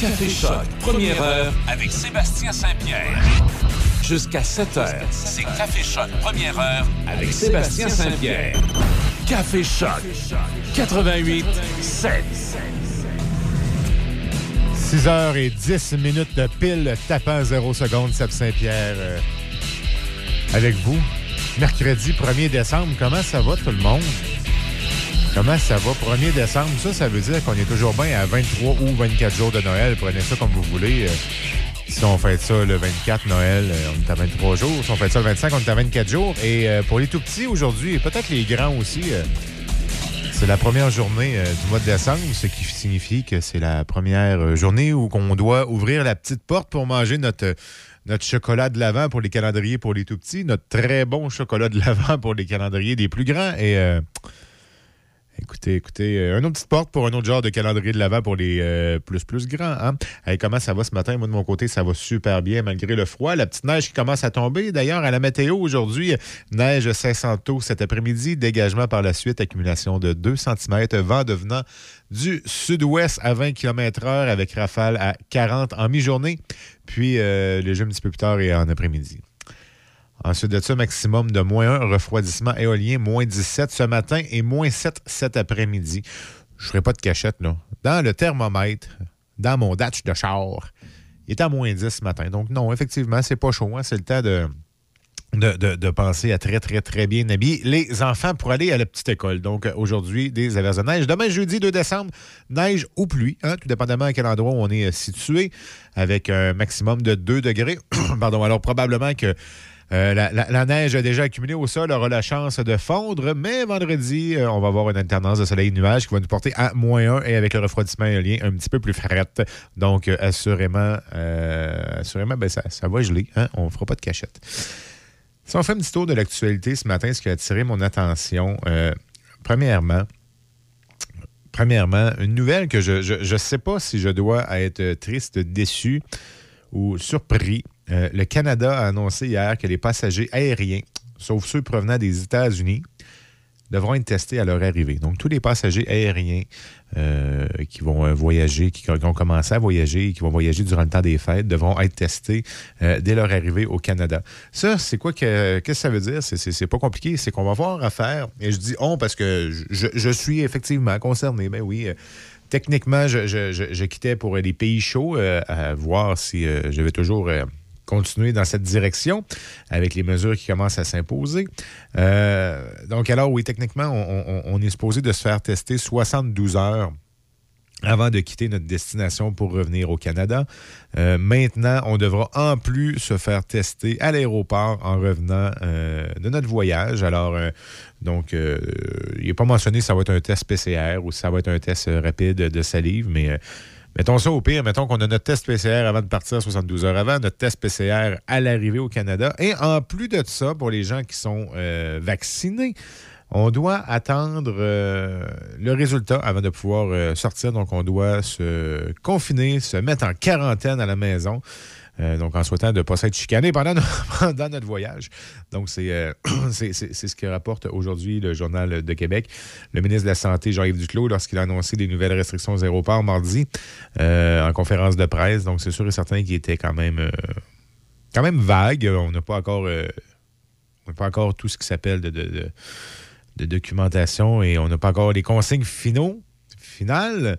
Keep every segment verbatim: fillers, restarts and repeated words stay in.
Café Choc, première heure avec Sébastien Saint-Pierre. Jusqu'à sept heures, c'est Café Choc, première heure avec Sébastien Saint-Pierre. Café Choc, quatre-vingt-huit sept. six heures dix minutes de pile, tapant zéro seconde, Seb Saint-Pierre euh, avec vous. Mercredi premier décembre, comment ça va tout le monde? Comment ça va? premier décembre, ça, ça veut dire qu'on est toujours bien à vingt-trois ou vingt-quatre jours de Noël. Prenez ça comme vous voulez. Si on fait ça le vingt-quatre, Noël, on est à vingt-trois jours. Si on fait ça le vingt-cinq, on est à vingt-quatre jours. Et pour les tout-petits aujourd'hui, et peut-être les grands aussi, c'est la première journée du mois de décembre, ce qui signifie que c'est la première journée où on doit ouvrir la petite porte pour manger notre... Notre chocolat de l'Avent pour les calendriers pour les tout-petits. Notre très bon chocolat de l'Avent pour les calendriers des plus grands. Et euh, écoutez, écoutez, euh, une autre petite porte pour un autre genre de calendrier de l'Avent pour les euh, plus, plus grands. Hein? Hey, comment ça va ce matin? Moi, de mon côté, ça va super bien malgré le froid. La petite neige qui commence à tomber. D'ailleurs, à la météo aujourd'hui, neige cinq cents taux cet après-midi. Dégagement par la suite, accumulation de deux centimètres. Vent devenant du sud-ouest à vingt kilomètres heure avec rafale à quarante en mi-journée. Puis, euh, léger un petit peu plus tard et en après-midi. Ensuite de ça, maximum de moins un, refroidissement éolien, moins dix-sept ce matin et moins sept cet après-midi. Je ne ferai pas de cachette, là. Dans le thermomètre, dans mon datch de char, il est à moins dix ce matin. Donc, non, effectivement, c'est pas chaud. Hein? C'est le temps de... De, de, de penser à très, très, très bien habiller les enfants pour aller à la petite école. Donc, aujourd'hui, des averses de neige. Demain, jeudi deux décembre, neige ou pluie, hein, tout dépendamment à quel endroit on est situé, avec un maximum de deux degrés. Pardon, alors probablement que euh, la, la, la neige a déjà accumulé au sol, aura la chance de fondre, mais vendredi, euh, on va avoir une alternance de soleil et nuages qui va nous porter à moins un et avec le refroidissement éolien un petit peu plus frette. Donc, euh, assurément, euh, assurément ben, ça, ça va geler. Hein? On ne fera pas de cachette. Si on fait un petit tour de l'actualité ce matin, ce qui a attiré mon attention, euh, premièrement, premièrement, une nouvelle que je ne sais pas si je dois être triste, déçu ou surpris. Euh, le Canada a annoncé hier que les passagers aériens, sauf ceux provenant des États-Unis, devront être testés à leur arrivée. Donc, tous les passagers aériens euh, qui vont euh, voyager, qui, qui ont commencé à voyager et qui vont voyager durant le temps des fêtes devront être testés euh, dès leur arrivée au Canada. Ça, c'est quoi que, qu'est-ce que ça veut dire? C'est, c'est, c'est pas compliqué. C'est qu'on va avoir affaire, et je dis « on » parce que je, je suis effectivement concerné. Ben oui, euh, techniquement, je, je, je, je quittais pour les pays chauds euh, à voir si euh, je vais toujours... Euh, continuer dans cette direction avec les mesures qui commencent à s'imposer. Euh, donc, alors, oui, techniquement, on, on, on est supposé de se faire tester soixante-douze heures avant de quitter notre destination pour revenir au Canada. Euh, maintenant, on devra en plus se faire tester à l'aéroport en revenant euh, de notre voyage. Alors, euh, donc, euh, il n'est pas mentionné si ça va être un test P C R ou si ça va être un test rapide de salive, mais... Euh, mettons ça au pire, mettons qu'on a notre test P C R avant de partir soixante-douze heures avant, notre test P C R à l'arrivée au Canada. Et en plus de ça, pour les gens qui sont euh, vaccinés, on doit attendre euh, le résultat avant de pouvoir euh, sortir. Donc, on doit se confiner, se mettre en quarantaine à la maison. Euh, donc, en souhaitant de ne pas s'être chicané pendant, no- pendant notre voyage. Donc, c'est, euh, c'est, c'est, c'est ce que rapporte aujourd'hui le Journal de Québec. Le ministre de la Santé, Jean-Yves Duclos, lorsqu'il a annoncé des nouvelles restrictions aux aéroports mardi, euh, en conférence de presse. Donc, c'est sûr et certain qu'il était quand même, euh, quand même vague. On n'a pas encore, euh, on n'a pas encore tout ce qui s'appelle de, de, de, de documentation et on n'a pas encore les consignes finaux, finales.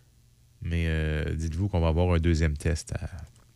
Mais euh, dites-vous qu'on va avoir un deuxième test à...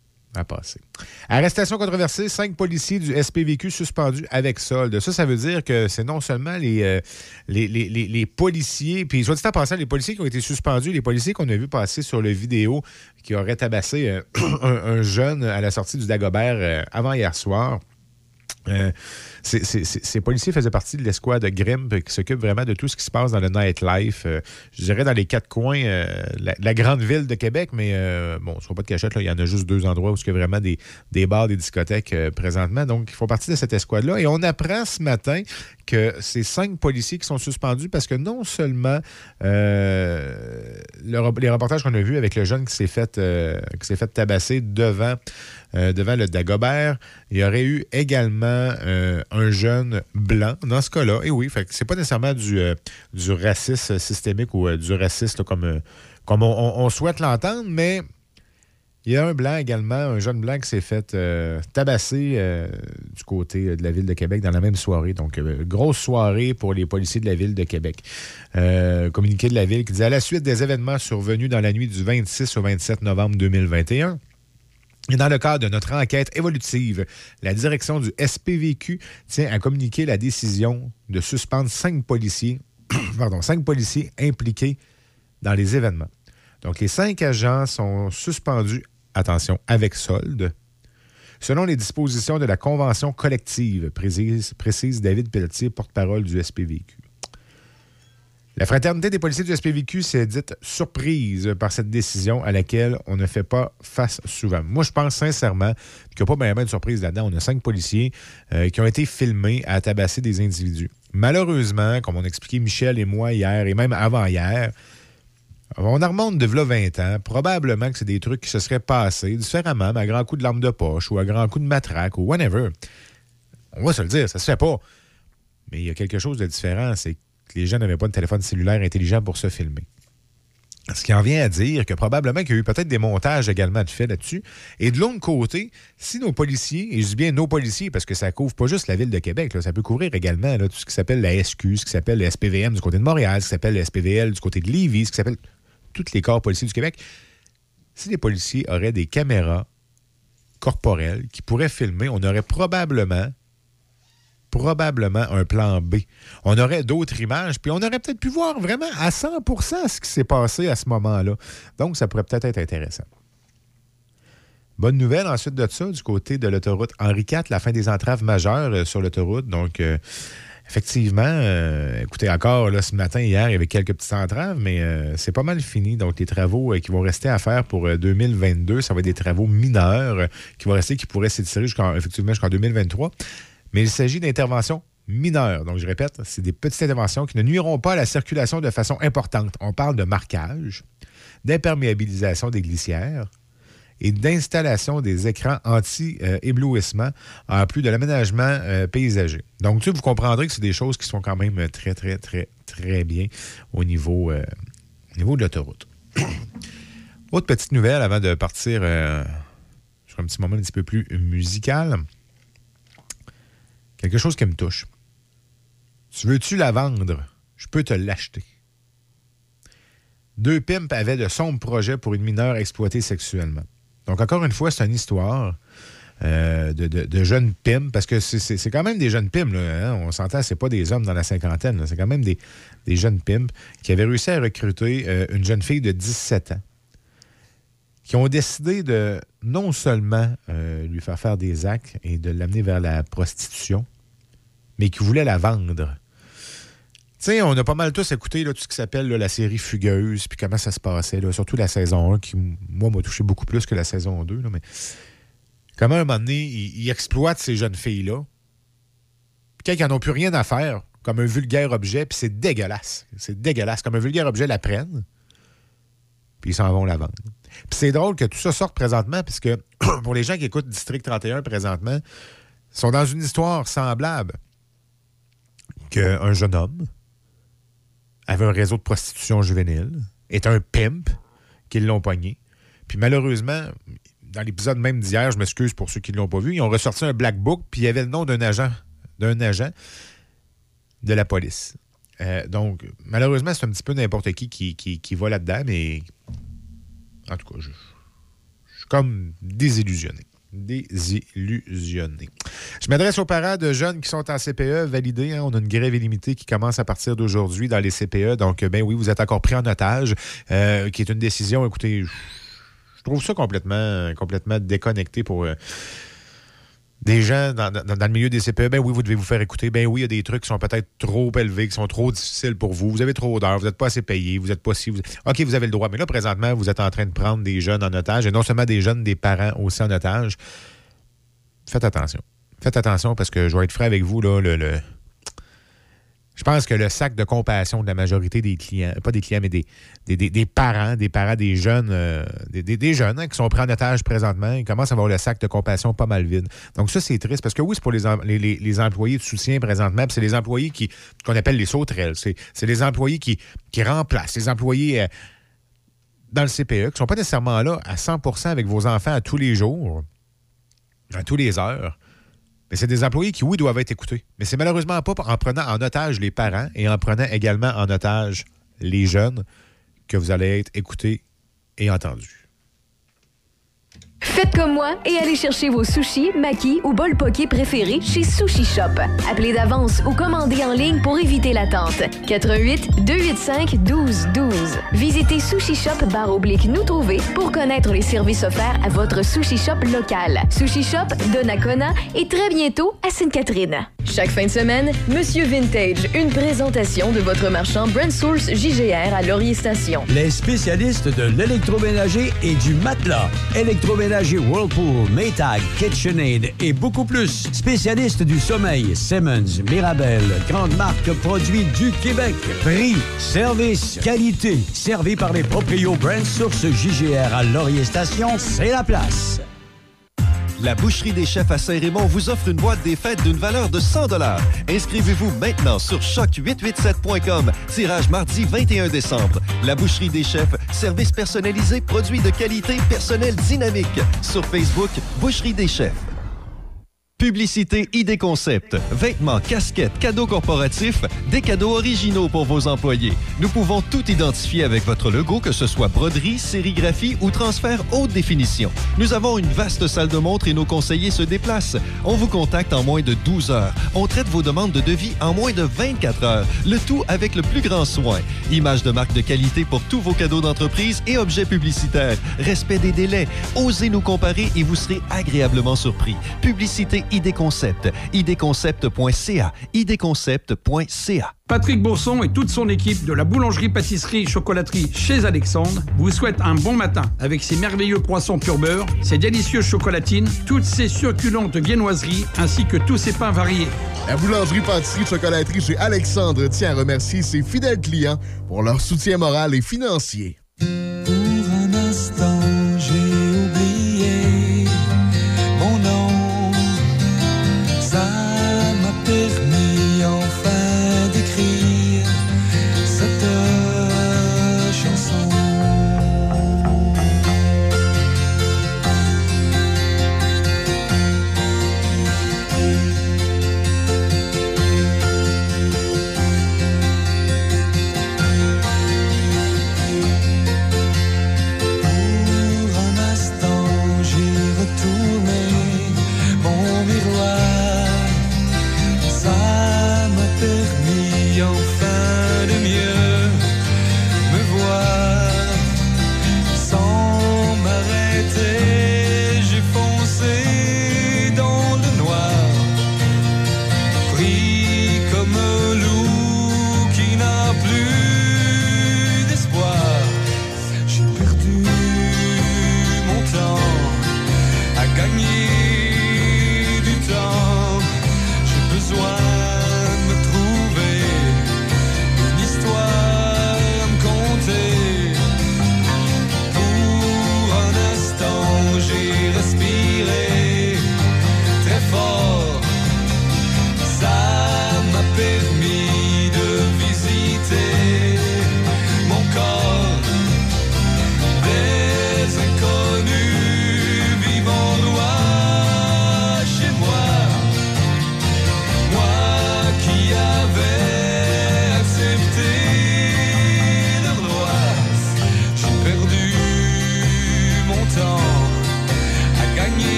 à passer. Arrestation controversée, cinq policiers du S P V Q suspendus avec solde. Ça, ça veut dire que c'est non seulement les, euh, les, les, les, les policiers, puis soit dit en passant, les policiers qui ont été suspendus, les policiers qu'on a vu passer sur le vidéo qui auraient tabassé euh, un, un jeune à la sortie du Dagobert euh, avant hier soir. Euh, c'est, c'est, c'est, ces policiers faisaient partie de l'escouade de Grimp qui s'occupe vraiment de tout ce qui se passe dans le nightlife. Euh, je dirais dans les quatre coins, euh, la, la grande ville de Québec, mais euh, bon, ce ne pas de cachette, là, il y en a juste deux endroits où il y a vraiment des, des bars, des discothèques euh, présentement. Donc, ils font partie de cette escouade-là. Et on apprend ce matin que c'est cinq policiers qui sont suspendus parce que non seulement euh, le, les reportages qu'on a vus avec le jeune qui s'est fait, euh, qui s'est fait tabasser devant, euh, devant le Dagobert, il y aurait eu également euh, un jeune blanc dans ce cas-là. Et oui, fait que c'est pas nécessairement du, euh, du racisme systémique ou euh, du racisme là, comme, euh, comme on, on, on souhaite l'entendre, mais Il y a un blanc également, un jeune blanc qui s'est fait euh, tabasser euh, du côté de la Ville de Québec dans la même soirée. Donc, euh, grosse soirée pour les policiers de la Ville de Québec. Euh, communiqué de la Ville qui dit « À la suite des événements survenus dans la nuit du vingt-six au vingt-sept novembre deux mille vingt et un, et dans le cadre de notre enquête évolutive, la direction du S P V Q tient à communiquer la décision de suspendre cinq policiers, pardon, cinq policiers impliqués dans les événements. Donc, les cinq agents sont suspendus, attention, avec solde, selon les dispositions de la convention collective, précise, précise David Pelletier, porte-parole du S P V Q. La Fraternité des policiers du S P V Q s'est dite surprise par cette décision à laquelle on ne fait pas face souvent. Moi, je pense sincèrement qu'il n'y a pas bien de surprise là-dedans. On a cinq policiers euh, qui ont été filmés à tabasser des individus. Malheureusement, comme on expliquait Michel et moi hier, et même avant-hier, on en remonte de là vingt ans. Probablement que c'est des trucs qui se seraient passés différemment, mais à grands coups de lampe de poche ou à grands coups de matraque ou whatever. On va se le dire, ça se fait pas. Mais il y a quelque chose de différent, c'est que les gens n'avaient pas de téléphone cellulaire intelligent pour se filmer. Ce qui en vient à dire que probablement qu'il y a eu peut-être des montages également de fait là-dessus. Et de l'autre côté, si nos policiers, et je dis bien nos policiers parce que ça couvre pas juste la Ville de Québec, là, ça peut couvrir également là, tout ce qui s'appelle la S Q, ce qui s'appelle le S P V M du côté de Montréal, ce qui s'appelle le S P V L du côté de Lévis, ce qui s'appelle tous les corps policiers du Québec. Si les policiers auraient des caméras corporelles qui pourraient filmer, on aurait probablement probablement un plan B. On aurait d'autres images, puis on aurait peut-être pu voir vraiment à cent pour cent ce qui s'est passé à ce moment-là. Donc, ça pourrait peut-être être intéressant. Bonne nouvelle ensuite de ça, du côté de l'autoroute Henri quatre, la fin des entraves majeures euh, sur l'autoroute. Donc, euh, effectivement, euh, écoutez, encore là, ce matin, hier, il y avait quelques petites entraves, mais euh, c'est pas mal fini. Donc, les travaux euh, qui vont rester à faire pour euh, deux mille vingt-deux, ça va être des travaux mineurs euh, qui vont rester, qui pourraient s'étirer jusqu'en, effectivement jusqu'en deux mille vingt-trois. Mais il s'agit d'interventions mineures. Donc, je répète, c'est des petites interventions qui ne nuiront pas à la circulation de façon importante. On parle de marquage, d'imperméabilisation des glissières et d'installation des écrans anti-éblouissement, en plus de l'aménagement euh, paysager. Donc, tu sais, vous comprendrez que c'est des choses qui sont quand même très, très, très, très bien au niveau, euh, au niveau de l'autoroute. Autre petite nouvelle avant de partir euh, sur un petit moment un petit peu plus musical. Quelque chose qui me touche. Tu veux-tu la vendre? Je peux te l'acheter. Deux pimps avaient de sombres projets pour une mineure exploitée sexuellement. Donc, encore une fois, c'est une histoire euh, de, de, de jeunes pimps, parce que c'est, c'est, c'est quand même des jeunes pimps. Là, hein? On s'entend, c'est pas des hommes dans la cinquantaine. Là. C'est quand même des, des jeunes pimps qui avaient réussi à recruter euh, une jeune fille de dix-sept ans, qui ont décidé de non seulement euh, lui faire faire des actes et de l'amener vers la prostitution, mais qui voulaient la vendre. Tu sais, on a pas mal tous écouté là, tout ce qui s'appelle là, la série Fugueuse, puis comment ça se passait, là, surtout la saison un, qui, moi, m'a touché beaucoup plus que la saison deux. Là, mais comment, à un moment donné, ils, ils exploitent ces jeunes filles-là, puis quand ils n'en ont plus rien à faire, comme un vulgaire objet, puis c'est dégueulasse. C'est dégueulasse. Comme un vulgaire objet, la prennent, puis ils s'en vont la vendre. Puis c'est drôle que tout ça sorte présentement, puisque pour les gens qui écoutent District trente et un présentement, sont dans une histoire semblable qu'un jeune homme avait un réseau de prostitution juvénile, est un pimp, qu'ils l'ont pogné. Puis malheureusement, dans l'épisode même d'hier, je m'excuse pour ceux qui ne l'ont pas vu, ils ont ressorti un black book, puis il y avait le nom d'un agent, d'un agent de la police. Euh, donc, malheureusement, c'est un petit peu n'importe qui qui, qui qui va là-dedans, mais en tout cas, je, je suis comme désillusionné. Désillusionné. Je m'adresse aux parents de jeunes qui sont en C P E validés. Hein. On a une grève illimitée qui commence à partir d'aujourd'hui dans les C P E. Donc, ben oui, vous êtes encore pris en otage, euh, qui est une décision, écoutez, je trouve ça complètement, complètement déconnecté pour... Euh, des gens dans, dans, dans le milieu des C P E, ben oui, vous devez vous faire écouter. Ben oui, il y a des trucs qui sont peut-être trop élevés, qui sont trop difficiles pour vous. Vous avez trop d'heures, vous n'êtes pas assez payé, vous n'êtes pas si... Vous... OK, vous avez le droit. Mais là, présentement, vous êtes en train de prendre des jeunes en otage, et non seulement des jeunes, des parents aussi en otage. Faites attention. Faites attention parce que je vais être franc avec vous, là, le... le... Je pense que le sac de compassion de la majorité des clients, pas des clients, mais des, des, des, des parents, des parents des jeunes, euh, des, des, des jeunes hein, qui sont pris en otage présentement, ils commencent à avoir le sac de compassion pas mal vide. Donc ça, c'est triste parce que oui, c'est pour les, les, les, les employés de soutien présentement, puis c'est les employés qui qu'on appelle les sauterelles. C'est, c'est les employés qui, qui remplacent, les employés... Euh, dans le C P E, qui ne sont pas nécessairement là à cent pour cent avec vos enfants à tous les jours, à tous les heures. Mais c'est des employés qui, oui, doivent être écoutés. Mais c'est malheureusement pas en prenant en otage les parents et en prenant également en otage les jeunes que vous allez être écoutés et entendus. Faites comme moi et allez chercher vos sushis, makis ou bols poké préférés chez Sushi Shop. Appelez d'avance ou commandez en ligne pour éviter l'attente. quatre un huit, deux huit cinq, un deux un deux. Visitez Sushi Shop barre oblique nous trouver pour connaître les services offerts à votre Sushi Shop local. Sushi Shop de Nakona et très bientôt à Sainte-Catherine. Chaque fin de semaine, Monsieur Vintage, une présentation de votre marchand Brand Source J G R à Laurier Station. Les spécialistes de l'électroménager et du matelas. Électroménager Whirlpool, Maytag, KitchenAid et beaucoup plus. Spécialistes du sommeil, Simmons, Mirabel, grande marque produits du Québec. Prix, service, qualité. Servi par les proprios Brand Source J G R à Laurier Station, c'est la place. La Boucherie des Chefs à Saint-Raymond vous offre une boîte des fêtes d'une valeur de cent dollars. Inscrivez-vous maintenant sur choc huit huit sept point com. Tirage mardi vingt et un décembre. La Boucherie des Chefs, service personnalisé, produits de qualité, personnel dynamique. Sur Facebook, Boucherie des Chefs. Publicité I D Concept. Vêtements, casquettes, cadeaux corporatifs, des cadeaux originaux pour vos employés. Nous pouvons tout identifier avec votre logo, que ce soit broderie, sérigraphie ou transfert haute définition. Nous avons une vaste salle de montre et nos conseillers se déplacent. On vous contacte en moins de douze heures. On traite vos demandes de devis en moins de vingt-quatre heures. Le tout avec le plus grand soin. Image de marque de qualité pour tous vos cadeaux d'entreprise et objets publicitaires. Respect des délais. Osez nous comparer et vous serez agréablement surpris. Publicité I D Concept. I D concept point c a. I D concept point c a. Patrick Bourson et toute son équipe de la boulangerie-pâtisserie-chocolaterie chez Alexandre vous souhaitent un bon matin avec ses merveilleux croissants pur beurre, ses délicieuses chocolatines, toutes ses succulentes viennoiseries ainsi que tous ses pains variés. La boulangerie-pâtisserie-chocolaterie chez Alexandre tient à remercier ses fidèles clients pour leur soutien moral et financier. Pour un instant, j'ai oublié mon nom. Ça m'a permis enfin d'écrire cette chanson.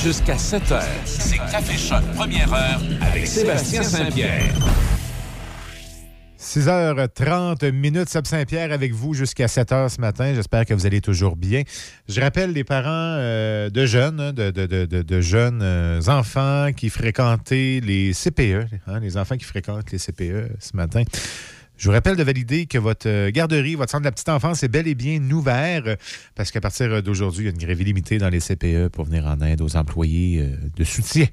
Jusqu'à sept heures, c'est Café Choc première heure avec Sébastien Saint-Pierre. six heures trente minutes, Seb Saint-Pierre avec vous jusqu'à sept heures ce matin. J'espère que vous allez toujours bien. Je rappelle les parents euh, de jeunes, de, de, de, de, de jeunes euh, enfants qui fréquentaient les C P E, hein, les enfants qui fréquentent les C P E ce matin. Je vous rappelle de valider que votre garderie, votre centre de la petite enfance est bel et bien ouvert parce qu'à partir d'aujourd'hui, il y a une grève illimitée dans les C P E pour venir en aide aux employés euh, de soutien.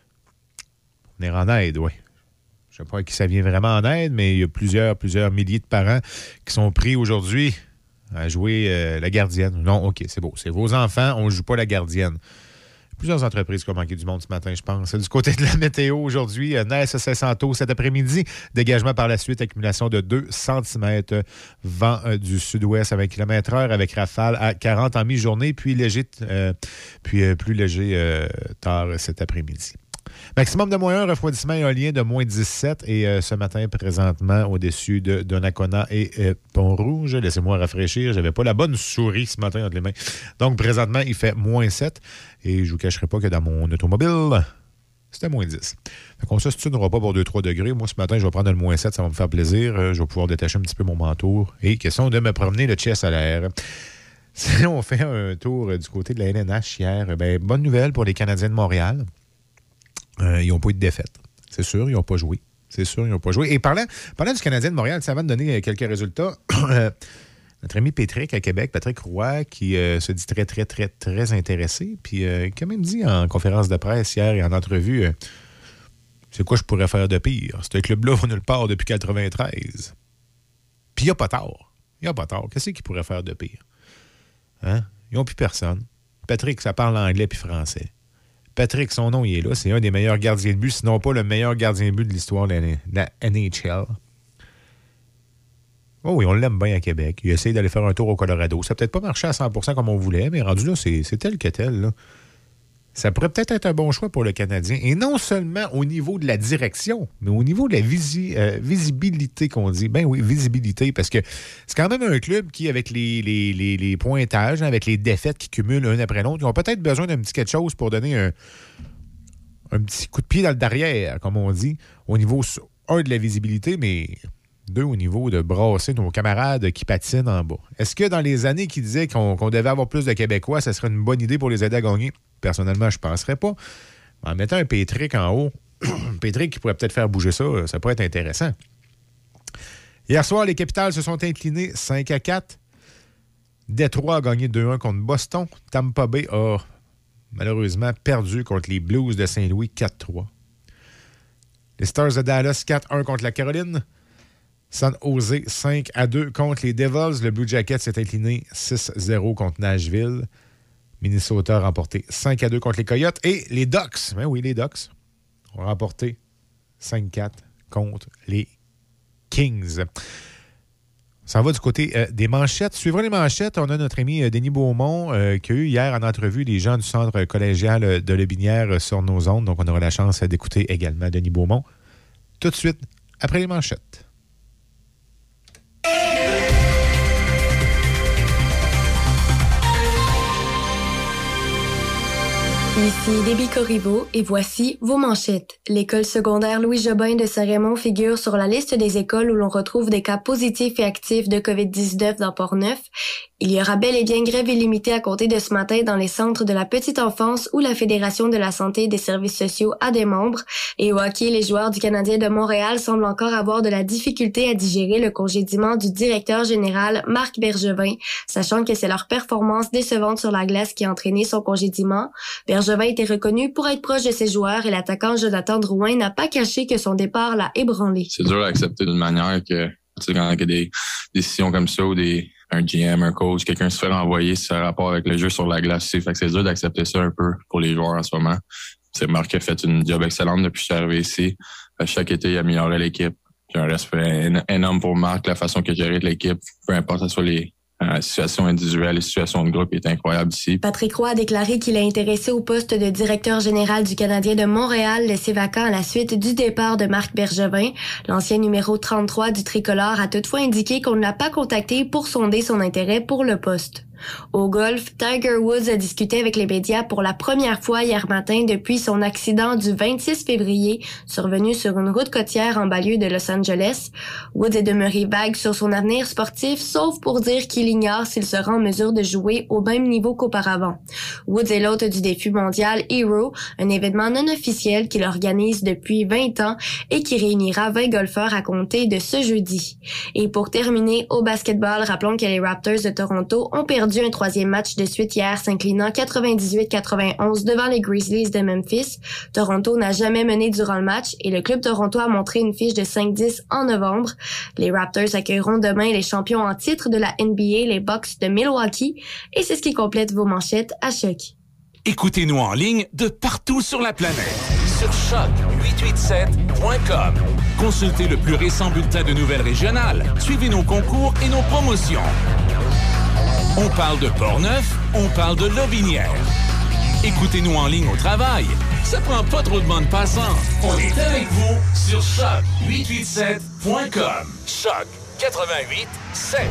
Venir en aide, oui. Je ne sais pas à qui ça vient vraiment en aide, mais il y a plusieurs, plusieurs milliers de parents qui sont pris aujourd'hui à jouer euh, la gardienne. Non, OK, c'est beau. C'est vos enfants, on ne joue pas la gardienne. Plusieurs entreprises qui ont manqué du monde ce matin, je pense. Du côté de la météo aujourd'hui, neige à Saint-Santo cet après-midi. Dégagement par la suite, accumulation de deux centimètres. Vent euh, du sud-ouest à vingt kilomètres heure avec rafale à quarante en mi-journée, puis léger, euh, puis euh, plus léger euh, tard cet après-midi. Maximum de moins un, refroidissement éolien de moins dix-sept. Et euh, ce matin, présentement, au-dessus de Donnacona et euh, Pont-Rouge. Laissez-moi rafraîchir. Je n'avais pas la bonne souris ce matin entre les mains. Donc, présentement, il fait moins sept. Et je ne vous cacherai pas que dans mon automobile, c'était moins dix. Fait qu'on ne s'ostinera pas pour deux à trois degrés. Moi, ce matin, je vais prendre le moins sept. Ça va me faire plaisir. Euh, je vais pouvoir détacher un petit peu mon manteau. Et question de me promener le chest à l'air. Si on fait un tour euh, du côté de la L N H hier, ben, bonne nouvelle pour les Canadiens de Montréal. Euh, ils n'ont pas eu de défaite. C'est sûr, ils n'ont pas joué. C'est sûr, ils n'ont pas joué. Et parlant, parlant du Canadien de Montréal, ça va me donner quelques résultats. Notre ami Patrick à Québec, Patrick Roy, qui euh, se dit très, très, très, très intéressé, puis euh, qui a même dit en conférence de presse hier et en entrevue, euh, c'est quoi je pourrais faire de pire? Ce club-là va nulle part depuis quatre-vingt-treize. Puis il n'y a pas tort. Il n'y a pas tort. Qu'est-ce qu'il pourrait faire de pire? Hein? Ils n'ont plus personne. Patrick, ça parle anglais puis français. Patrick, son nom, il est là. C'est un des meilleurs gardiens de but, sinon pas le meilleur gardien de but de l'histoire de la N H L. Oh oui, on l'aime bien à Québec. Il essaie d'aller faire un tour au Colorado. Ça n'a peut-être pas marché à cent pour cent comme on voulait, mais rendu là, c'est, c'est tel que tel. Là. Ça pourrait peut-être être un bon choix pour le Canadien. Et non seulement au niveau de la direction, mais au niveau de la visi- euh, visibilité qu'on dit. Ben oui, visibilité, parce que c'est quand même un club qui, avec les, les, les, les pointages, avec les défaites qui cumulent un après l'autre, ils ont peut-être besoin d'un petit quelque chose pour donner un, un petit coup de pied dans le derrière, comme on dit, au niveau, un, de la visibilité, mais deux, au niveau de brasser nos camarades qui patinent en bas. Est-ce que dans les années qui disaient qu'on, qu'on devait avoir plus de Québécois, ça serait une bonne idée pour les aider à gagner? Personnellement, je ne penserais pas. En mettant un Patrick en haut, Patrick qui pourrait peut-être faire bouger ça, ça pourrait être intéressant. Hier soir, les Capitals se sont inclinés cinq à quatre. Détroit a gagné deux un contre Boston. Tampa Bay a malheureusement perdu contre les Blues de Saint-Louis quatre trois. Les Stars de Dallas quatre un contre la Caroline. San Jose cinq à deux contre les Devils. Le Blue Jackets s'est incliné six zéro contre Nashville. Minnesota a remporté cinq à deux contre les Coyotes. Et les Ducks, ben oui, les Ducks, ont remporté cinq quatre contre les Kings. Ça va du côté euh, des manchettes. Suivant les manchettes, on a notre ami euh, Denis Beaumont euh, qui a eu hier en entrevue des gens du centre collégial de Lobinière euh, sur nos ondes. Donc, on aura la chance euh, d'écouter également Denis Beaumont tout de suite après les manchettes. Ici Déby Corriveau et voici vos manchettes. L'école secondaire Louis-Jobin de Saint-Raymond figure sur la liste des écoles où l'on retrouve des cas positifs et actifs de covid dix-neuf dans Port-Neuf. Il y aura bel et bien grève illimitée à compter de ce matin dans les centres de la petite enfance où la Fédération de la santé et des services sociaux a des membres. Et au hockey, les joueurs du Canadien de Montréal semblent encore avoir de la difficulté à digérer le congédiement du directeur général Marc Bergevin, sachant que c'est leur performance décevante sur la glace qui a entraîné son congédiement. Bergevin était reconnu pour être proche de ses joueurs et l'attaquant Jonathan Drouin n'a pas caché que son départ l'a ébranlé. C'est dur à accepter d'une manière que, tu sais, quand il y a des décisions comme ça ou des un G M, un coach, quelqu'un se fait renvoyer si ça a rapport avec le jeu sur la glace. Fait que c'est dur d'accepter ça un peu pour les joueurs en ce moment. C'est Marc qui a fait une job excellente depuis que je suis arrivé ici. Chaque été, il a amélioré l'équipe. J'ai un respect énorme pour Marc, la façon qu'il gère l'équipe, peu importe que ce soit les Euh, situation individuelle et situation de groupe est incroyable ici. Patrick Roy a déclaré qu'il est intéressé au poste de directeur général du Canadien de Montréal, laissé vacant à la suite du départ de Marc Bergevin. L'ancien numéro trente-trois du tricolore a toutefois indiqué qu'on ne l'a pas contacté pour sonder son intérêt pour le poste. Au golf, Tiger Woods a discuté avec les médias pour la première fois hier matin depuis son accident du vingt-six février, survenu sur une route côtière en banlieue de Los Angeles. Woods est demeuré vague sur son avenir sportif, sauf pour dire qu'il ignore s'il sera en mesure de jouer au même niveau qu'auparavant. Woods est l'hôte du défi mondial Hero, un événement non officiel qu'il organise depuis vingt ans et qui réunira vingt golfeurs à compter de ce jeudi. Et pour terminer, au basketball, rappelons que les Raptors de Toronto ont perdu un troisième match de suite hier, s'inclinant quatre-vingt-dix-huit à quatre-vingt-onze devant les Grizzlies de Memphis. Toronto n'a jamais mené durant le match et le club Toronto a montré une fiche de cinq dix en novembre. Les Raptors accueilleront demain les champions en titre de la N B A, les Bucks de Milwaukee. Et c'est ce qui complète vos manchettes à Choc. Écoutez-nous en ligne de partout sur la planète. Sur choc huit huit sept point com. Consultez le plus récent bulletin de nouvelles régionales. Suivez nos concours et nos promotions. On parle de Portneuf, on parle de Lotbinière. Écoutez-nous en ligne au travail. Ça prend pas trop de bande passante. On est avec vous sur choc huit huit sept point com. Choc quatre-vingt-huit sept.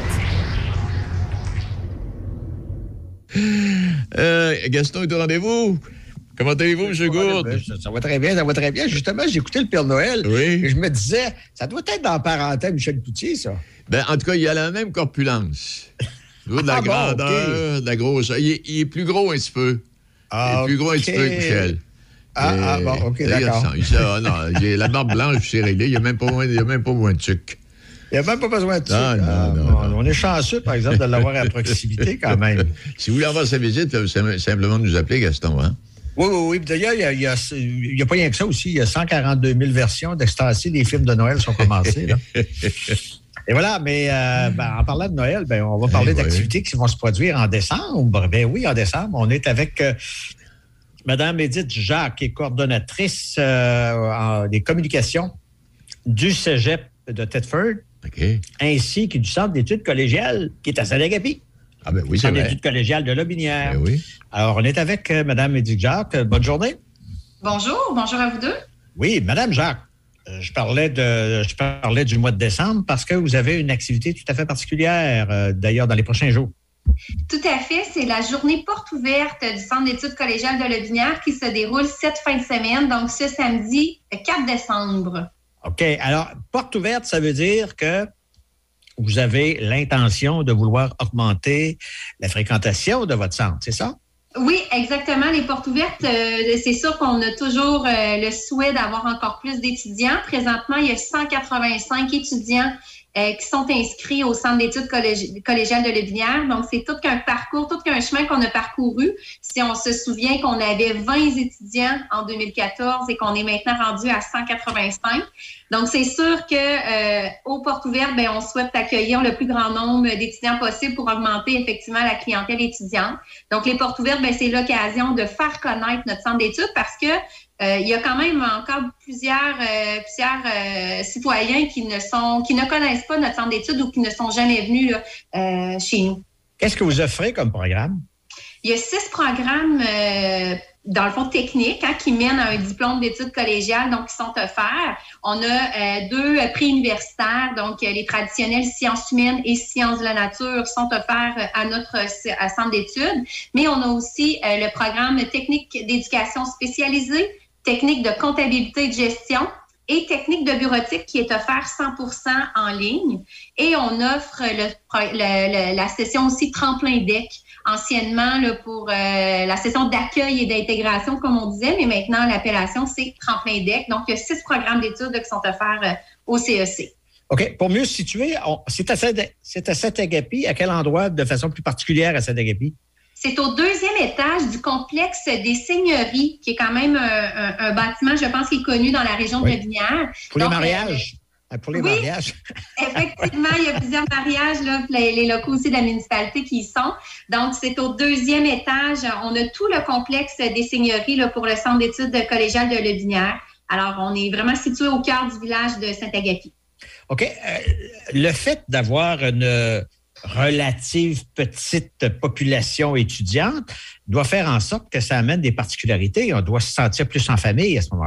Euh, Gaston est au rendez-vous. Comment allez-vous, M. Gourde? Ben, ça, ça va très bien, ça va très bien. Justement, j'ai écouté le Père Noël. Oui. Et je me disais, ça doit être dans la parenté Michel Poutier, ça. Ben, en tout cas, il a la même corpulence. De la Ah bon, grandeur, okay. de la grosseur. Il est, il est plus gros un petit peu. Ah, il est plus gros un okay. petit peu que Michel. Ah, Et, ah bon, OK, d'accord. Il, il, ah, non, il a la barbe blanche, c'est réglé. Il n'y a même pas besoin de sucre. Il n'y a même pas besoin de Ah, ça. non, Ah, non, bon, non. On est chanceux, par exemple, de l'avoir à proximité quand même. Si vous voulez avoir sa visite, c'est simplement nous appeler, Gaston. Hein? Oui, oui, oui. D'ailleurs, il y a, il y a, il y a pas rien que ça aussi. Il y a cent quarante-deux mille versions d'Ecstasy. Les films de Noël sont commencés. Là. Et voilà, mais euh, ben, en parlant de Noël, ben, on va parler Eh, d'activités oui. qui vont se produire en décembre. Ben oui, en décembre, on est avec euh, Mme Édith Jacques, qui est coordonnatrice euh, en, des communications du Cégep de Thetford, OK. ainsi que du Centre d'études collégiales qui est à Saint-Agapi. Ah ben oui, c'est Centre vrai. d'études collégiales de Lotbinière. Ben oui. Alors, on est avec euh, Mme Édith Jacques. Bonne journée. Bonjour, bonjour à vous deux. Oui, Madame Jacques, euh, je parlais de, je parlais du mois de décembre parce que vous avez une activité tout à fait particulière, euh, d'ailleurs, dans les prochains jours. Tout à fait, c'est la journée porte ouverte du Centre d'études collégiales de Lotbinière qui se déroule cette fin de semaine, donc ce samedi quatre décembre. OK. Alors, porte ouverte, ça veut dire que vous avez l'intention de vouloir augmenter la fréquentation de votre centre, c'est ça? Oui, exactement. Les portes ouvertes, euh, c'est sûr qu'on a toujours euh, le souhait d'avoir encore plus d'étudiants. Présentement, il y a cent quatre-vingt-cinq étudiants euh, qui sont inscrits au Centre d'études collég- collégiales de Lotbinière. Donc, c'est tout qu'un parcours, tout qu'un chemin qu'on a parcouru. Si on se souvient qu'on avait vingt étudiants en deux mille quatorze et qu'on est maintenant rendu à cent quatre-vingt-cinq. Donc, c'est sûr que euh, aux portes ouvertes, ben, on souhaite accueillir le plus grand nombre d'étudiants possible pour augmenter effectivement la clientèle étudiante. Donc, les portes ouvertes, ben, c'est l'occasion de faire connaître notre centre d'études parce que euh, il y a quand même encore plusieurs, euh, plusieurs euh, citoyens qui ne sont, qui ne connaissent pas notre centre d'études ou qui ne sont jamais venus là, euh, chez nous. Qu'est-ce que vous offrez comme programme? Il y a six programmes, euh, dans le fond, techniques, hein, qui mènent à un diplôme d'études collégiales, donc qui sont offerts. On a euh, deux prix universitaires, donc euh, les traditionnels sciences humaines et sciences de la nature sont offerts à notre à centre d'études. Mais on a aussi euh, le programme technique d'éducation spécialisée, technique de comptabilité et de gestion et technique de bureautique qui est offert cent pour cent en ligne. Et on offre le, le, le, la session aussi tremplin D E C, anciennement là, pour euh, la session d'accueil et d'intégration, comme on disait, mais maintenant, l'appellation, c'est tremplin D E C. Donc, il y a six programmes d'études là, qui sont offerts euh, au C E C. OK. Pour mieux se situer, on, c'est à Saint- c'est à Saint-Agapi. À quel endroit, de façon plus particulière, à Saint-Agapi? C'est au deuxième étage du complexe des Seigneuries, qui est quand même un, un, un bâtiment, je pense, qui est connu dans la région Oui. de Lotbinière. Pour Donc, les mariages? Euh, pour les oui. mariages? Effectivement, il y a plusieurs mariages, là, les, les locaux aussi de la municipalité qui y sont. Donc, c'est au deuxième étage. On a tout le complexe des Seigneuries là, pour le centre d'études collégiales de Lotbinière. Alors, on est vraiment situé au cœur du village de Saint-Agapi. OK. Euh, le fait d'avoir une relative petite population étudiante doit faire en sorte que ça amène des particularités. On doit se sentir plus en famille à ce moment-là.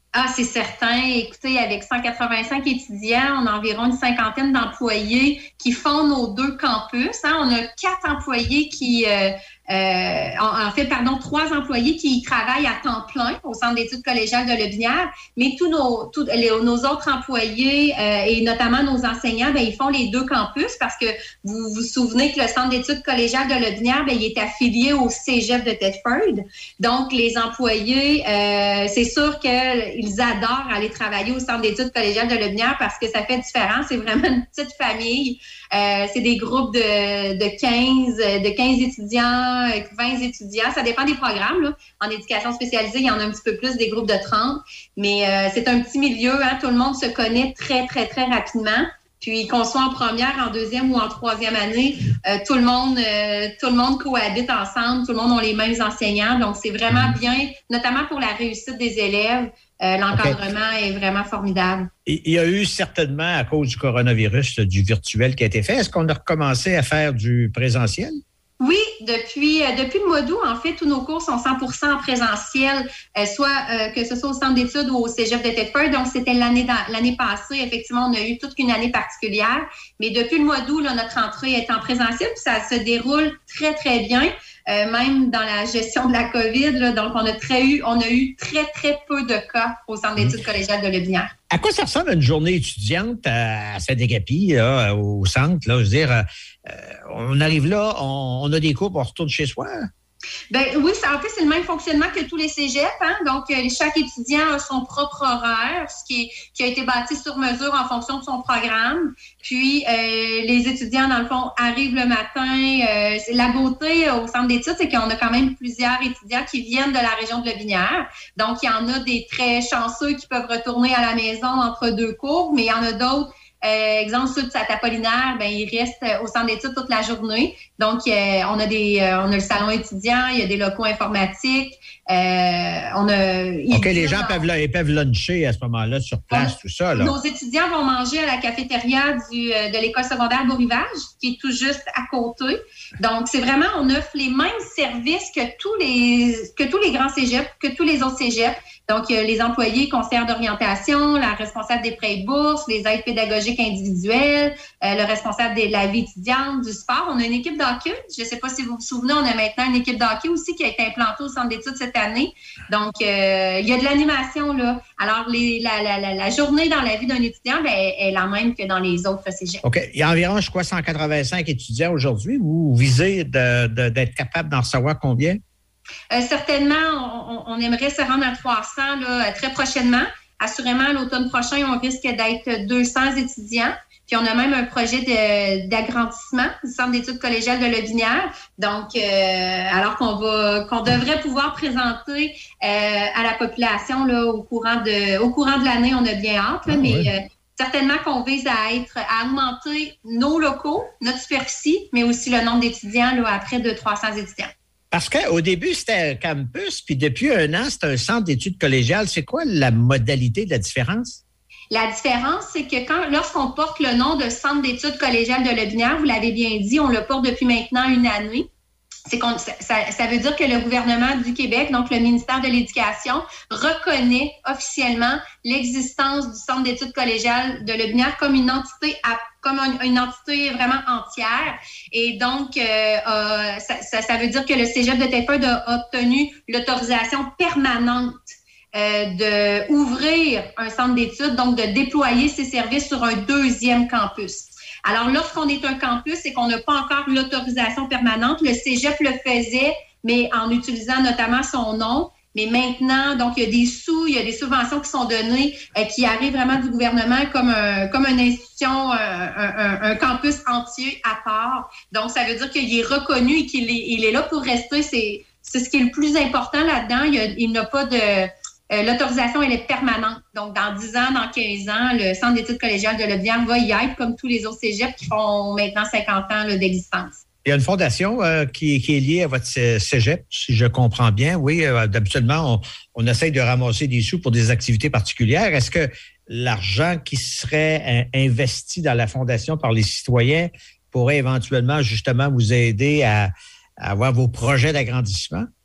Ah, c'est certain. Écoutez, avec cent quatre-vingt-cinq étudiants, on a environ une cinquantaine d'employés qui font nos deux campus. Hein. On a quatre employés qui... Euh, Euh, en, en fait, pardon, trois employés qui travaillent à temps plein au Centre d'études collégiales de Lotbinière, mais tous nos, tous les, nos autres employés euh, et notamment nos enseignants, ben, ils font les deux campus parce que vous vous souvenez que le Centre d'études collégiales de Lotbinière, ben, il est affilié au Cégep de Thetford. Donc, les employés, euh, c'est sûr qu'ils adorent aller travailler au Centre d'études collégiales de Lotbinière parce que ça fait différent. C'est vraiment une petite famille. Euh, c'est des groupes de, de quinze, de quinze étudiants, vingt étudiants. Ça dépend des programmes, là. En éducation spécialisée, il y en a un petit peu plus, des groupes de trente. Mais euh, c'est un petit milieu, hein. Tout le monde se connaît très, très, très rapidement. Puis qu'on soit en première, en deuxième ou en troisième année, euh, tout le monde, euh, tout le monde cohabite ensemble. Tout le monde a les mêmes enseignants. Donc, c'est vraiment bien, notamment pour la réussite des élèves. Euh, l'encadrement okay. est vraiment formidable. Il y a eu certainement, à cause du coronavirus, du virtuel qui a été fait. Est-ce qu'on a recommencé à faire du présentiel? Oui, depuis, euh, depuis le mois d'août, en fait, tous nos cours sont cent pour cent en présentiel, euh, soit euh, que ce soit au centre d'études ou au Cégep de Thetford. Donc, c'était l'année l'année passée. Effectivement, on a eu toute une année particulière. Mais depuis le mois d'août, là, notre entrée est en présentiel, puis ça se déroule très, très bien. Euh, même dans la gestion de la COVID, là, donc on a, très eu, on a eu très, très peu de cas au Centre d'études collégiales de Lotbinière. À quoi ça ressemble une journée étudiante à, à Saint-Agapi, là, au centre? Là, je veux dire, euh, on arrive là, on, on a des cours, on retourne chez soi? Ben oui, ça, en fait, c'est le même fonctionnement que tous les cégeps. Hein? Donc, euh, chaque étudiant a son propre horaire, ce qui, est, qui a été bâti sur mesure en fonction de son programme. Puis, euh, les étudiants, dans le fond, arrivent le matin. Euh, la beauté au centre d'études, c'est qu'on a quand même plusieurs étudiants qui viennent de la région de Lotbinière. Donc, il y en a des très chanceux qui peuvent retourner à la maison entre deux cours, mais il y en a d'autres. Euh, exemple, ceux de Saint-Apollinaire, ben ils restent au centre d'études toute la journée. Donc, euh, on a des, euh, on a le salon étudiant, il y a des locaux informatiques. Euh, on a. OK, les gens peuvent, ils peuvent luncher à ce moment-là sur place, on, tout ça. Là. Nos étudiants vont manger à la cafétéria du, euh, de l'école secondaire Beau-Rivage, qui est tout juste à côté. Donc, c'est vraiment, on offre les mêmes services que tous les, que tous les grands cégeps, que tous les autres cégeps. Donc, il y a les employés conseillers d'orientation, la responsable des prêts et bourses, les aides pédagogiques individuelles, euh, le responsable de la vie étudiante, du sport. On a une équipe d'hockey. Je ne sais pas si vous vous souvenez, on a maintenant une équipe d'hockey aussi qui a été implantée au centre d'études cette année. Donc, euh, il y a de l'animation, là. Alors, les, la, la, la, la journée dans la vie d'un étudiant, ben, est la même que dans les autres cégeps. OK. Il y a environ, je crois, cent quatre-vingt-cinq étudiants aujourd'hui. Vous visez de, de, d'être capable d'en savoir combien? Euh, certainement, on, on aimerait se rendre à trois cents là, très prochainement. Assurément, l'automne prochain, on risque d'être deux cents étudiants. Puis on a même un projet de, d'agrandissement du Centre d'études collégiales de Lotbinière. Donc, euh, alors qu'on va, qu'on devrait pouvoir présenter euh, à la population là, au courant de, au courant de l'année, on a bien hâte. Là, ah, mais ouais. euh, certainement qu'on vise à être, à augmenter nos locaux, notre superficie, mais aussi le nombre d'étudiants là, à près de trois cents étudiants. Parce qu'au début, c'était un campus, puis depuis un an, c'est un centre d'études collégiales. C'est quoi la modalité de la différence? La différence, c'est que quand, lorsqu'on porte le nom de Centre d'études collégiales de Lotbinière, vous l'avez bien dit, on le porte depuis maintenant une année. C'est qu'on, ça, ça veut dire que le gouvernement du Québec, donc le ministère de l'Éducation, reconnaît officiellement l'existence du Centre d'études collégiales de Lotbinière comme une entité à comme une, une entité vraiment entière. Et donc, euh, euh, ça, ça, ça veut dire que le Cégep de Thetford a obtenu l'autorisation permanente euh, de ouvrir un centre d'études, donc de déployer ses services sur un deuxième campus. Alors, lorsqu'on est un campus et qu'on n'a pas encore l'autorisation permanente, le Cégep le faisait, mais en utilisant notamment son nom. Mais maintenant, donc, il y a des sous, il y a des subventions qui sont données, euh, qui arrivent vraiment du gouvernement comme, un, comme une institution, un, un, un campus entier à part. Donc, ça veut dire qu'il est reconnu et qu'il est, il est là pour rester. C'est, c'est ce qui est le plus important là-dedans. Il, y a, il n'a pas de... Euh, l'autorisation, elle est permanente. Donc, dans dix ans, dans quinze ans, le Centre d'études collégiales de Lotbinière va y être comme tous les autres cégeps qui font maintenant cinquante ans là, d'existence. Il y a une fondation euh, qui, qui est liée à votre cégep, si je comprends bien. Oui, euh, d'habituellement, on, on essaye de ramasser des sous pour des activités particulières. Est-ce que l'argent qui serait euh, investi dans la fondation par les citoyens pourrait éventuellement, justement, vous aider à, à avoir vos projets d'agrandissement?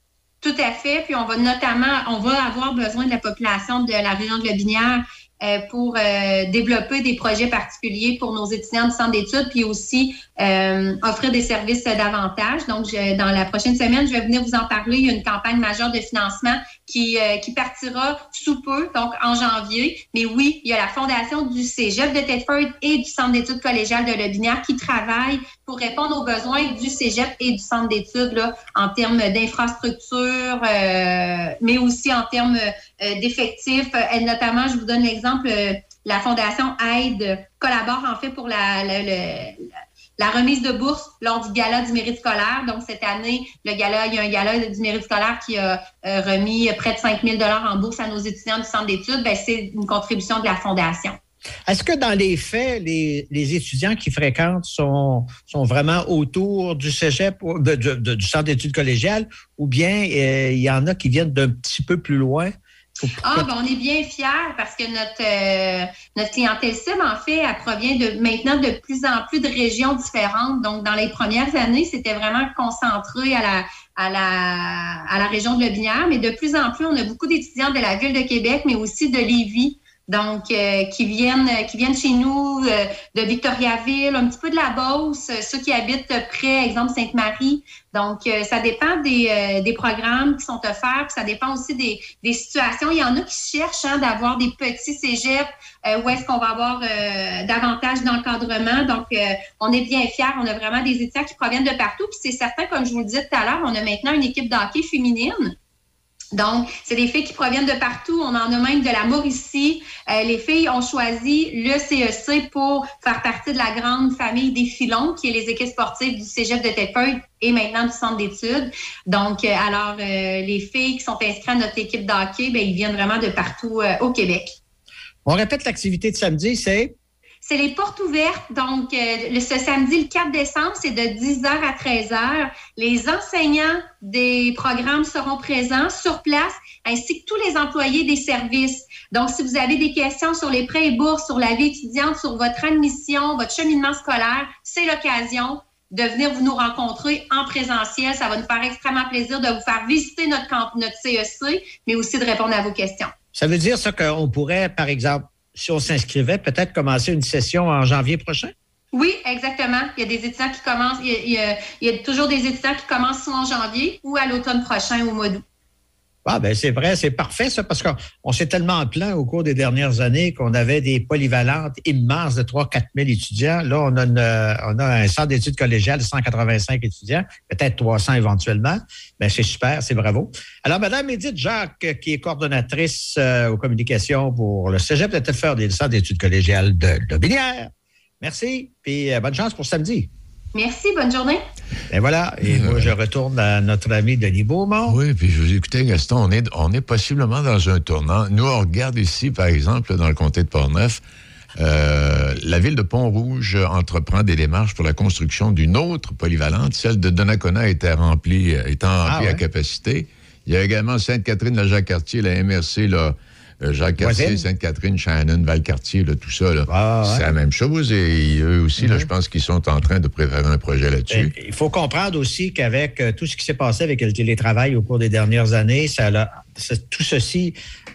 Tout à fait. Puis on va notamment, on va avoir besoin de la population de la région de Lotbinière euh, pour euh, développer des projets particuliers pour nos étudiants du centre d'études, puis aussi euh, offrir des services davantage. Donc, je, dans la prochaine semaine, je vais venir vous en parler. Il y a une campagne majeure de financement qui, euh, qui partira sous peu, donc en janvier. Mais oui, il y a la fondation du Cégep de Thetford et du centre d'études collégiales de Lotbinière qui travaillent pour répondre aux besoins du Cégep et du centre d'études là, en termes d'infrastructures, euh, mais aussi en termes euh, d'effectifs. Et notamment, je vous donne l'exemple, euh, la Fondation Aide collabore en fait pour la, la, la, la remise de bourse lors du gala du mérite scolaire. Donc, cette année, le gala, il y a un gala du mérite scolaire qui a euh, remis près de cinq mille dollars en bourse à nos étudiants du centre d'études. Bien, c'est une contribution de la Fondation. Est-ce que dans les faits, les, les étudiants qui fréquentent sont, sont vraiment autour du cégep, de, de, de, du centre d'études collégiales, ou bien euh, il y en a qui viennent d'un petit peu plus loin? Ah, ben on est bien fiers parce que notre, euh, notre clientèle cible, en fait, elle provient de maintenant de plus en plus de régions différentes. Donc, dans les premières années, c'était vraiment concentré à la, à la, à la région de Lotbinière, mais de plus en plus, on a beaucoup d'étudiants de la ville de Québec, mais aussi de Lévis. Donc, euh, qui viennent qui viennent chez nous, euh, de Victoriaville, un petit peu de la Beauce, euh, ceux qui habitent près, exemple, Sainte-Marie. Donc, euh, ça dépend des, euh, des programmes qui sont offerts, puis ça dépend aussi des, des situations. Il y en a qui cherchent hein, d'avoir des petits cégeps euh, où est-ce qu'on va avoir euh, davantage d'encadrement. Donc, euh, on est bien fiers. On a vraiment des étudiants qui proviennent de partout. Puis c'est certain, comme je vous le disais tout à l'heure, on a maintenant une équipe de hockey féminine. Donc, c'est des filles qui proviennent de partout. On en a même de la Mauricie. Euh, les filles ont choisi le C E C pour faire partie de la grande famille des Filons, qui est les équipes sportives du Cégep de Thetford et maintenant du centre d'études. Donc, euh, alors, euh, les filles qui sont inscrites à notre équipe de hockey, bien, ils viennent vraiment de partout euh, au Québec. On répète l'activité de samedi, c'est... C'est les portes ouvertes. Donc, euh, le, ce samedi, le quatre décembre, c'est de dix heures à treize heures. Les enseignants des programmes seront présents sur place, ainsi que tous les employés des services. Donc, si vous avez des questions sur les prêts et bourses, sur la vie étudiante, sur votre admission, votre cheminement scolaire, c'est l'occasion de venir vous nous rencontrer en présentiel. Ça va nous faire extrêmement plaisir de vous faire visiter notre, camp, notre C E C, mais aussi de répondre à vos questions. Ça veut dire ça qu'on pourrait, par exemple, si on s'inscrivait, peut-être commencer une session en janvier prochain? Oui, exactement. Il y a des étudiants qui commencent, il y a, il y a, il y a toujours des étudiants qui commencent soit en janvier ou à l'automne prochain au mois d'août. Ah, ben c'est vrai, c'est parfait ça, parce qu'on on s'est tellement plaint au cours des dernières années qu'on avait des polyvalentes immenses de trois à quatre mille étudiants. Là, on a, une, on a un centre d'études collégiales de cent quatre-vingt-cinq étudiants, peut-être trois cents éventuellement. Ben c'est super, c'est bravo. Alors, Mme Édith Jacques, qui est coordonnatrice euh, aux communications pour le Cégep de Thetford et le centre d'études collégiales de Lotbinière. Merci, puis euh, bonne chance pour samedi. Merci, bonne journée. Et voilà, et moi, je retourne à notre ami Denis Beaumont. Oui, puis je vous écoutais, Gaston, on est, on est possiblement dans un tournant. Nous, on regarde ici, par exemple, dans le comté de Portneuf, euh, la ville de Pont-Rouge entreprend des démarches pour la construction d'une autre polyvalente. Celle de Donnacona était remplie, étant remplie ah, ouais. à capacité. Il y a également Sainte-Catherine, la Jacques-Cartier, la M R C, là, Jacques-Cartier, Sainte-Catherine, Shannon, Valcartier, là, tout ça. Là. Ah, ouais. C'est la même chose. Et eux aussi, mm-hmm. là, je pense qu'ils sont en train de préparer un projet là-dessus. Il faut comprendre aussi qu'avec euh, tout ce qui s'est passé avec le télétravail au cours des dernières années, ça, là, ça, tout ceci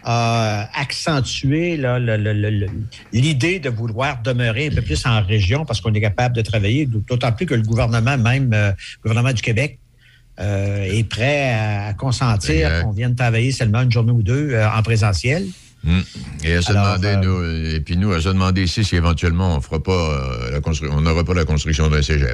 a accentué là, le, le, le, l'idée de vouloir demeurer un peu plus en région parce qu'on est capable de travailler, d'autant plus que le gouvernement, même euh, le gouvernement du Québec, Euh, est prêt à consentir exact. Qu'on vienne travailler seulement une journée ou deux euh, en présentiel. Mmh. Et à se Alors, demander, euh, nous, et puis nous, à se demander ici si éventuellement on fera pas euh, la constru- on n'aura pas la construction d'un cégep.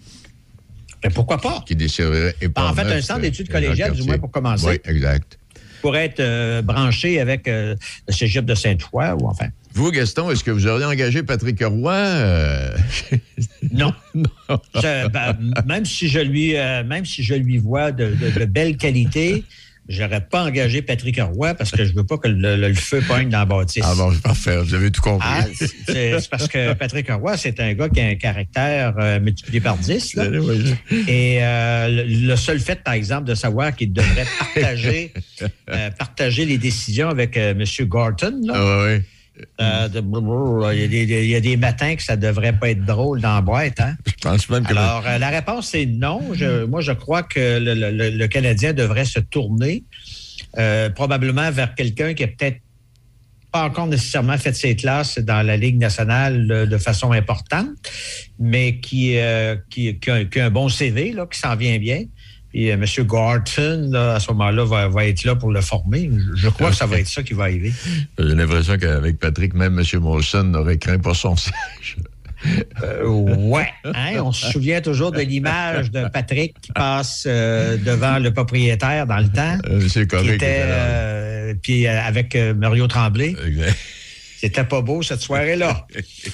Mais pourquoi pas? Qui desservirait et pas en fait, un centre d'études collégiales, du moins pour commencer. Oui, exact. Pour être euh, branché avec euh, le cégep de Sainte-Foy ou enfin. Vous, Gaston, est-ce que vous auriez engagé Patrick Roy? Euh... non. non. Je, ben, même si je lui, euh, même si je lui vois de, de, de belles qualités, j'aurais pas engagé Patrick Roy parce que je veux pas que le, le, le feu poigne dans la bâtisse. Ah bon, parfait, vous avez tout compris. Ah, c'est, c'est parce que Patrick Roy, c'est un gars qui a un caractère euh, multiplié par dix. Là. Et euh, le, le seul fait, par exemple, de savoir qu'il devrait partager, euh, partager les décisions avec euh, M. Gorton, là, ah, oui. Euh, de... il, y a des, il y a des matins que ça devrait pas être drôle dans la boîte. Hein? Je pense même que... Alors, euh, la réponse, c'est non. Je, moi, je crois que le, le, le Canadien devrait se tourner euh, probablement vers quelqu'un qui a peut-être pas encore nécessairement fait ses classes dans la Ligue nationale euh, de façon importante, mais qui, euh, qui, qui, a, qui a un bon C V, là, qui s'en vient bien. Puis euh, M. Gorton, là, à ce moment-là, va, va être là pour le former. Je crois que ça va être ça qui va arriver. J'ai l'impression qu'avec Patrick, même M. Molson n'aurait craint pas son siège. Euh, ouais, hein? On se souvient toujours de l'image de Patrick qui passe euh, devant le propriétaire dans le temps. Euh, c'est correct. Qui était, euh, puis euh, avec euh, Mario Tremblay. Exact. C'était pas beau cette soirée-là.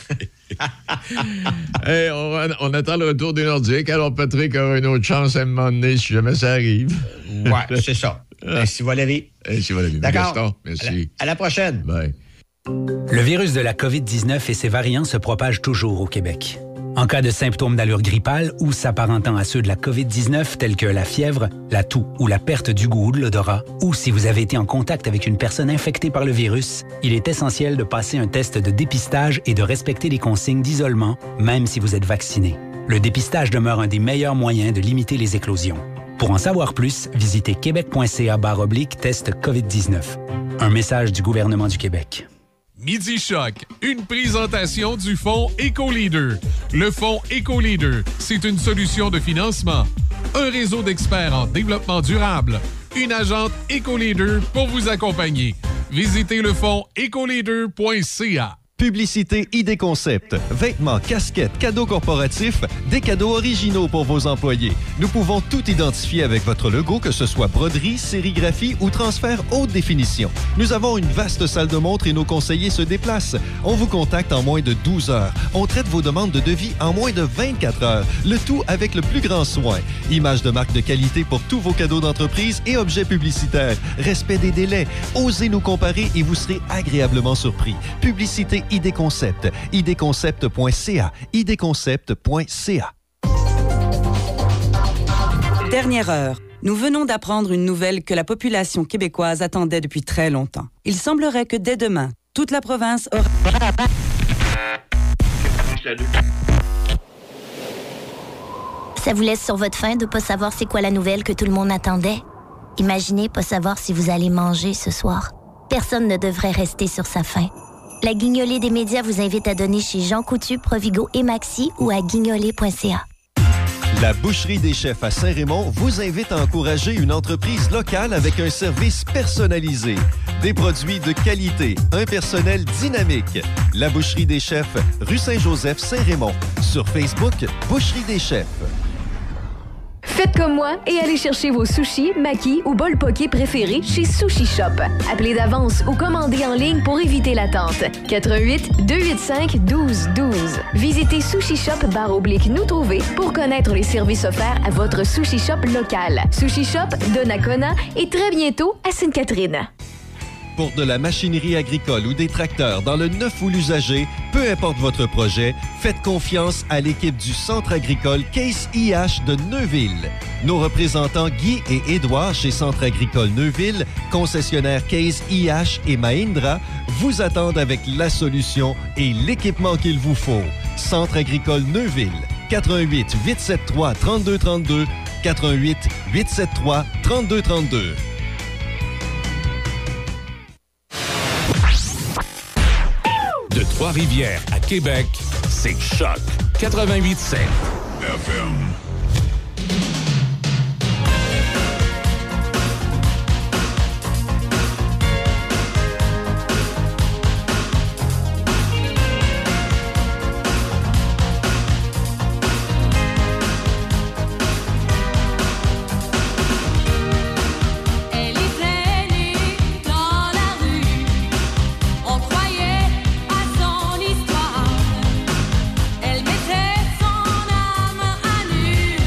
Hey, on, on attend le retour des Nordiques. Alors Patrick aura une autre chance à un moment donné si jamais ça arrive. Ouais, c'est ça. Merci Valérie. Merci Valérie. D'accord. Gaston, merci. À la, à la prochaine. Bye. Le virus de la covid dix-neuf et ses variants se propagent toujours au Québec. En cas de symptômes d'allure grippale ou s'apparentant à ceux de la covid dix-neuf tels que la fièvre, la toux ou la perte du goût ou de l'odorat, ou si vous avez été en contact avec une personne infectée par le virus, il est essentiel de passer un test de dépistage et de respecter les consignes d'isolement, même si vous êtes vacciné. Le dépistage demeure un des meilleurs moyens de limiter les éclosions. Pour en savoir plus, visitez québec.ca barre oblique test covid dix-neuf. Un message du gouvernement du Québec. Midi Choc, une présentation du Fonds EcoLeader. Le Fonds EcoLeader, c'est une solution de financement. Un réseau d'experts en développement durable. Une agente EcoLeader pour vous accompagner. Visitez le fonds ecoleader point c a. Publicité Idée Concept. Vêtements, casquettes, cadeaux corporatifs, des cadeaux originaux pour vos employés. Nous pouvons tout identifier avec votre logo, que ce soit broderie, sérigraphie ou transfert haute définition. Nous avons une vaste salle de montre et nos conseillers se déplacent. On vous contacte en moins de douze heures. On traite vos demandes de devis en moins de vingt-quatre heures. Le tout avec le plus grand soin. Image de marque de qualité pour tous vos cadeaux d'entreprise et objets publicitaires. Respect des délais. Osez nous comparer et vous serez agréablement surpris. Publicité Idée Concept. idéconcept point c a. idéconcept point c a. Dernière heure. Nous venons d'apprendre une nouvelle que la population québécoise attendait depuis très longtemps. Il semblerait que dès demain, toute la province aura... Ça vous laisse sur votre faim de ne pas savoir c'est quoi la nouvelle que tout le monde attendait? Imaginez pas savoir si vous allez manger ce soir. Personne ne devrait rester sur sa faim. La Guignolée des médias vous invite à donner chez Jean Coutu, Provigo et Maxi ou à guignolée point c a. La Boucherie des Chefs à Saint-Raymond vous invite à encourager une entreprise locale avec un service personnalisé. Des produits de qualité, un personnel dynamique. La Boucherie des Chefs, rue Saint-Joseph, Saint-Raymond. Sur Facebook, Boucherie des Chefs. Faites comme moi et allez chercher vos sushis, makis ou bols poké préférés chez Sushi Shop. Appelez d'avance ou commandez en ligne pour éviter l'attente. quatre un huit, deux huit cinq, un deux un deux. Visitez Sushi Shop barre oblique nous trouver pour connaître les services offerts à votre Sushi Shop local. Sushi Shop de Nakona et très bientôt à Sainte-Catherine. Pour de la machinerie agricole ou des tracteurs dans le neuf ou l'usager, peu importe votre projet, faites confiance à l'équipe du Centre agricole Case I H de Neuville. Nos représentants Guy et Édouard chez Centre agricole Neuville, concessionnaire Case I H et Mahindra, vous attendent avec la solution et l'équipement qu'il vous faut. Centre agricole Neuville, quatre un huit, huit sept trois, trois deux trois deux, quatre un huit, huit sept trois, trois deux trois deux. De Trois-Rivières à Québec, c'est Choc quatre-vingt-huit sept F M. Elle mettait son âme à nu.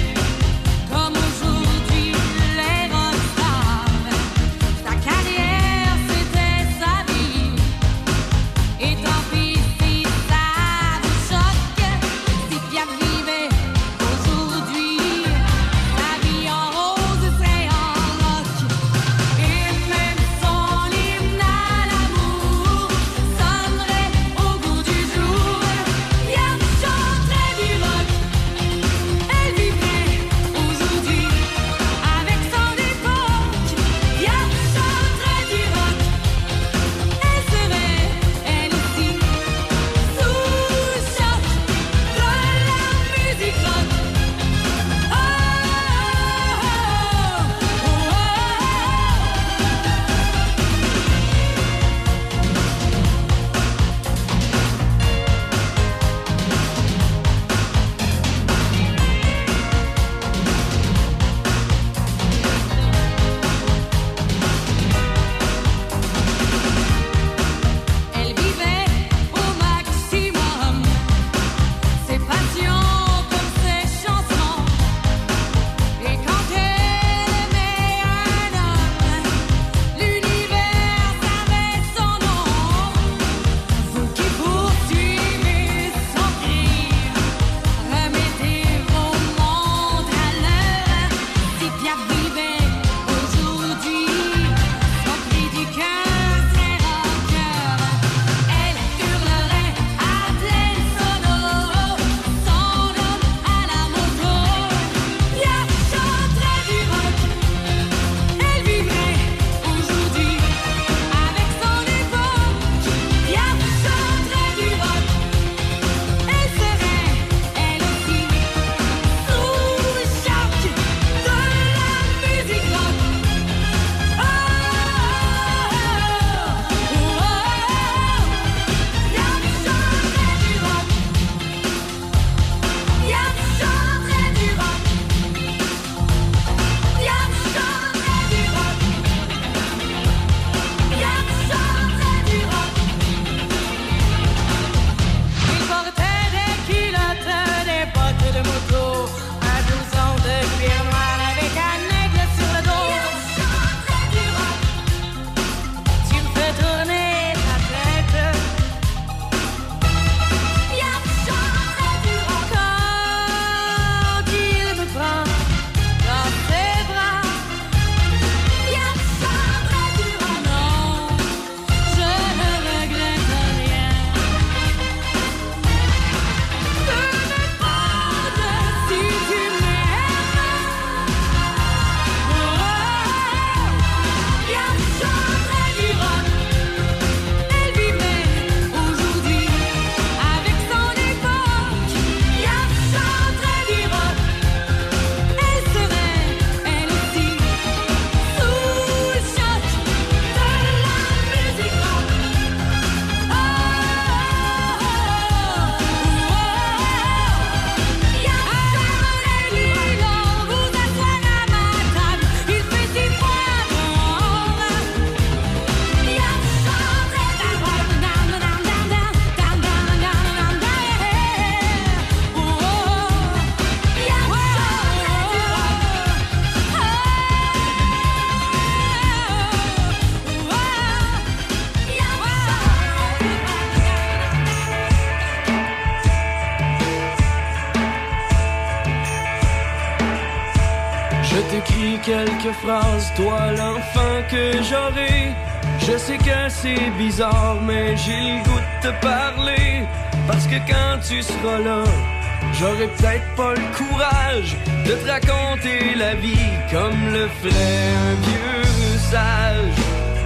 Je t'écris quelques phrases, toi l'enfant que j'aurai. Je sais que c'est bizarre, mais j'ai le goût de te parler. Parce que quand tu seras là, j'aurai peut-être pas le courage de te raconter la vie comme le ferait un vieux sage.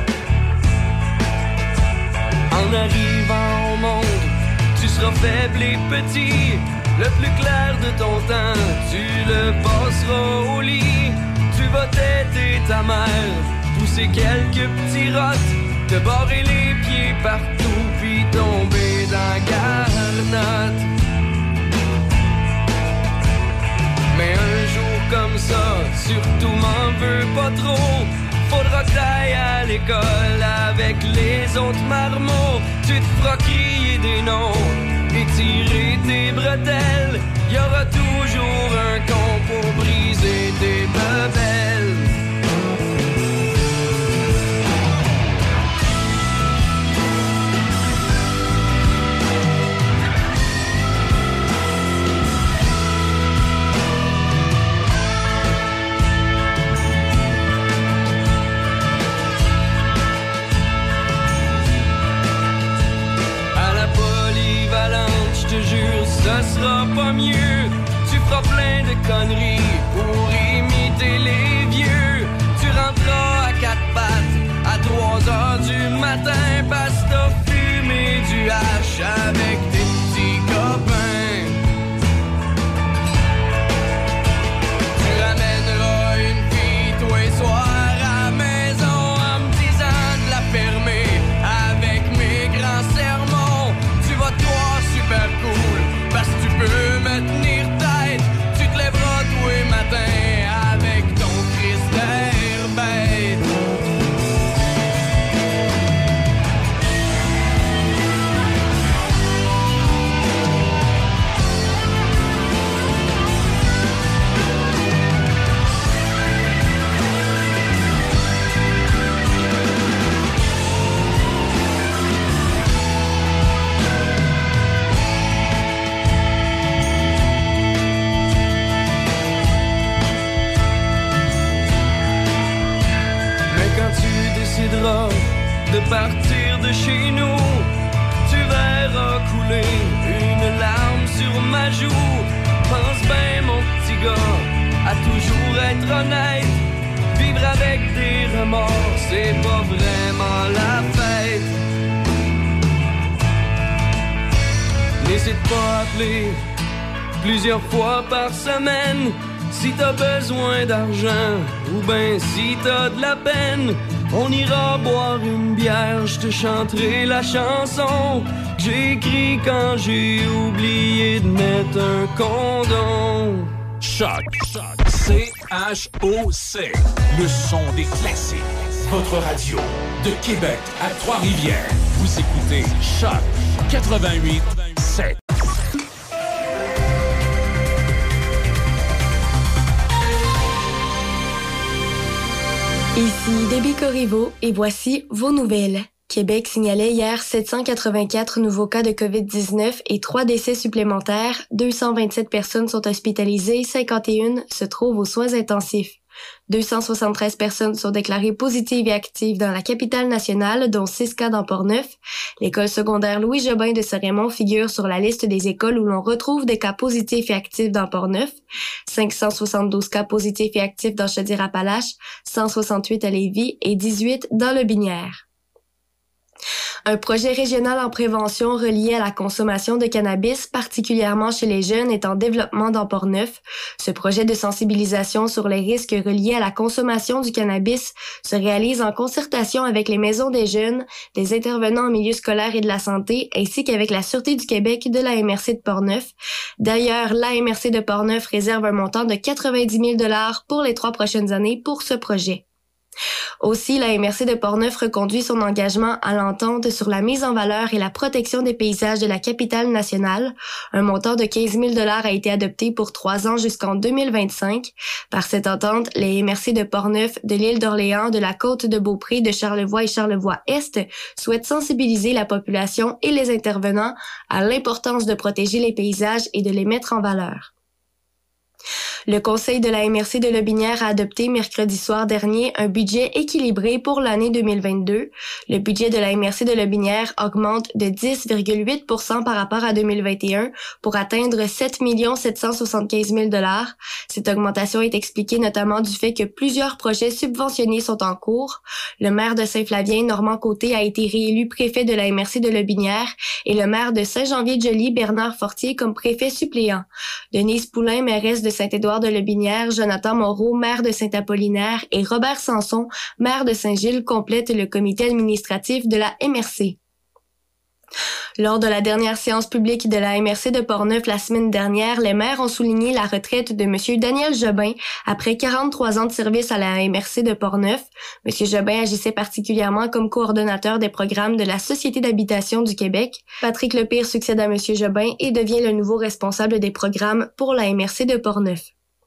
En arrivant au monde, tu seras faible et petit. Le plus clair de ton temps, tu le passeras au lit. Tu vas t'aider ta mère, pousser quelques petits rottes, te barrer les pieds partout, puis tomber dans la garnotte. Mais un jour comme ça, surtout m'en veux pas trop. Faudra que t'ailles à l'école avec les autres marmots. Tu te feras crier des noms et tirer tes bretelles. Y aura toujours un con pour briser tes bebelles. Ça sera pas mieux, tu feras plein de conneries pour imiter les vieux. Tu rentreras à quatre pattes à trois heures du matin parce que t'as fumé du hache avec tes petits copains. Tu ramèneras une fille tous les soirs à la maison en me disant de la fermer avec mes grands sermons. Tu vas te voir super cool parce que tu peux me tenir tête. Tu te lèveras tous les matins avec ton Christ d'air bête. De partir de chez nous, tu verras couler une larme sur ma joue. Pense bien mon petit gars, à toujours être honnête. Vivre avec des remords, c'est pas vraiment la fête. N'hésite pas à appeler plusieurs fois par semaine si t'as besoin d'argent ou ben si t'as de la peine. On ira boire une bière, je te chanterai la chanson que j'ai écrite quand j'ai oublié de mettre un condom. Choc, C H O C, le son des classiques. Votre radio de Québec à Trois-Rivières. Vous écoutez Choc quatre-vingt-huit sept. Ici Déby Corriveau et voici vos nouvelles. Québec signalait hier sept cent quatre-vingt-quatre nouveaux cas de covid dix-neuf et trois décès supplémentaires. deux cent vingt-sept personnes sont hospitalisées, cinquante et un se trouvent aux soins intensifs. deux cent soixante-treize personnes sont déclarées positives et actives dans la capitale nationale, dont six cas dans Portneuf. L'école secondaire Louis-Jobin de Saint-Raymond figure sur la liste des écoles où l'on retrouve des cas positifs et actifs dans Portneuf. cinq cent soixante-douze cas positifs et actifs dans Chaudière-Appalaches, cent soixante-huit à Lévis et dix-huit dans le Binière. Un projet régional en prévention relié à la consommation de cannabis, particulièrement chez les jeunes, est en développement dans Portneuf. Ce projet de sensibilisation sur les risques reliés à la consommation du cannabis se réalise en concertation avec les maisons des jeunes, des intervenants en milieu scolaire et de la santé, ainsi qu'avec la Sûreté du Québec de l'A M R C de Portneuf. D'ailleurs, l'A M R C de Portneuf réserve un montant de quatre-vingt-dix mille dollars pour les trois prochaines années pour ce projet. Aussi, l'A M R C de Portneuf reconduit son engagement à l'entente sur la mise en valeur et la protection des paysages de la capitale nationale. Un montant de quinze mille dollars a été adopté pour trois ans jusqu'en deux mille vingt-cinq. Par cette entente, l'A M R C de Portneuf, de l'île d'Orléans, de la côte de Beaupré, de Charlevoix et Charlevoix-Est souhaite sensibiliser la population et les intervenants à l'importance de protéger les paysages et de les mettre en valeur. Le Conseil de la M R C de Lotbinière a adopté mercredi soir dernier un budget équilibré pour l'année deux mille vingt-deux. Le budget de la M R C de Lotbinière augmente de dix virgule huit pour cent par rapport à deux mille vingt et un pour atteindre sept millions sept cent soixante-quinze mille dollars. Cette augmentation est expliquée notamment du fait que plusieurs projets subventionnés sont en cours. Le maire de Saint-Flavien, Normand Côté, a été réélu préfet de la M R C de Lotbinière et le maire de Saint-Jean-Vie-de-Joly, Bernard Fortier, comme préfet suppléant. Denise Poulain, mairesse de Saint-Édouard de Lotbinière, Jonathan Moreau, maire de Saint-Apollinaire et Robert Sanson, maire de Saint-Gilles, complètent le comité administratif de la M R C. Lors de la dernière séance publique de la M R C de Portneuf la semaine dernière, les maires ont souligné la retraite de M. Daniel Jobin après quarante-trois ans de service à la M R C de Portneuf. M. Jobin agissait particulièrement comme coordonnateur des programmes de la Société d'habitation du Québec. Patrick Lepire succède à M. Jobin et devient le nouveau responsable des programmes pour la M R C de Portneuf.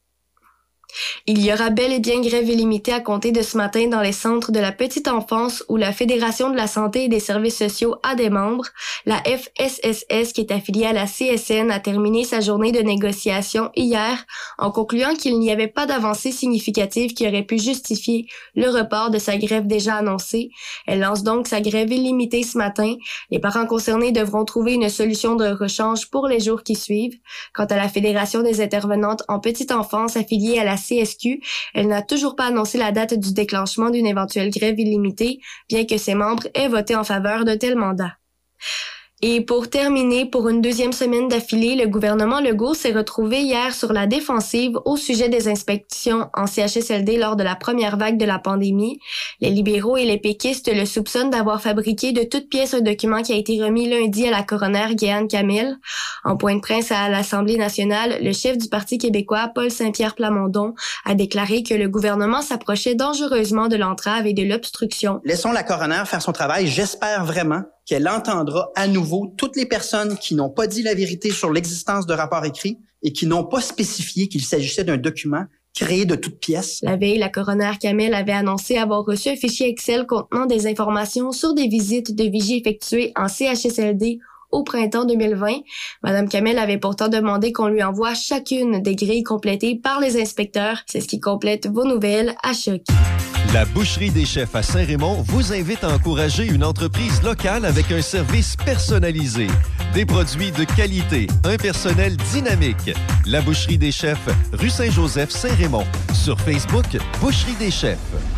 Il y aura bel et bien grève illimitée à compter de ce matin dans les centres de la petite enfance où la Fédération de la santé et des services sociaux a des membres. La F S S S, qui est affiliée à la C S N, a terminé sa journée de négociation hier en concluant qu'il n'y avait pas d'avancée significative qui aurait pu justifier le report de sa grève déjà annoncée. Elle lance donc sa grève illimitée ce matin. Les parents concernés devront trouver une solution de rechange pour les jours qui suivent. Quant à la Fédération des intervenantes en petite enfance affiliée à la C S Q, elle n'a toujours pas annoncé la date du déclenchement d'une éventuelle grève illimitée, bien que ses membres aient voté en faveur d'un tel mandat. Et pour terminer, pour une deuxième semaine d'affilée, le gouvernement Legault s'est retrouvé hier sur la défensive au sujet des inspections en C H S L D lors de la première vague de la pandémie. Les libéraux et les péquistes le soupçonnent d'avoir fabriqué de toutes pièces un document qui a été remis lundi à la coroner Guéanne Camille. En point de presse à l'Assemblée nationale, le chef du Parti québécois, Paul Saint-Pierre Plamondon, a déclaré que le gouvernement s'approchait dangereusement de l'entrave et de l'obstruction. Laissons la coroner faire son travail. J'espère vraiment qu'elle entendra à nouveau toutes les personnes qui n'ont pas dit la vérité sur l'existence de rapports écrits et qui n'ont pas spécifié qu'il s'agissait d'un document créé de toutes pièces. La veille, la coroner Camille avait annoncé avoir reçu un fichier Excel contenant des informations sur des visites de vigie effectuées en C H S L D au printemps deux mille vingt. Madame Camille avait pourtant demandé qu'on lui envoie chacune des grilles complétées par les inspecteurs. C'est ce qui complète vos nouvelles à Choc. La Boucherie des Chefs à Saint-Raymond vous invite à encourager une entreprise locale avec un service personnalisé, des produits de qualité, un personnel dynamique. La Boucherie des Chefs, rue Saint-Joseph, Saint-Raymond. Sur Facebook, Boucherie des Chefs.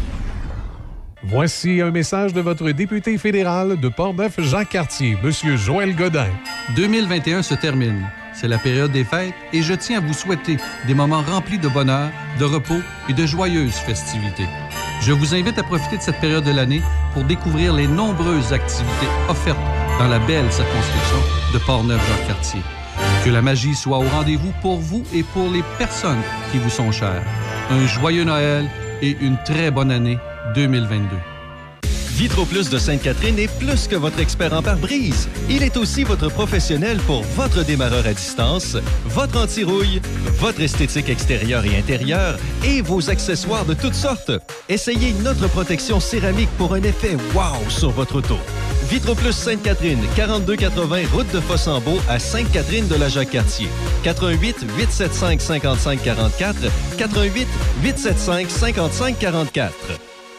Voici un message de votre député fédéral de Portneuf, Jacques Cartier, M. Joël Godin. deux mille vingt et un se termine. C'est la période des fêtes et je tiens à vous souhaiter des moments remplis de bonheur, de repos et de joyeuses festivités. Je vous invite à profiter de cette période de l'année pour découvrir les nombreuses activités offertes dans la belle circonscription de Portneuf-Jacques-Cartier. Que la magie soit au rendez-vous pour vous et pour les personnes qui vous sont chères. Un joyeux Noël et une très bonne année deux mille vingt-deux. Vitroplus de Sainte-Catherine est plus que votre expert en pare-brise. Il est aussi votre professionnel pour votre démarreur à distance, votre anti-rouille, votre esthétique extérieure et intérieure et vos accessoires de toutes sortes. Essayez notre protection céramique pour un effet wow sur votre auto. Vitroplus Sainte-Catherine, quarante-deux quatre-vingts route de Fossambeau à Sainte-Catherine de la Jacques-Cartier. quatre un huit, huit sept cinq, cinq cinq quatre quatre, quatre un huit, huit sept cinq, cinq cinq quatre quatre.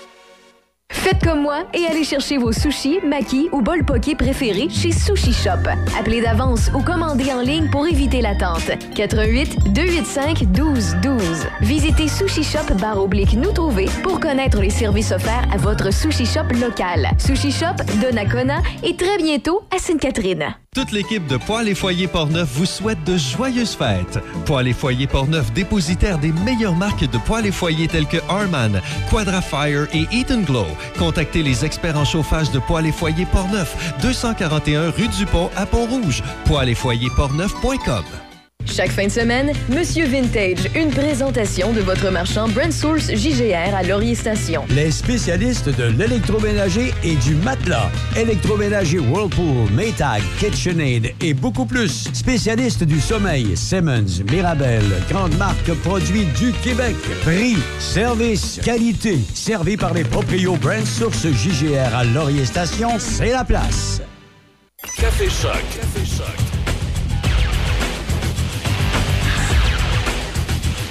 Faites comme moi et allez chercher vos sushis, makis ou bols poké préférés chez Sushi Shop. Appelez d'avance ou commandez en ligne pour éviter l'attente. quatre un huit, deux huit cinq, un deux un deux. Visitez Sushi Shop barre oblique nous trouver pour connaître les services offerts à votre Sushi Shop local. Sushi Shop de Nakona et très bientôt à Sainte-Catherine. Toute l'équipe de Poêles et Foyers Portneuf vous souhaite de joyeuses fêtes. Poêles et Foyers Portneuf, dépositaire des meilleures marques de poêles et foyers telles que Harman, Quadrafire et Eat and Glow. Contactez les experts en chauffage de Poêles et Foyers Portneuf, deux cent quarante et un rue du Pont à Pont-Rouge. poêles et foyers portneuf point com. Chaque fin de semaine, Monsieur Vintage, une présentation de votre marchand Brand Source J G R à Laurier Station. Les spécialistes de l'électroménager et du matelas. Électroménager Whirlpool, Maytag, KitchenAid et beaucoup plus. Spécialistes du sommeil, Simmons, Mirabel, grande marque produits du Québec. Prix, service, qualité. Servi par les proprios Brand Source J G R à Laurier Station, c'est la place. Café Choc. Café Choc.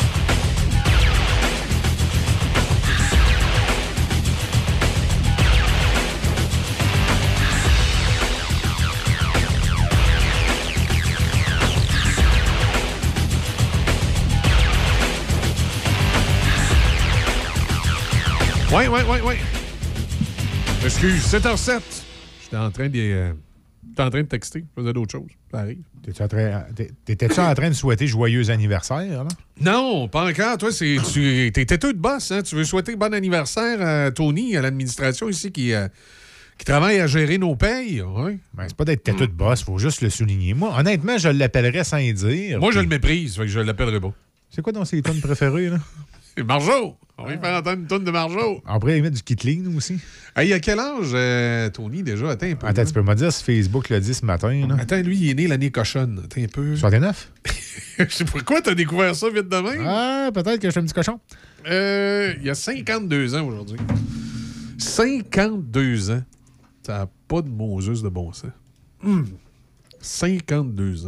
Oui, oui, oui, oui. Excuse, sept heures zéro sept. J'étais en train de... Euh, j'étais en train de texter. Je faisais d'autres choses. Ça arrive. T'étais-tu en train, t'étais-tu en train de souhaiter joyeux anniversaire, là? Non, pas encore. Toi, c'est, tu es têteux de boss. Hein? Tu veux souhaiter bon anniversaire à Tony, à l'administration ici, qui, euh, qui travaille à gérer nos payes. Ouais. Ben, c'est pas d'être têteux de boss, faut juste le souligner. Moi, honnêtement, je l'appellerais sans y dire. Moi, puis... je le méprise, fait que je l'appellerai pas. C'est quoi dans ses tonnes préférées, là? C'est Marjo! On va faire entendre une tonne de Marjo. Après, il met du Kitling aussi. Hey, il a quel âge, euh, Tony, déjà? Attends un peu. Attends, tu peux me dire si Facebook l'a dit ce matin. Là. Attends, lui, il est né l'année cochonne. Attends un peu. soixante-neuf? Je sais pourquoi t'as découvert ça vite de même. Ah, peut-être que je suis un petit cochon. Euh, il a cinquante-deux ans aujourd'hui. cinquante-deux ans. Ça n'a pas de Moses de bon sens. Mmh. cinquante-deux ans.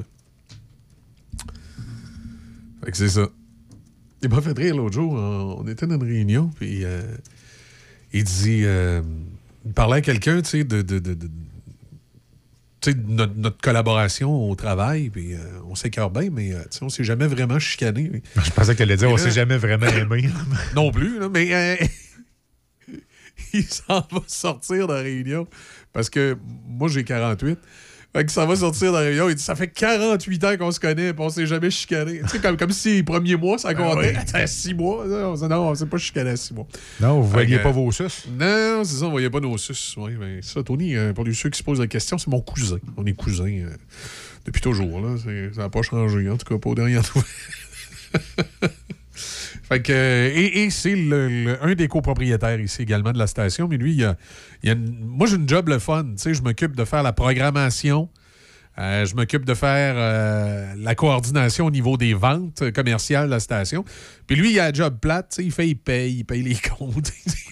Fait que c'est ça. Il m'a fait rire l'autre jour. On était dans une réunion, puis euh, il dit... Euh, il parlait à quelqu'un, tu sais, de... de, de, de tu sais, de notre, notre collaboration au travail, puis euh, on s'écœure bien, mais euh, on s'est jamais vraiment chicané. Je pensais qu'elle allait dire on s'est jamais vraiment aimé. Non plus, là, mais euh, il s'en va sortir de la réunion, parce que moi, j'ai quarante-huit. Fait que ça va sortir de la réunion. Il dit, ça fait quarante-huit ans qu'on se connaît, puis on s'est jamais chicané. Tu sais, comme, comme si les premiers mois, ça comptait. Ah oui. À six mois. Là, on dit, non, on s'est pas chicané à six mois. Non, vous ne voyez que, pas vos sus? Non, c'est ça, on voyait pas nos sus. Oui, mais ça, Tony, euh, pour les ceux qui se posent la question, c'est mon cousin. On est cousins euh, depuis toujours. Là. Ça n'a pas changé, en tout cas, pas aux dernières nouvelles. Fait que, et, et c'est le, le, un des copropriétaires ici également de la station, mais lui, il y a, il y a une, moi, j'ai une job le fun. Tu sais, je m'occupe de faire la programmation, euh, je m'occupe de faire euh, la coordination au niveau des ventes commerciales de la station. Puis lui, il a un job plate, tu sais, il fait, il paye, il paye les comptes.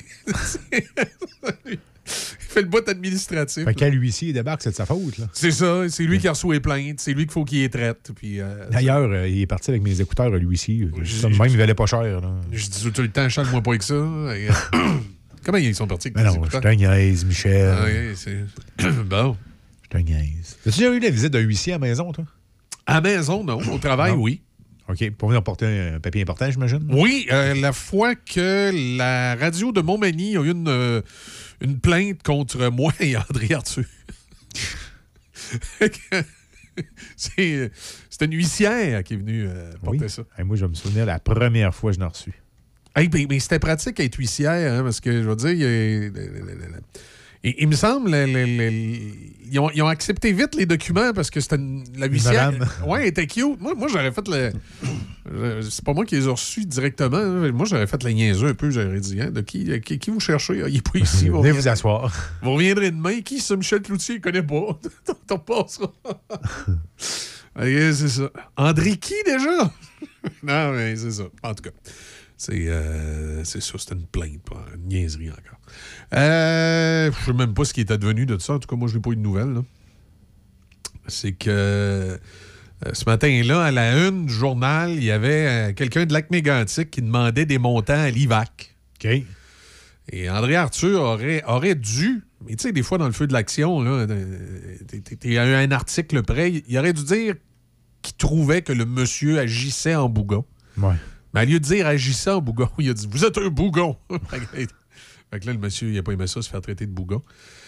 Il fait le bout administratif. Fait qu'à l'huissier, il débarque, c'est de sa faute. Là. C'est ça. C'est lui qui reçoit les plaintes. C'est lui qu'il faut qu'il les traite. Puis, euh, D'ailleurs, euh, il est parti avec mes écouteurs à l'huissier. Ça, même, il valait pas cher. Là. Je dis tout le temps, chante-moi pas avec ça. Et, euh, comment ils sont partis avec Mais non, je te niaise, Michel. Ah, oui, c'est... bon. Je te niaise. As-tu déjà eu la visite d'un huissier à la maison, toi? À la maison, non. Au travail, non. Oui. OK. Pour venir porter un papier important, j'imagine? Oui. Euh, la fois que la radio de Montmagny a eu une... Euh, une plainte contre moi et André Arthur. c'est, c'est une huissière qui est venue euh, porter oui. ça. Hey, moi, je me souviens la première fois que je l'ai reçu. Hey, mais, mais c'était pratique être huissière, hein, parce que, je veux dire, il, il, il, il me semble, les, les, les, ils, ont, ils ont accepté vite les documents parce que c'était une, la huissière. Oui, elle était cute. Moi, moi j'aurais fait le... C'est pas moi qui les ai reçus directement. Hein. Moi, j'aurais fait le niaiseux un peu. J'aurais dit, hein, de qui, qui, qui vous cherchez? Ah, il n'est pas ici. Venez vous asseoir. Vous reviendrez demain. Qui, ça, Michel Cloutier? Il ne connaît pas. T'en passera. Okay, c'est ça. André qui, déjà? Non, mais c'est ça. En tout cas, c'est, euh, c'est ça. C'était une plainte, pas une niaiserie encore. Euh, je ne sais même pas ce qui est advenu de ça. En tout cas, moi, je n'ai pas eu de nouvelles. Là. C'est que... Euh, ce matin-là, à la une du journal, il y avait euh, quelqu'un de Lac-Mégantic qui demandait des montants à l'I V A C. OK. Et André Arthur aurait, aurait dû, mais tu sais, des fois, dans le feu de l'action, là, il y a eu un article près, il aurait dû dire qu'il trouvait que le monsieur agissait en bougon. Ouais. Mais au lieu de dire agissait en bougon, il a dit « Vous êtes un bougon! » Fait que là, le monsieur, il n'a pas aimé ça, se faire traiter de bougon.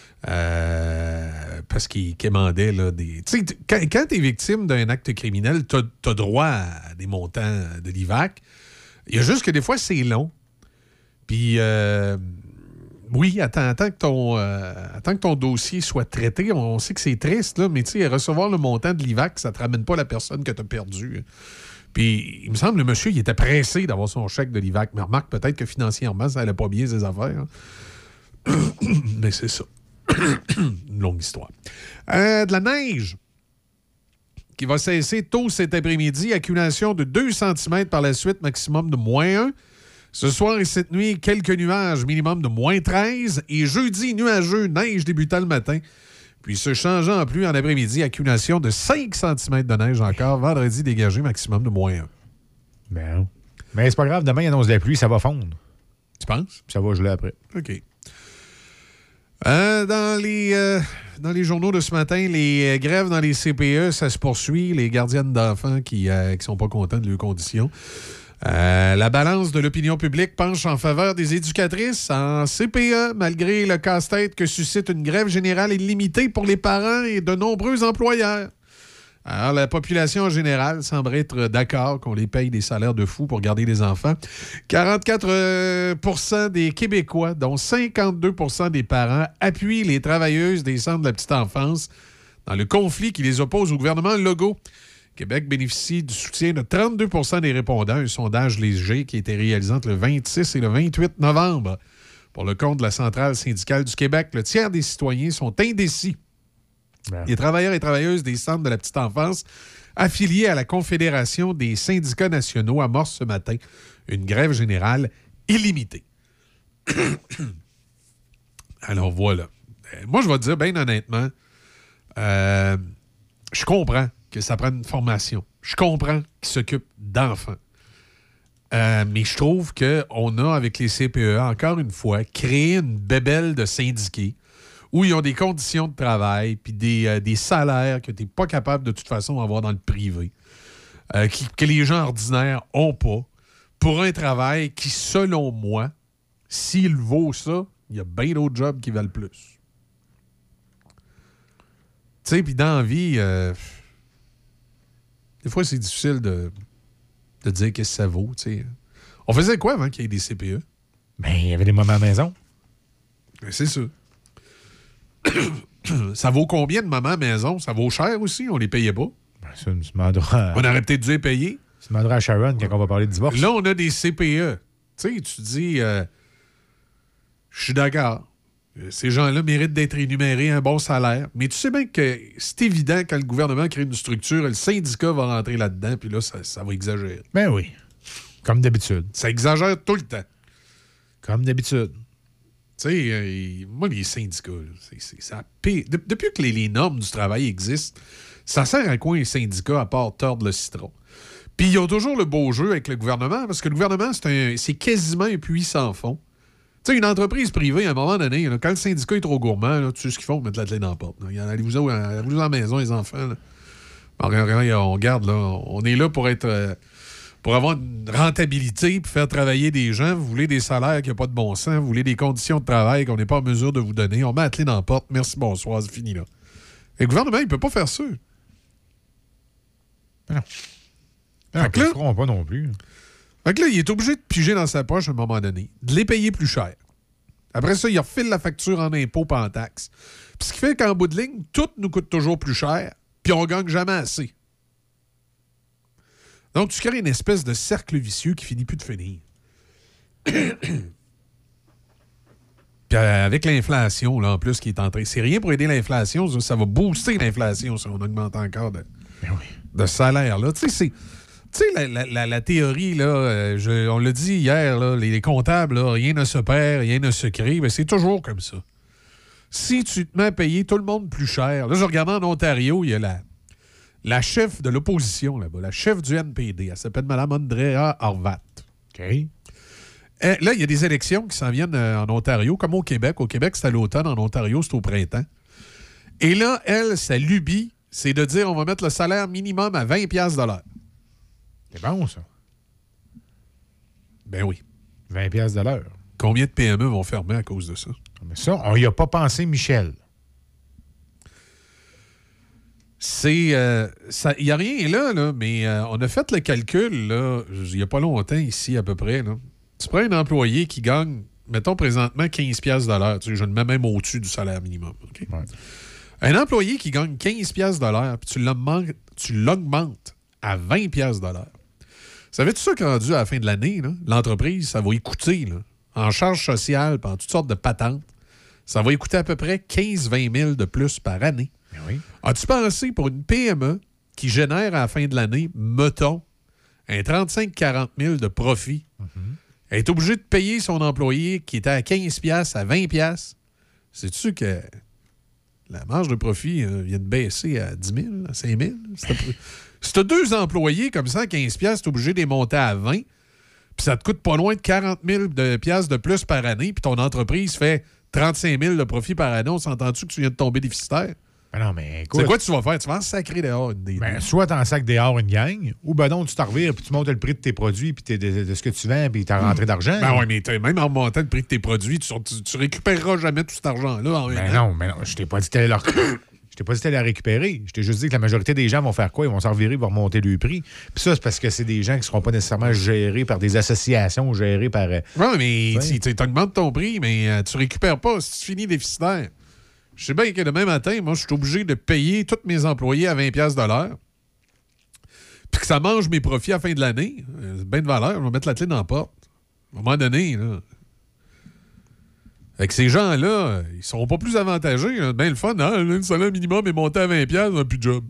Euh, parce qu'il quémandait là, des... Tu sais, quand, quand tu es victime d'un acte criminel, tu as droit à des montants de l'I V A C. Il y a juste que des fois, c'est long. Puis, euh, oui, attends, attends, que ton, euh, attends que ton dossier soit traité. On, on sait que c'est triste, là, mais tu sais, recevoir le montant de l'I V A C, ça ne te ramène pas la personne que tu as perdue. Puis, il me semble, le monsieur, il était pressé d'avoir son chèque de l'I V A C. Mais remarque, peut-être que financièrement, ça n'allait pas bien, ses affaires. Hein. Mais c'est ça. Une longue histoire. Euh, de la neige qui va cesser tôt cet après-midi. Accumulation de deux centimètres par la suite, maximum de moins un. Ce soir et cette nuit, quelques nuages, minimum de moins treize. Et jeudi, nuageux, neige débutant le matin. Puis se changeant en pluie en après-midi, accumulation de cinq centimètres de neige encore. Vendredi, dégagé, maximum de moins un. Ben, mais c'est pas grave, demain, il annonce de la pluie, ça va fondre. Tu penses? Puis ça va geler après. OK. Euh, dans, les, euh, dans les journaux de ce matin, les euh, grèves dans les C P E, ça se poursuit. Les gardiennes d'enfants qui ne euh, sont pas contents de leurs conditions. Euh, la balance de l'opinion publique penche en faveur des éducatrices en C P E, malgré le casse-tête que suscite une grève générale illimitée pour les parents et de nombreux employeurs. Alors, la population en général semble être d'accord qu'on les paye des salaires de fous pour garder les enfants. quarante-quatre pour cent des Québécois, dont cinquante-deux pour cent des parents, appuient les travailleuses des centres de la petite enfance dans le conflit qui les oppose au gouvernement Legault. Québec bénéficie du soutien de trente-deux pour cent des répondants, un sondage léger qui a été réalisé entre le vingt-six et le vingt-huit novembre. Pour le compte de la Centrale syndicale du Québec, le tiers des citoyens sont indécis. Ben. Les travailleurs et travailleuses des centres de la petite enfance affiliés à la Confédération des syndicats nationaux amorcent ce matin une grève générale illimitée. Alors voilà. Moi, je vais te dire, bien honnêtement, euh, je comprends que ça prenne une formation. Je comprends qu'ils s'occupent d'enfants. Euh, mais je trouve qu'on a, avec les C P E, encore une fois, créé une bébelle de syndiqués où ils ont des conditions de travail puis des, euh, des salaires que tu n'es pas capable de toute façon d'avoir dans le privé, euh, qui, que les gens ordinaires n'ont pas, pour un travail qui, selon moi, s'il vaut ça, il y a bien d'autres jobs qui valent plus. Tu sais, puis dans la vie... Euh, Des fois, c'est difficile de, de dire qu'est-ce que ça vaut. T'sais. On faisait quoi avant qu'il y ait des C P E? Ben, il y avait des moments à la maison. Ben, c'est ça. Ça vaut combien de moments à la maison? Ça vaut cher aussi? On les payait pas? Ben, ça, tu demanderas... On aurait peut-être dû les payer. Tu demanderas à Sharon quand on va parler de divorce. Là, on a des C P E. Tu sais, tu dis... Euh, je suis d'accord. Ces gens-là méritent d'être rémunérés à un bon salaire. Mais tu sais bien que c'est évident quand le gouvernement crée une structure, le syndicat va rentrer là-dedans, puis là, ça, ça va exagérer. Ben oui. Comme d'habitude. Ça exagère tout le temps. Comme d'habitude. Tu sais, euh, moi, les syndicats, c'est, c'est, ça pire. De, depuis que les, les normes du travail existent, ça sert à quoi un syndicat à part tordre le citron? Puis ils ont toujours le beau jeu avec le gouvernement, parce que le gouvernement, c'est, un, c'est quasiment un puits sans fond. Tu sais, une entreprise privée, à un moment donné, là, quand le syndicat est trop gourmand, là, tu sais ce qu'ils font, mettre la clé dans la porte. Allez-vous à la maison, les enfants. Là. On garde, là. On est là pour être euh, pour avoir une rentabilité, pour faire travailler des gens. Vous voulez des salaires qui n'ont pas de bon sens, vous voulez des conditions de travail qu'on n'est pas en mesure de vous donner. On met la clé dans la porte. Merci, bonsoir, c'est fini là. Et le gouvernement, il ne peut pas faire ça. Non. Non, ils ne le feront pas non plus. Fait que là, il est obligé de piger dans sa poche à un moment donné, de les payer plus cher. Après ça, il refile la facture en impôts et en taxes. Puis ce qui fait qu'en bout de ligne, tout nous coûte toujours plus cher, puis on gagne jamais assez. Donc, tu crées une espèce de cercle vicieux qui finit plus de finir. Puis avec l'inflation, là, en plus, qui est en train... C'est rien pour aider l'inflation, ça, ça va booster l'inflation si on augmente encore de, oui. de salaire. Là. Tu sais, c'est... Tu sais, la, la, la, la théorie, là, euh, je, on l'a dit hier, là, les, les comptables, là, rien ne se perd, rien ne se crée, mais c'est toujours comme ça. Si tu te mets à payer tout le monde plus cher, là, je regardais en Ontario, il y a la, la chef de l'opposition là-bas, la chef du N P D, elle s'appelle Mme Andrea Horvat. OK. Et là, il y a des élections qui s'en viennent euh, en Ontario, comme au Québec. Au Québec, c'est à l'automne, en Ontario, c'est au printemps. Et là, elle, sa lubie, c'est de dire on va mettre le salaire minimum à vingt piastres de l'heure. C'est bon, ça. Ben oui. vingt piastres de l'heure. Combien de P M E vont fermer à cause de ça? Mais ça, on n'y a pas pensé, Michel. C'est... Euh, il n'y a rien là, là mais euh, on a fait le calcul, là, il n'y a pas longtemps ici, à peu près. Là. Tu prends un employé qui gagne, mettons présentement, quinze piastres de l'heure. Tu sais, je le mets même au-dessus du salaire minimum. Okay? Ouais. Un employé qui gagne quinze piastres de l'heure, puis tu l'augmentes, tu l'augmentes à vingt piastres de l'heure. Savais-tu ça qu'en rendu à la fin de l'année, là, l'entreprise, ça va y coûter, là, en charges sociales, en toutes sortes de patentes, ça va y coûter à peu près quinze à vingt mille de plus par année. Oui. As-tu pensé pour une P M E qui génère à la fin de l'année, mettons, un trente-cinq à quarante mille de profit, mm-hmm. elle est obligée de payer son employé qui était à quinze piastres à vingt piastres? Sais-tu que la marge de profit euh, vient de baisser à dix mille, à cinq mille? Si tu as deux employés comme ça à quinze piastres, tu es obligé de les monter à vingt, puis ça te coûte pas loin de quarante mille de piastres de plus par année, puis ton entreprise fait trente-cinq mille de profit par année. On s'entend-tu que tu viens de tomber déficitaire? Ben non, mais écoute... C'est quoi tu vas faire? Tu vas en sacrer dehors une des Ben, deux. soit t'en sacs dehors une gang, ou ben non, tu t'en revires, puis tu montes le prix de tes produits, puis t'es- de, de ce que tu vends, puis t'as rentré d'argent. Ben oui, mais t'as- même en montant le prix de tes produits, tu, tu, tu récupéreras jamais tout cet argent-là. En Ben un an. non, mais non, je t'ai pas dit que t'allais leur... Je t'ai pas dit que t'allais la récupérer. Je t'ai juste dit que la majorité des gens vont faire quoi? Ils vont s'en revirer, ils vont remonter le prix. Puis ça, c'est parce que c'est des gens qui ne seront pas nécessairement gérés par des associations, gérés par... euh, Oui, mais Ouais. tu augmentes ton prix, mais euh, tu récupères pas si tu finis déficitaire. Je sais bien que demain matin, moi, je suis obligé de payer tous mes employés à vingt piastres de l'heure. Puis que ça mange mes profits à la fin de l'année. Euh, C'est bien de valeur. Je vais mettre la clé dans la porte. À un moment donné, là. Avec ces gens-là, ils seront pas plus avantagés. Là. Ben le fun, hein? Le salaire minimum est monté à vingt piastres, on n'a plus de job.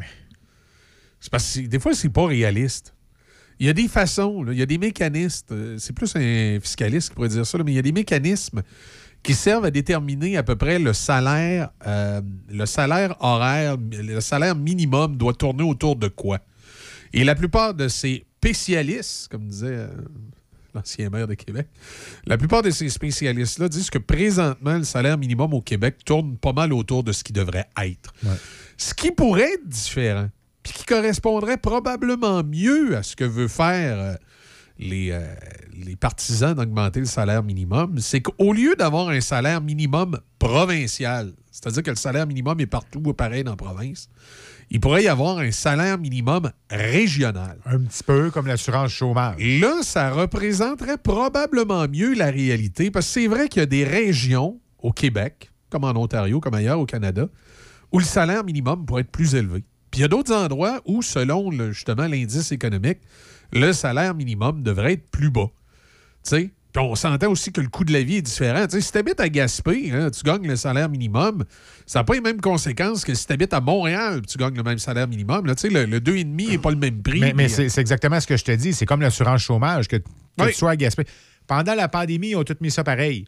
C'est parce que des fois, c'est pas réaliste. Il y a des façons, là, il y a des mécanismes. euh, C'est plus un fiscaliste qui pourrait dire ça, là, mais il y a des mécanismes qui servent à déterminer à peu près le salaire, euh, le salaire horaire, le salaire minimum doit tourner autour de quoi. Et la plupart de ces spécialistes, comme disait euh, l'ancien maire de Québec, la plupart de ces spécialistes-là disent que présentement, le salaire minimum au Québec tourne pas mal autour de ce qui devrait être. Ouais. Ce qui pourrait être différent, puis qui correspondrait probablement mieux à ce que veut faire euh, les, euh, les partisans d'augmenter le salaire minimum, c'est qu'au lieu d'avoir un salaire minimum provincial, c'est-à-dire que le salaire minimum est partout pareil dans la province, il pourrait y avoir un salaire minimum régional. Un petit peu comme l'assurance chômage. Là, ça représenterait probablement mieux la réalité, parce que c'est vrai qu'il y a des régions au Québec, comme en Ontario, comme ailleurs au Canada, où le salaire minimum pourrait être plus élevé. Puis il y a d'autres endroits où, selon le, justement l'indice économique, le salaire minimum devrait être plus bas. Tu sais? Puis on s'entend aussi que le coût de la vie est différent. Tu sais, si tu habites à Gaspé, hein, tu gagnes le salaire minimum, ça n'a pas les mêmes conséquences que si tu habites à Montréal tu gagnes le même salaire minimum. Là, tu sais, le, le deux virgule cinq n'est pas le même prix. Mais, mais puis, c'est c'est exactement ce que je te dis. C'est comme l'assurance chômage, que, que Oui. tu sois à Gaspé. Pendant la pandémie, ils ont tous mis ça pareil.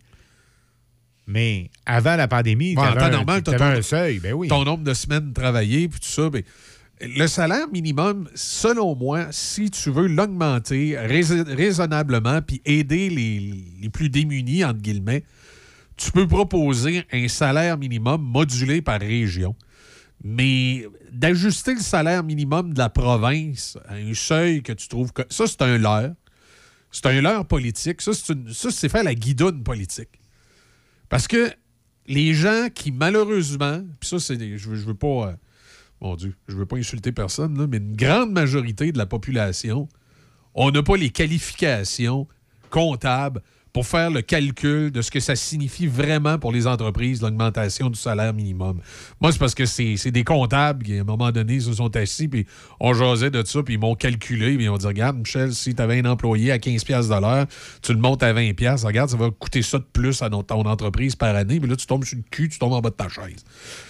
Mais avant la pandémie, Ouais, en t'avais temps un, normal, t'as t'avais ton- un seuil. Ben oui. ton nombre de semaines travaillées, puis tout ça. Ben, le salaire minimum, selon moi, si tu veux l'augmenter rais- raisonnablement puis aider les, les plus démunis, entre guillemets, tu peux proposer un salaire minimum modulé par région. Mais d'ajuster le salaire minimum de la province à un seuil que tu trouves... que ça, c'est un leurre. C'est un leurre politique. Ça, c'est, une- ça, c'est faire la guidoune politique. Parce que les gens qui, malheureusement... Puis ça, c'est... des- Je veux, je veux pas... euh, mon Dieu, je veux pas insulter personne, là, mais une grande majorité de la population, on n'a pas les qualifications comptables pour faire le calcul de ce que ça signifie vraiment pour les entreprises, l'augmentation du salaire minimum. Moi, c'est parce que c'est, c'est des comptables qui, à un moment donné, se sont assis, puis on jasait de ça, puis ils m'ont calculé, puis ils ont dit, regarde, Michel, si tu avais un employé à quinze piastres de l'heure, tu le montes à vingt piastres, regarde, ça va coûter ça de plus à ton ton entreprise par année, puis là, tu tombes sur le cul, tu tombes en bas de ta chaise.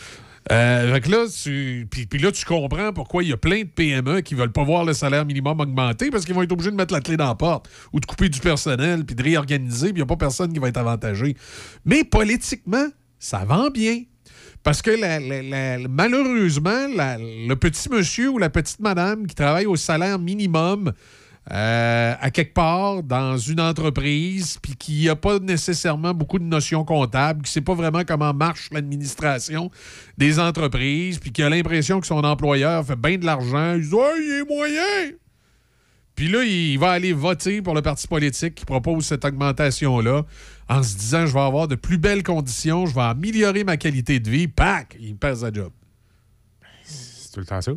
Euh, fait que là, tu, puis, puis là, tu comprends pourquoi il y a plein de P M E qui veulent pas voir le salaire minimum augmenter parce qu'ils vont être obligés de mettre la clé dans la porte ou de couper du personnel puis de réorganiser, puis il n'y a pas personne qui va être avantagé. Mais politiquement, ça vend bien. Parce que la- la- la- malheureusement, la- le petit monsieur ou la petite madame qui travaille au salaire minimum euh, à quelque part dans une entreprise puis qui n'a pas nécessairement beaucoup de notions comptables, qui ne sait pas vraiment comment marche l'administration des entreprises puis qui a l'impression que son employeur fait bien de l'argent, il dit « Ah, il est moyen! » Puis là, il va aller voter pour le parti politique qui propose cette augmentation-là en se disant « Je vais avoir de plus belles conditions, je vais améliorer ma qualité de vie. » Pac! Il perd sa job. C'est tout le temps ça.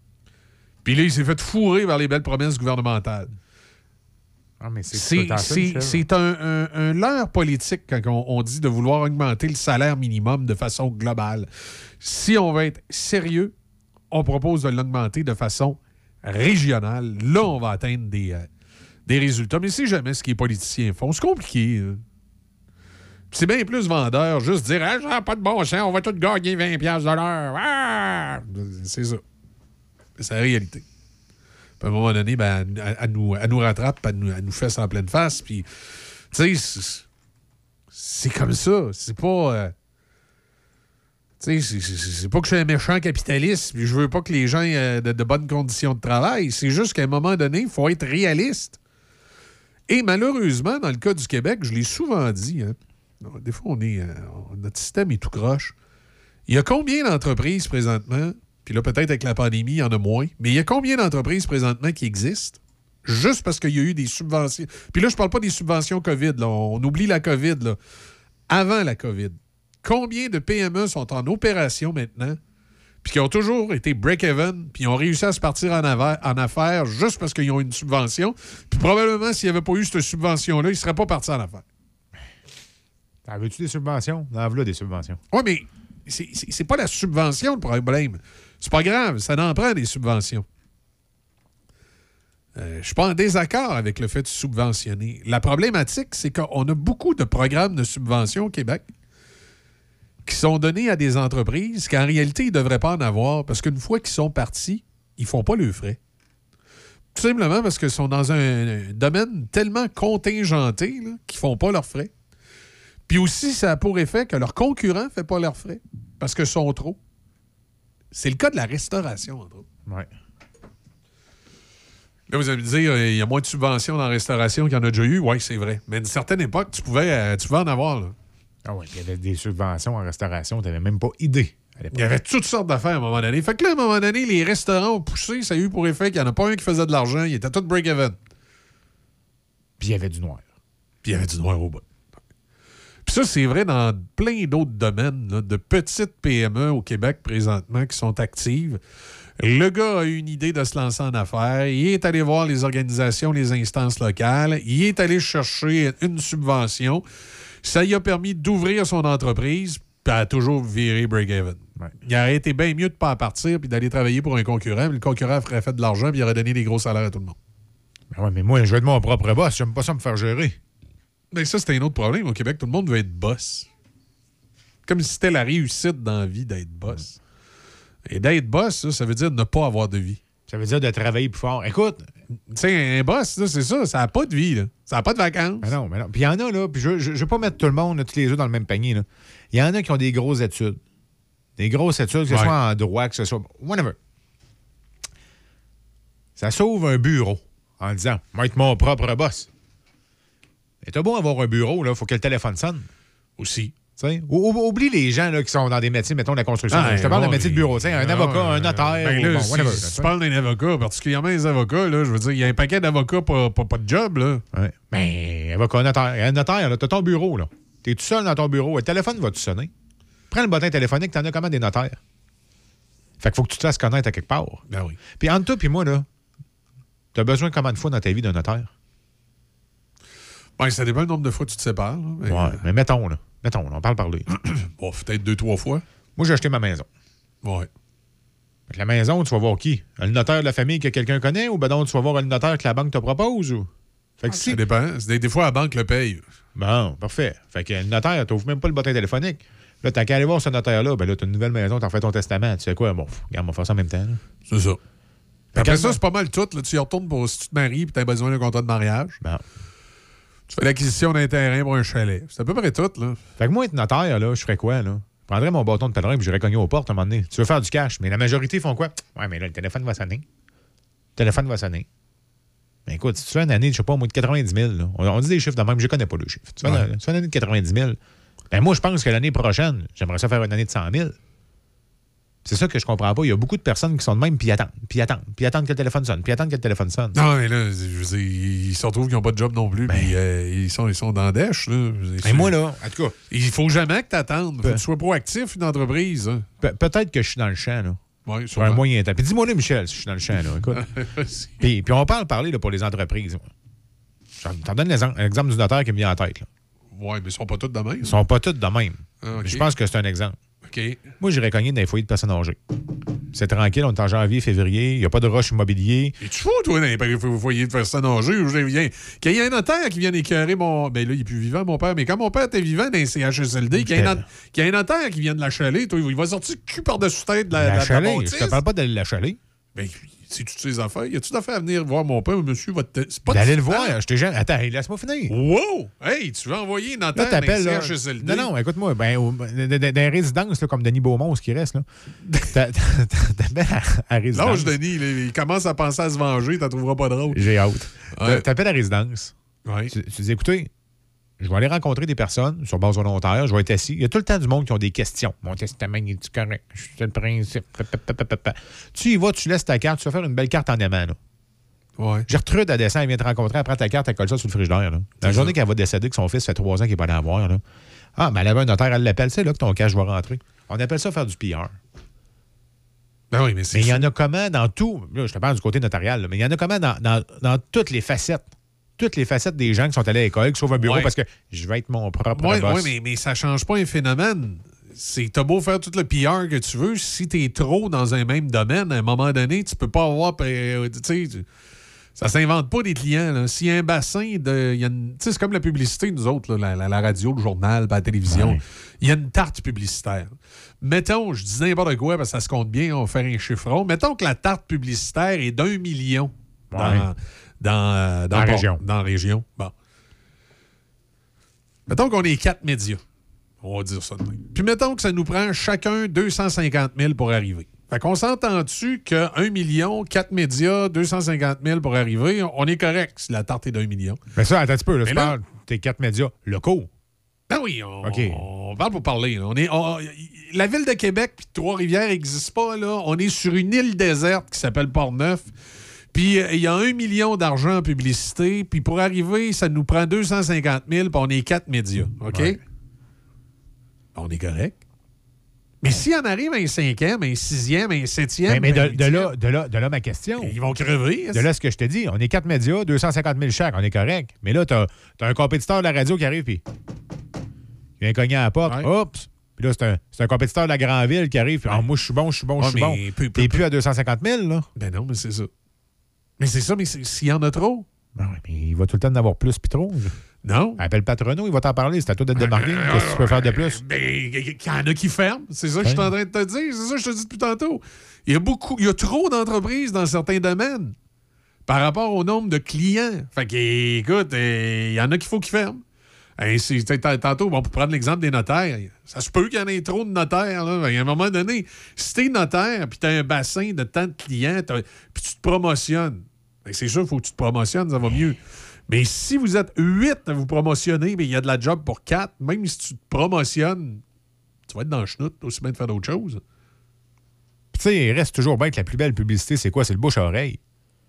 Puis là, il s'est fait fourrer vers les belles promesses gouvernementales. Ah, mais c'est tout C'est, le temps ça, c'est, Michel. c'est un, un, un leurre politique quand on, on dit de vouloir augmenter le salaire minimum de façon globale. Si on veut être sérieux, on propose de l'augmenter de façon régionale. Là, on va atteindre des, euh, des résultats. Mais c'est jamais ce que les politiciens font. C'est compliqué. Hein. C'est bien plus vendeur juste dire ah, ça n'a pas de bon sens, on va tout gagner vingt piastres de l'heure. Ah! C'est ça. C'est la réalité. Puis à un moment donné, ben, elle, elle nous, elle nous rattrape, elle nous, elle nous fesse en pleine face. Puis, tu sais, c'est, c'est comme ça. C'est pas. Euh, tu sais, c'est, c'est, c'est pas que je suis un méchant capitaliste, puis je veux pas que les gens aient de, de bonnes conditions de travail. C'est juste qu'à un moment donné, il faut être réaliste. Et malheureusement, dans le cas du Québec, je l'ai souvent dit, hein, des fois, on est, euh, notre système est tout croche. Il y a combien d'entreprises présentement, puis là, peut-être avec la pandémie, il y en a moins, mais il y a combien d'entreprises présentement qui existent juste parce qu'il y a eu des subventions? Puis là, je parle pas des subventions COVID, là. On oublie la COVID, là. Avant la COVID. Combien de P M E sont en opération maintenant, puis qui ont toujours été break-even, puis ont réussi à se partir en, ava- en affaires juste parce qu'ils ont une subvention, puis probablement, s'il n'y avait pas eu cette subvention-là, ils ne seraient pas partis en affaires. T'en veux-tu des subventions? En veux des subventions. Oui, mais c'est, c'est, c'est pas la subvention le problème. C'est pas grave, ça en prend des subventions. Euh, je suis pas en désaccord avec le fait de subventionner. La problématique, c'est qu'on a beaucoup de programmes de subvention au Québec qui sont donnés à des entreprises qu'en réalité, ils ne devraient pas en avoir parce qu'une fois qu'ils sont partis, ils ne font pas leurs frais. Tout simplement parce qu'ils sont dans un, un domaine tellement contingenté là, qu'ils ne font pas leurs frais. Puis aussi, ça a pour effet que leurs concurrents ne font pas leurs frais parce qu'ils sont trop. C'est le cas de la restauration, entre autres. Oui. Là, vous allez me dire, il y a moins de subventions dans la restauration qu'il y en a déjà eu. Oui, c'est vrai. Mais à une certaine époque, tu pouvais, euh, tu pouvais en avoir, là. Ah oui, il y avait des subventions en restauration, tu n'avais même pas idée à l'époque. Il y avait toutes sortes d'affaires à un moment donné. Fait que là, à un moment donné, les restaurants ont poussé, ça a eu pour effet qu'il n'y en a pas un qui faisait de l'argent, ils étaient tous break-even. Puis il y avait du noir. Puis il y avait du noir au bout. Puis ça, c'est vrai dans plein d'autres domaines, là, de petites P M E au Québec présentement qui sont actives. Le gars a eu une idée de se lancer en affaires. Il est allé voir les organisations, les instances locales. Il est allé chercher une subvention. Ça lui a permis d'ouvrir son entreprise, puis à toujours virer break-even. Ouais. Il aurait été bien mieux de ne pas en partir puis d'aller travailler pour un concurrent. Puis le concurrent ferait fait de l'argent puis il aurait donné des gros salaires à tout le monde. Ben ouais, mais moi, je vais être mon propre boss. J'aime pas ça me faire gérer. Mais ça, c'était un autre problème. Au Québec, tout le monde veut être boss. Comme si c'était la réussite dans la vie d'être boss. Mmh. Et d'être boss, ça, ça veut dire de ne pas avoir de vie. Ça veut dire de travailler plus fort. Écoute, tu sais, un boss, là, c'est ça, ça n'a pas de vie, là. Ça n'a pas de vacances. Mais non, mais non. Puis il y en a, là, puis je ne veux pas mettre tout le monde, là, tous les œufs dans le même panier, là. Il y en a qui ont des grosses études. Des grosses études, que ce ouais. soit en droit, que ce soit... whatever. Ça sauve un bureau en disant « Moi, être mon propre boss ». Mais t'as beau avoir un bureau, il faut que le téléphone sonne. Aussi. Ou, oublie les gens là, qui sont dans des métiers, mettons, de la construction. Ah, je te parle d'un métier de bureau, un non, avocat, un notaire. Ben là, bon, si, whatever, si tu parles d'un avocat, particulièrement les avocats, là, je veux dire, il y a un paquet d'avocats pas, pas, pas de job. Là. Ouais. Ben, avocat, notaire. Un notaire, tu as ton bureau. Là. Tu es tout seul dans ton bureau. Le téléphone va-tu sonner? Prends le bottin téléphonique, t'en as comment des notaires? Fait qu'il faut que tu te fasses connaître à quelque part. Ben oui. Puis entre toi et moi, là, tu as besoin combien de fois dans ta vie d'un notaire? Ben, ça dépend du nombre de fois que tu te sépares. Là, mais... Ouais, mais mettons, là. Mettons, là, on parle parler. Bon, peut-être deux, trois fois. Moi, j'ai acheté ma maison. Ouais. Avec la maison, tu vas voir qui? Le notaire de la famille que quelqu'un connaît ou ben donc tu vas voir le notaire que la banque te propose? Ou... Fait que ah, si... Ça dépend. Des, des fois, la banque le paye. Bon, parfait. Fait que le notaire, tu n'ouvres même pas le bottin téléphonique. Là, t'as qu'à aller voir ce notaire-là. Ben là, tu as une nouvelle maison, tu as fait ton testament. Tu sais quoi? Bon, regarde, on va faire ça en même temps. Là. C'est ça. Après ça, c'est pas mal tout. Là. Tu y retournes pour si tu te maries et tu as besoin d'un contrat de mariage. Bon. Tu fais l'acquisition d'un terrain pour un chalet. C'est à peu près tout, là. Fait que moi, être notaire, là, je ferais quoi, là? Je prendrais mon bâton de pèlerin et j'irais cogner aux portes à un moment donné. Tu veux faire du cash, mais la majorité font quoi? Ouais, mais là, le téléphone va sonner. Le téléphone va sonner. Mais écoute, si tu fais une année, je sais pas, moi, de quatre-vingt-dix mille, là, on, on dit des chiffres de même, je connais pas le chiffre. Tu fais, ouais. une, tu fais une année de quatre-vingt-dix mille. Ben moi, je pense que l'année prochaine, j'aimerais ça faire une année de cent mille. C'est ça que je comprends pas. Il y a beaucoup de personnes qui sont de même, puis attendent, puis attendent, puis attendent que le téléphone sonne, puis attendent que le téléphone sonne. Non, mais là, je veux dire, ils se retrouvent qu'ils n'ont pas de job non plus, ben, puis euh, ils, sont, ils sont dans la dèche. Là. Mais moi, là, en tout cas... Il faut jamais que tu attendes. Il faut que tu sois proactif, une entreprise. Hein. Pe- peut-être que je suis dans le champ, là. Oui, sur un moyen temps. Puis dis-moi là, Michel, si je suis dans le champ, là. Écoute. puis, puis on parle parler là, pour les entreprises. Je t'en donne l'exemple du notaire qui me vient en tête, là. Oui, mais ils sont pas tous de même. Ils sont pas tous de même. Ah, okay. Je pense que c'est un exemple. Okay. Moi, j'irais cogner dans les foyers de personnes âgées. C'est tranquille, on est en janvier, février, il n'y a pas de rush immobilier. Et tu fous, toi, dans les foyers de personnes âgées? Qu'il y a un notaire qui vient écœurer mon... Ben là, il est plus vivant, mon père. Mais quand mon père était vivant dans les C H S L D, qu'il y, not... y a un notaire qui vient de la chalet, toi, il va sortir cul par-dessus tête de la, la, la chalet. Je te parle pas d'aller la chalet. Ben, c'est toutes ces affaires. Y a-tu d'affaires à venir voir mon père, monsieur? Va te... C'est pas d'aller le voir. Je t'ai jamais... Attends, laisse-moi finir. Wow! Hey, tu veux envoyer une notaire dans les C H S L D? Non, non, écoute-moi. Ben, au... dans les résidences, là, comme Denis Beaumont, ce qui reste, là, t'appelles à, à résidence. Lâche Denis, là, il commence à penser à se venger, t'en trouveras pas drôle. J'ai hâte. Ouais. T'appelles à résidence. Ouais. Tu, tu dis, écoutez, je vais aller rencontrer des personnes sur base volontaire, je vais être assis. Il y a tout le temps du monde qui ont des questions. Mon testament, il est-tu correct? Je suis le principe. Tu y vas, tu laisses ta carte, tu vas faire une belle carte en aimant, là. Ouais. Gertrude, elle descend, elle vient te rencontrer, elle prend ta carte, elle colle ça sur le frigidaire. Là. La journée qu'elle va décéder, que son fils fait trois ans qu'il n'est pas allé la voir, là. Ah, mais elle avait un notaire, elle l'appelle, c'est là que ton cash va rentrer. On appelle ça faire du P R. Ben oui, mais c'est Mais il y en a comment dans tout, là, je te parle du côté notarial, là, mais il y en a comment dans, dans, dans toutes les facettes. Toutes les facettes des gens qui sont allés à l'école, qui sauvent un bureau ouais. parce que je vais être mon propre Oui, boss. ouais, mais, mais ça change pas un phénomène. C'est t'as beau faire tout le P R que tu veux, si t'es trop dans un même domaine, à un moment donné, tu peux pas avoir... Tu sais, ça s'invente pas des clients. Là. S'il y a un bassin de... Il y a une, c'est comme la publicité, nous autres, là, la, la, la radio, le journal, la télévision. Ouais. Il y a une tarte publicitaire. Mettons, je dis n'importe quoi parce que ça se compte bien, on va faire un chiffron. Mettons que la tarte publicitaire est d'un million dans... Ouais. Dans, euh, dans, dans la bon, région. Dans la région. Bon. Mettons qu'on est quatre médias. On va dire ça de même. Puis mettons que ça nous prend chacun deux cent cinquante mille pour arriver. Fait qu'on s'entend-tu qu'un million, quatre médias, deux cent cinquante mille pour arriver, on est correct si la tarte est d'un million. Mais ça, attends un petit peu. Là, tu là, parles, t'es quatre médias locaux. Ben oui, on, okay. on parle pour parler. Là. On est, on, la ville de Québec puis Trois-Rivières n'existe pas. Là. On est sur une île déserte qui s'appelle Port-Neuf. Puis il euh, y a un million d'argent en publicité. Puis pour arriver, ça nous prend deux cent cinquante mille. Puis on est quatre médias. OK? Ouais. On est correct. Mais s'il en arrive un cinquième, un sixième, un septième... Mais, mais de, de, là, de, là, de là, ma question. Ils vont crever. De là, ce que je te dis. On est quatre médias, deux cent cinquante mille chaque. On est correct. Mais là, t'as as un compétiteur de la radio qui arrive, puis il vient cogner à la porte. Ouais. Oups! Puis là, c'est un, c'est un compétiteur de la grande ville qui arrive. Puis, ouais. oh, moi, je suis bon, je suis bon, je suis bon. T'es plus à deux cent cinquante mille, là? Ben non, mais c'est ça. Mais c'est ça, mais s'il y en a trop... Ben oui, mais il va tout le temps en avoir plus, puis trop. Non. Appelle Patrono, il va t'en parler. C'est à toi d'être démarqué. Euh, Qu'est-ce que tu peux faire de plus? Ben, il y en a qui ferment. C'est ça que je suis en train de te dire. C'est ça que je te dis depuis tantôt. Il y a beaucoup, il y a trop d'entreprises dans certains domaines par rapport au nombre de clients. Fait que, écoute, il y en a qu'il faut qu'ils ferment. Ainsi, tantôt, bon, pour prendre l'exemple des notaires, ça se peut qu'il y en ait trop de notaires. Là. À un moment donné, si t'es notaire puis t'as un bassin de tant de clients puis tu te promotionnes, ben c'est sûr, il faut que tu te promotionnes, ça va mieux. Mais si vous êtes huit à vous promotionner, mais il y a de la job pour quatre, même si tu te promotionnes, tu vas être dans le chenoute, aussi bien de faire d'autres choses. Tu sais, il reste toujours bien que la plus belle publicité, c'est quoi? C'est le bouche-à-oreille.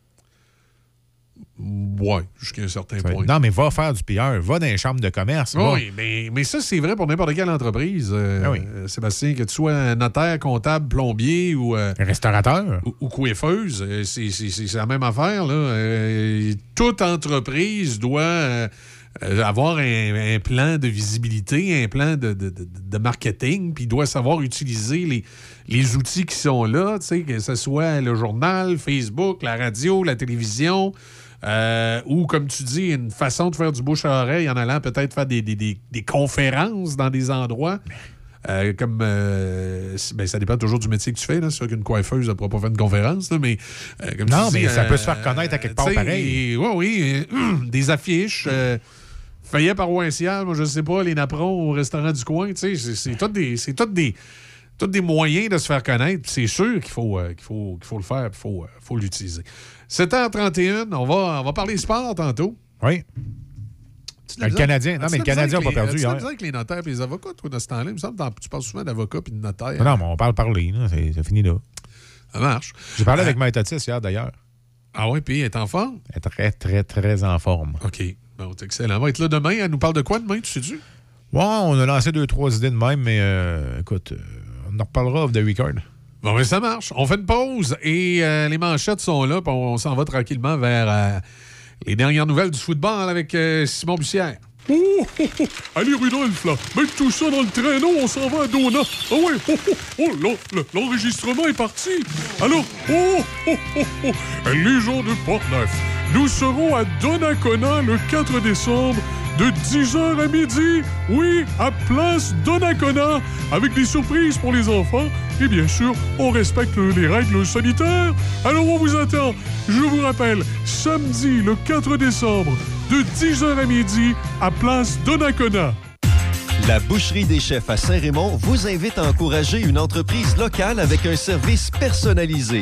Ouais, jusqu'à un certain ouais. point. Non, mais va faire du P R, va dans les chambres de commerce. Oui, mais, mais ça, c'est vrai pour n'importe quelle entreprise. Euh, ah oui. euh, Sébastien, que tu sois notaire, comptable, plombier ou... Euh, restaurateur. Ou, ou coiffeuse, euh, c'est, c'est, c'est la même affaire. Là. Euh, toute entreprise doit euh, avoir un, un plan de visibilité, un plan de, de, de, de marketing, puis doit savoir utiliser les, les outils qui sont là, que ce soit le journal, Facebook, la radio, la télévision... Euh, ou, comme tu dis, une façon de faire du bouche à oreille en allant peut-être faire des, des, des, des conférences dans des endroits. Euh, comme euh, ben, ça dépend toujours du métier que tu fais. Là. C'est sûr qu'une coiffeuse ne pourra pas faire une conférence, là, mais euh, comme non, tu mais dis, ça euh, peut se faire connaître à quelque part pareil. Oui, oui. Euh, des affiches. Euh, Fayet paroissial, moi je sais pas, les napperons au restaurant du coin, c'est, c'est tous des. C'est tout des tous des moyens de se faire connaître. C'est sûr qu'il faut, euh, qu'il faut, qu'il faut le faire, il faut, euh, faut l'utiliser. sept heures trente et un, on va, on va parler sport tantôt. Oui. Le Canadien. Non, mais le Canadien n'a pas perdu hier. Tu avec les notaires et les avocats, toi, dans ce temps-là? Il me semble que tu parles souvent d'avocats et de notaires. Non, mais on parle parler. C'est, c'est fini là. Ça marche. J'ai parlé euh, avec Maître Otis hier, d'ailleurs. Ah oui, puis elle est en forme? Elle est très, très, très en forme. OK. Bon, c'est excellent. Elle va être là demain. Elle nous parle de quoi demain, tu sais-tu? Ouais, on a lancé deux, trois idées de même, mais euh, écoute, euh, on en reparlera off the record. Bon, mais ça marche. On fait une pause et euh, les manchettes sont là, puis on, on s'en va tranquillement vers euh, les dernières nouvelles du football avec euh, Simon Bussière. Oh, oh, oh. Allez, Rudolph, là, mets tout ça dans le traîneau, on s'en va à Dona. Ah ouais, oh, oh, oh, là, l'enregistrement est parti. Alors, oh, oh, oh, oh, les gens de Port-Neuf, nous serons à Donnacona le quatre décembre de dix heures à midi. Oui, à Place Donnacona, avec des surprises pour les enfants. Et bien sûr, on respecte les règles sanitaires. Alors, on vous attend. Je vous rappelle, samedi le quatre décembre, de dix heures à midi, à Place Donnacona. La Boucherie des Chefs à Saint-Raymond vous invite à encourager une entreprise locale avec un service personnalisé.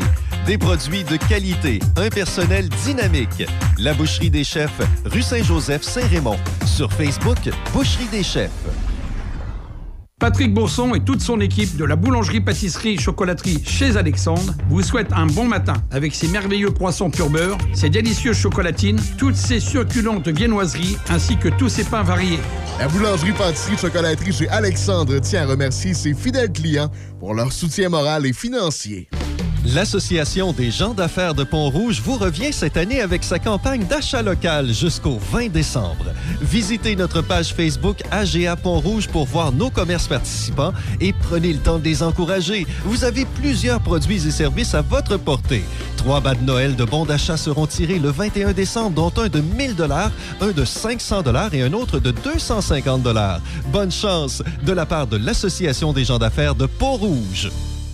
Des produits de qualité, un personnel dynamique. La Boucherie des Chefs, rue Saint-Joseph, Saint-Raymond. Sur Facebook, Boucherie des Chefs. Patrick Bourson et toute son équipe de la boulangerie-pâtisserie-chocolaterie chez Alexandre vous souhaitent un bon matin avec ses merveilleux croissants pur beurre, ses délicieuses chocolatines, toutes ses succulentes viennoiseries ainsi que tous ses pains variés. La boulangerie-pâtisserie-chocolaterie chez Alexandre tient à remercier ses fidèles clients pour leur soutien moral et financier. L'Association des gens d'affaires de Pont-Rouge vous revient cette année avec sa campagne d'achat local jusqu'au vingt décembre. Visitez notre page Facebook A G A Pont-Rouge pour voir nos commerces participants et prenez le temps de les encourager. Vous avez plusieurs produits et services à votre portée. Trois bas de Noël de bons d'achat seront tirés le vingt et un décembre, dont un de mille dollars, un de cinq cents dollars et un autre de deux cent cinquante dollars. Bonne chance de la part de l'Association des gens d'affaires de Pont-Rouge.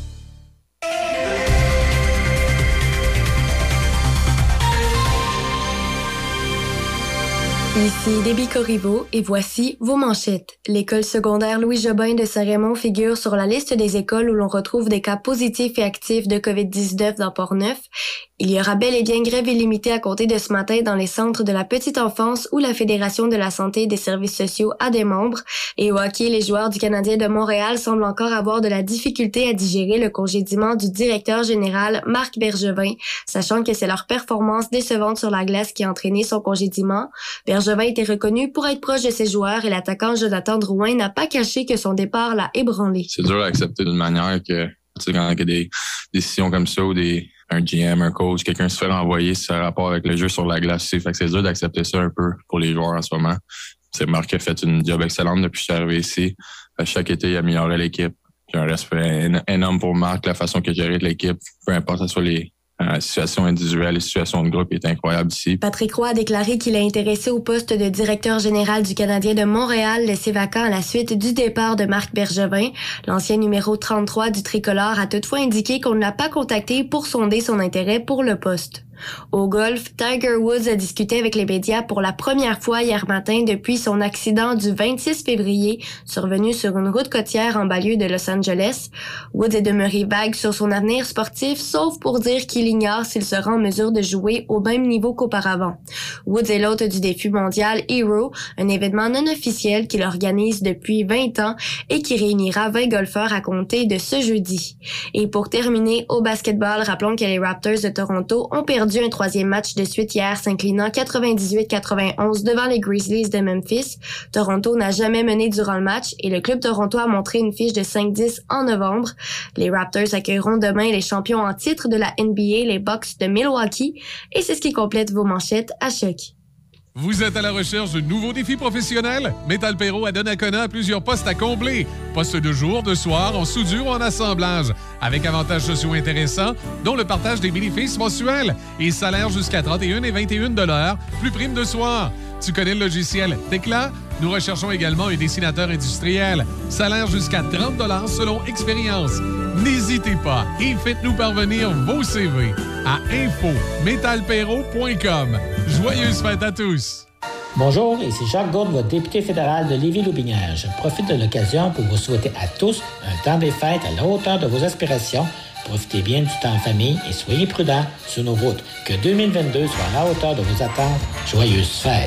Ici Déby Corriveau et voici vos manchettes. L'école secondaire Louis Jobin de Saint-Raymond figure sur la liste des écoles où l'on retrouve des cas positifs et actifs de covid dix-neuf dans Port-Neuf. Il y aura bel et bien grève illimitée à compter de ce matin dans les centres de la petite enfance où la Fédération de la santé et des services sociaux a des membres. Et au hockey, les joueurs du Canadien de Montréal semblent encore avoir de la difficulté à digérer le congédiement du directeur général Marc Bergevin, sachant que c'est leur performance décevante sur la glace qui a entraîné son congédiement. Bergevin était reconnu pour être proche de ses joueurs et l'attaquant Jonathan Drouin n'a pas caché que son départ l'a ébranlé. C'est dur à accepter d'une manière que, tu sais, quand il y a des décisions comme ça ou des un G M, un coach, quelqu'un se fait renvoyer, ça a rapport avec le jeu sur la glace. Fait que c'est dur d'accepter ça un peu pour les joueurs en ce moment. C'est Marc qui a fait une job excellente depuis que je suis arrivé ici. À chaque été, il améliorait l'équipe. J'ai un respect énorme pour Marc, la façon qu'il a géré l'équipe, peu importe que ce soit les Euh, situation individuelle et situation de groupe est incroyable ici. Patrick Roy a déclaré qu'il a intéressé au poste de directeur général du Canadien de Montréal, laissé vacant à la suite du départ de Marc Bergevin. L'ancien numéro trente-trois du tricolore a toutefois indiqué qu'on ne l'a pas contacté pour sonder son intérêt pour le poste. Au golf, Tiger Woods a discuté avec les médias pour la première fois hier matin depuis son accident du vingt-six février, survenu sur une route côtière en banlieue de Los Angeles. Woods est demeuré vague sur son avenir sportif, sauf pour dire qu'il ignore s'il sera en mesure de jouer au même niveau qu'auparavant. Woods est l'hôte du défi mondial Hero, un événement non officiel qu'il organise depuis vingt ans et qui réunira vingt golfeurs à compter de ce jeudi. Et pour terminer, au basketball, rappelons que les Raptors de Toronto ont perdu un troisième match de suite hier, s'inclinant quatre-vingt-dix-huit à quatre-vingt-onze devant les Grizzlies de Memphis. Toronto n'a jamais mené durant le match et le club Toronto a montré une fiche de cinq dix en novembre. Les Raptors accueilleront demain les champions en titre de la N B A, les Bucks de Milwaukee. Et c'est ce qui complète vos manchettes à Choc. Vous êtes à la recherche de nouveaux défis professionnels? Metal Perro à Donnacona a plusieurs postes à combler. Postes de jour, de soir, en soudure ou en assemblage. Avec avantages sociaux intéressants, dont le partage des bénéfices mensuels et salaire jusqu'à trente et un et vingt et un dollars, plus prime de soir. Tu connais le logiciel Tecla? Nous recherchons également un dessinateur industriel. Salaire jusqu'à trente dollars selon expérience. N'hésitez pas et faites-nous parvenir vos C V à info metal perro point com. Joyeuses fêtes à tous! Bonjour, ici Jacques Gourde, votre député fédéral de Lévis-Loubinière. Je profite de l'occasion pour vous souhaiter à tous un temps des fêtes à la hauteur de vos aspirations. Profitez bien du temps en famille et soyez prudents sur nos routes. Que deux mille vingt-deux soit à la hauteur de vos attentes. Joyeuses fêtes!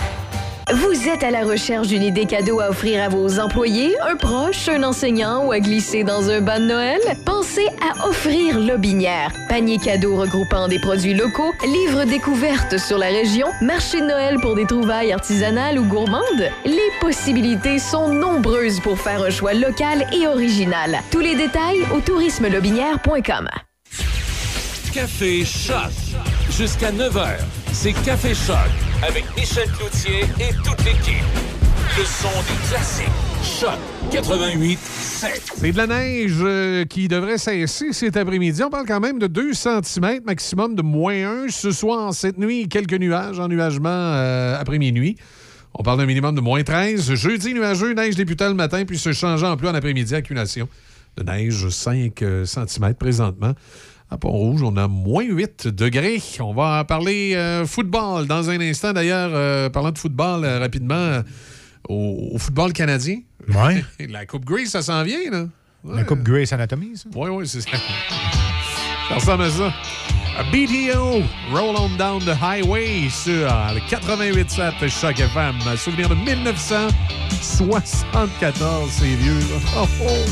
Vous êtes à la recherche d'une idée cadeau à offrir à vos employés, un proche, un enseignant ou à glisser dans un bas de Noël? Pensez à Offrir Lobinière. Panier cadeau regroupant des produits locaux, livres découvertes sur la région, marché de Noël pour des trouvailles artisanales ou gourmandes. Les possibilités sont nombreuses pour faire un choix local et original. Tous les détails au tourisme lobinière point com. Café Choc. Jusqu'à neuf heures, c'est Café Choc avec Michel Cloutier et toute l'équipe. Le son des classiques. Choc quatre-vingt-huit sept. C'est de la neige euh, qui devrait cesser cet après-midi. On parle quand même de deux centimètres, maximum de moins un. Ce soir, cette nuit, quelques nuages, ennuagement euh, après minuit. On parle d'un minimum de moins treize. Jeudi, nuageux, neige débutant le matin, puis se changeant en pluie en après-midi, accumulation de neige cinq centimètres présentement. À Pont-Rouge, on a moins huit degrés. On va parler euh, football dans un instant. D'ailleurs, euh, parlant de football, euh, rapidement, euh, au, au football canadien. Ouais. La Coupe Grey, ça s'en vient, là. Ouais. La Coupe Grey's Anatomy, ça? Oui, oui, c'est ça. Ça ressemble à ça. B T O, Roll On Down the Highway sur le quatre-vingt-huit sept Choc F M. Souvenir de dix-neuf cent soixante-quatorze, c'est vieux. Oh, oh.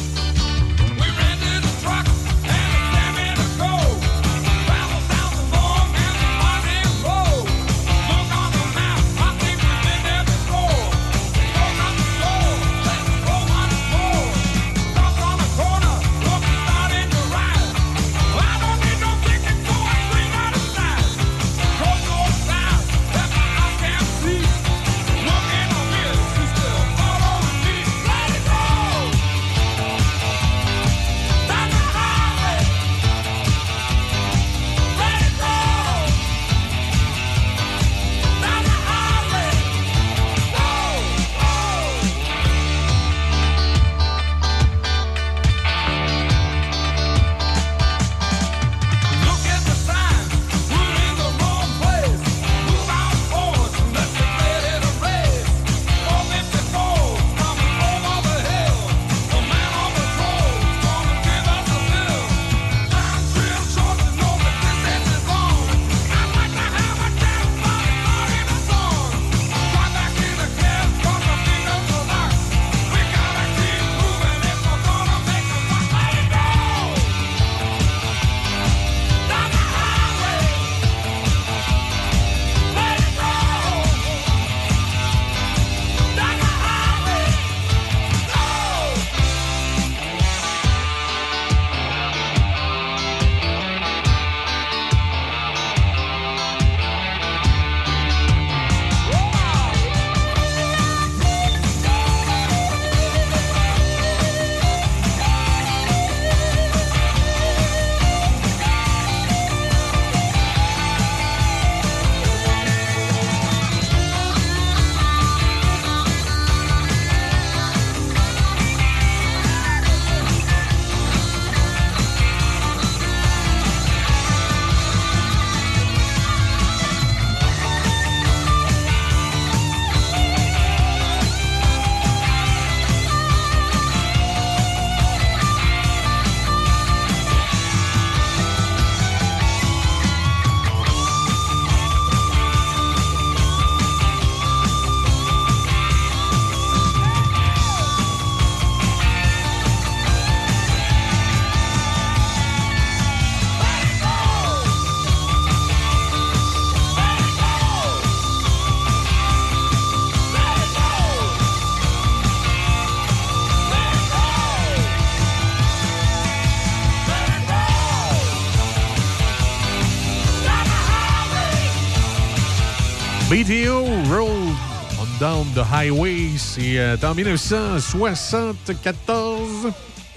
B T O, Roll On Down the Highway, c'est euh, en dix-neuf cent soixante-quatorze.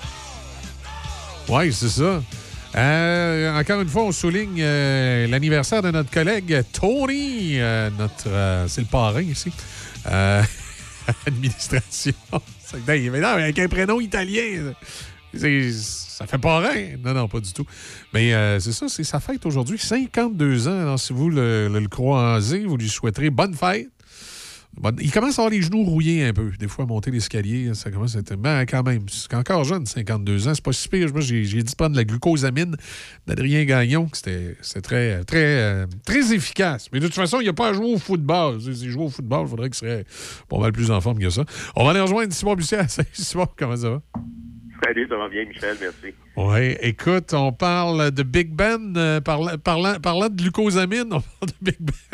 Oui, c'est ça. Euh, encore une fois, on souligne euh, l'anniversaire de notre collègue Tony. Euh, notre, euh, c'est le parrain ici. Euh, administration. Mais non, avec un prénom italien. C'est, ça fait parrain. Non, non, pas du tout. Mais euh, c'est ça, c'est sa fête aujourd'hui. cinquante-deux ans. Alors, si vous le, le, le croisez, vous lui souhaiterez bonne fête. Bonne... Il commence à avoir les genoux rouillés un peu. Des fois, à monter l'escalier, ça commence à être... Mais quand même, c'est encore jeune, cinquante-deux ans. C'est pas si pire. Moi, j'ai, j'ai dit de prendre la glucosamine d'Adrien Gagnon. C'était, c'était très, très, euh, très efficace. Mais de toute façon, il n'y a pas à jouer au football. S'il jouait au football, il faudrait qu'il serait pas mal plus en forme que ça. On va aller rejoindre Simon Bussière. Salut, Simon, comment ça va? Salut, ça va bien, Michel, merci. Oui, écoute, on parle de Big Ben, euh, parlant, parlant, parlant de glucosamine, on parle de Big Ben.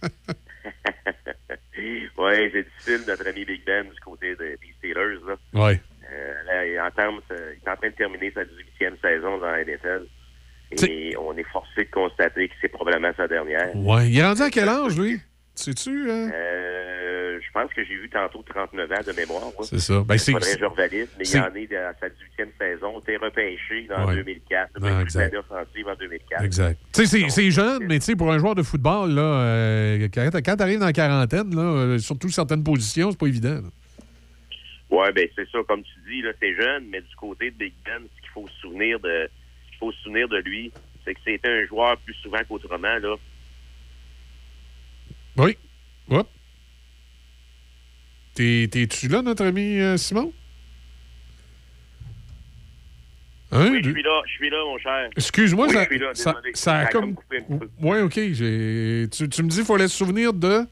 Oui, c'est difficile, notre ami Big Ben, du côté de, des Steelers. Oui. Euh, là, il, entame, il est en train de terminer sa dix-huitième saison dans la N F L. Et c'est... on est forcé de constater que c'est probablement sa dernière. Oui. Il est rendu à quel âge, lui? Sais-tu? Hein? Euh, je pense que j'ai vu tantôt trente-neuf ans de mémoire. Ouais. C'est ça. Ben, il c'est, faudrait c'est... que je revalide, mais c'est... il en est à sa dix-huitième saison. Il était repêché en ouais. deux mille quatre. Il a fait l'année offensive en deux mille quatre. Exact. Tu sais, c'est, c'est jeune, mais tu sais, pour un joueur de football, là, euh, quand, quand tu arrives dans la quarantaine, là, euh, surtout certaines positions, c'est pas évident. Oui, bien, c'est ça. Comme tu dis, là, c'est jeune, mais du côté de Big Ben, ce qu'il faut se souvenir de, ce qu'il faut se souvenir de lui, c'est que c'était un joueur plus souvent qu'autrement, là. Oui. Hop. T'es, t'es-tu là, notre ami euh, Simon? Un, oui, deux... je suis là, je suis là, mon cher. Excuse-moi, oui, ça, je suis là, ça, désolé. ça a Ça a comme... comme coupé un petit peu. Oui, OK. J'ai... Tu, tu me dis qu'il fallait se souvenir de...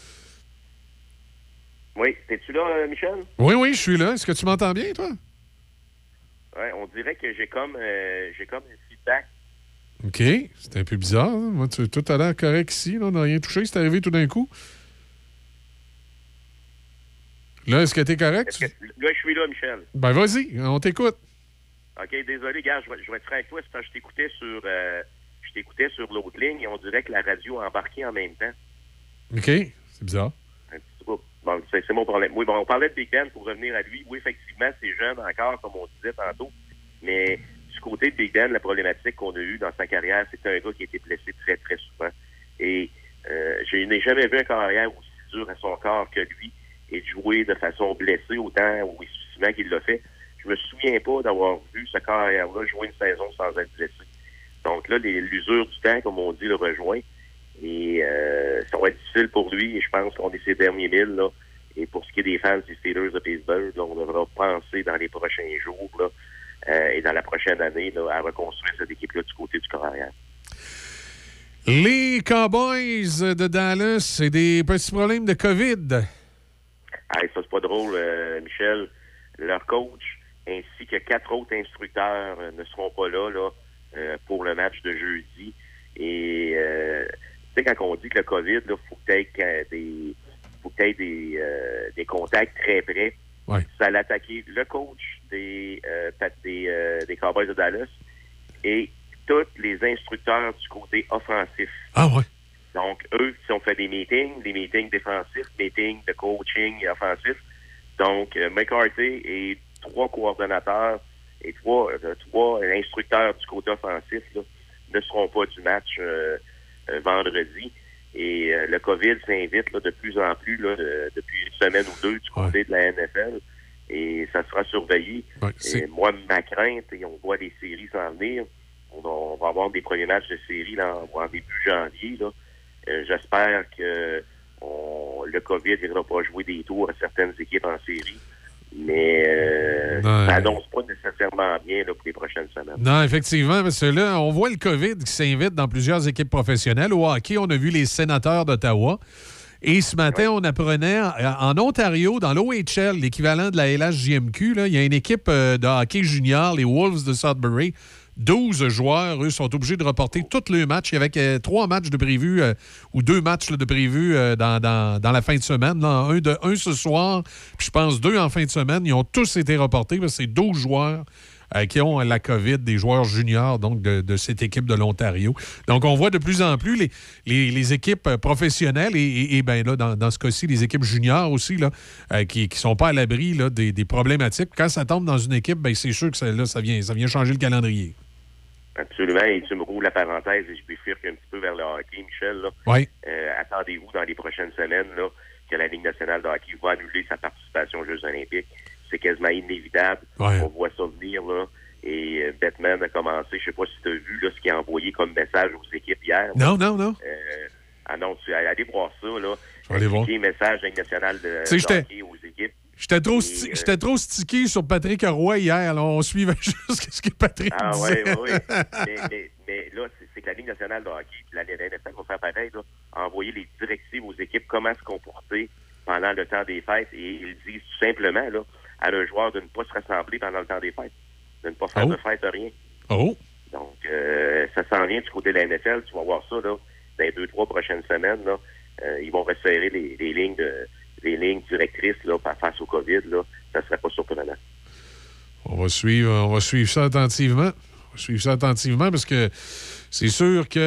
Oui, t'es-tu là, euh, Michel? Oui, oui, je suis là. Est-ce que tu m'entends bien, toi? Oui, on dirait que j'ai comme, euh, j'ai comme un feedback. OK. C'est un peu bizarre. Hein? Moi, tu, tout a l'air correct ici. Là, on n'a rien touché. C'est arrivé tout d'un coup. Là, est-ce que t'es correct? Est-ce que... Là, je suis là, Michel. Ben, vas-y. On t'écoute. OK, désolé, gars, je vais, je vais être franc avec toi. C'est parce que je t'écoutais sur, euh, je t'écoutais sur l'autre ligne et on dirait que la radio a embarqué en même temps. OK. C'est bizarre. Un petit peu. Bon, c'est, c'est mon problème. Oui, bon, on parlait de Big Ben pour revenir à lui. Oui, effectivement, c'est jeune encore, comme on disait tantôt. Mais du côté de Big Ben, la problématique qu'on a eue dans sa carrière, c'est un gars qui a été blessé très, très souvent. Et euh, je n'ai jamais vu un carrière aussi dur à son corps que lui et de jouer de façon blessée autant ou souvent qu'il l'a fait. Je me souviens pas d'avoir vu ce carrière-là jouer une saison sans être blessé. Donc là, les, l'usure du temps, comme on dit, le rejoint. Et euh, ça va être difficile pour lui. Et je pense qu'on est ses derniers milles, là. Et pour ce qui est des fans des Steelers de Pittsburgh, là, on devra penser dans les prochains jours là, euh, et dans la prochaine année là, à reconstruire cette équipe-là du côté du carrière. Les Cowboys de Dallas, c'est des petits problèmes de COVID. Ah, ça, c'est pas drôle, euh, Michel. Leur coach ainsi que quatre autres instructeurs euh, ne seront pas là, là euh, pour le match de jeudi. Et euh, tu sais, quand on dit que le COVID, il faut que tu aies des, faut que t'aies des, euh, des contacts très près. Ouais. Ça allait attaquer le coach des, euh, des, euh, des Cowboys de Dallas et tous les instructeurs du côté offensif. Ah ouais. Donc, eux, ils ont fait des meetings, des meetings défensifs, meetings de coaching et offensif. Donc, euh, McCarthy et trois coordonnateurs et trois, euh, trois instructeurs du côté offensif là, ne seront pas du match euh, euh, vendredi. Et euh, le COVID s'invite là, de plus en plus là, de, depuis une semaine ou deux du côté ouais. de la N F L. Et ça sera surveillé. Ouais, et moi, ma crainte, et on voit les séries s'en venir, on va, on va avoir des premiers matchs de série là, en, en début janvier. Là. Euh, j'espère que on, le COVID ne viendra pas jouer des tours à certaines équipes en série. Mais euh, ça n'annonce pas nécessairement bien là, pour les prochaines semaines. Non, effectivement, parce que là, on voit le COVID qui s'invite dans plusieurs équipes professionnelles. Au hockey, on a vu les Sénateurs d'Ottawa. Et ce matin, oui. on apprenait en Ontario, dans l'O H L, l'équivalent de la L H J M Q, là, il y a une équipe de hockey junior, les Wolves de Sudbury. douze joueurs, eux, sont obligés de reporter tous leurs matchs. Il y avait euh, trois matchs de prévus euh, ou deux matchs là, de prévus euh, dans, dans, dans la fin de semaine. Là, un, de, un ce soir, puis je pense deux en fin de semaine. Ils ont tous été reportés parce que c'est douze joueurs euh, qui ont la COVID, des joueurs juniors donc de, de cette équipe de l'Ontario. Donc, on voit de plus en plus les, les, les équipes professionnelles et, et, et ben là, dans, dans ce cas-ci, les équipes juniors aussi là, euh, qui ne sont pas à l'abri là, des, des problématiques. Quand ça tombe dans une équipe, ben, c'est sûr que ça, là, ça, vient, ça vient changer le calendrier. Absolument, et tu me roules la parenthèse et je bifurque un petit peu vers le hockey, Michel. Là. Oui. Euh, attendez-vous dans les prochaines semaines là, que la Ligue nationale de hockey va annuler sa participation aux Jeux olympiques. C'est quasiment inévitable. Ouais. On voit ça venir. Là. Et euh, Batman a commencé, je sais pas si tu as vu là, ce qu'il a envoyé comme message aux équipes hier. Non, non, non. Euh, ah non, tu allez voir ça. Là. Je vais aller voir. Message de la Ligue nationale de, de hockey aux équipes. J'étais trop, sti- euh... j'étais trop stické sur Patrick Roy hier. Alors on suivait juste ce que Patrick ah, disait. Ah oui, oui, oui. mais, mais, mais là, c'est, c'est que la Ligue nationale de hockey et la N F L va faire pareil, là, envoyer les directives aux équipes comment se comporter pendant le temps des fêtes. Et ils disent tout simplement là, à un joueur de ne pas se rassembler pendant le temps des fêtes, de ne pas faire oh. de fête, rien. Oh. Donc, euh, ça s'en vient du côté de la N F L. Tu vas voir ça là, dans les deux, trois prochaines semaines. Là, euh, ils vont resserrer les, les lignes de... les lignes directrices là, face au COVID, là, ça ne serait pas surprenant. On va suivre, on va suivre ça attentivement. On va suivre ça attentivement parce que c'est sûr que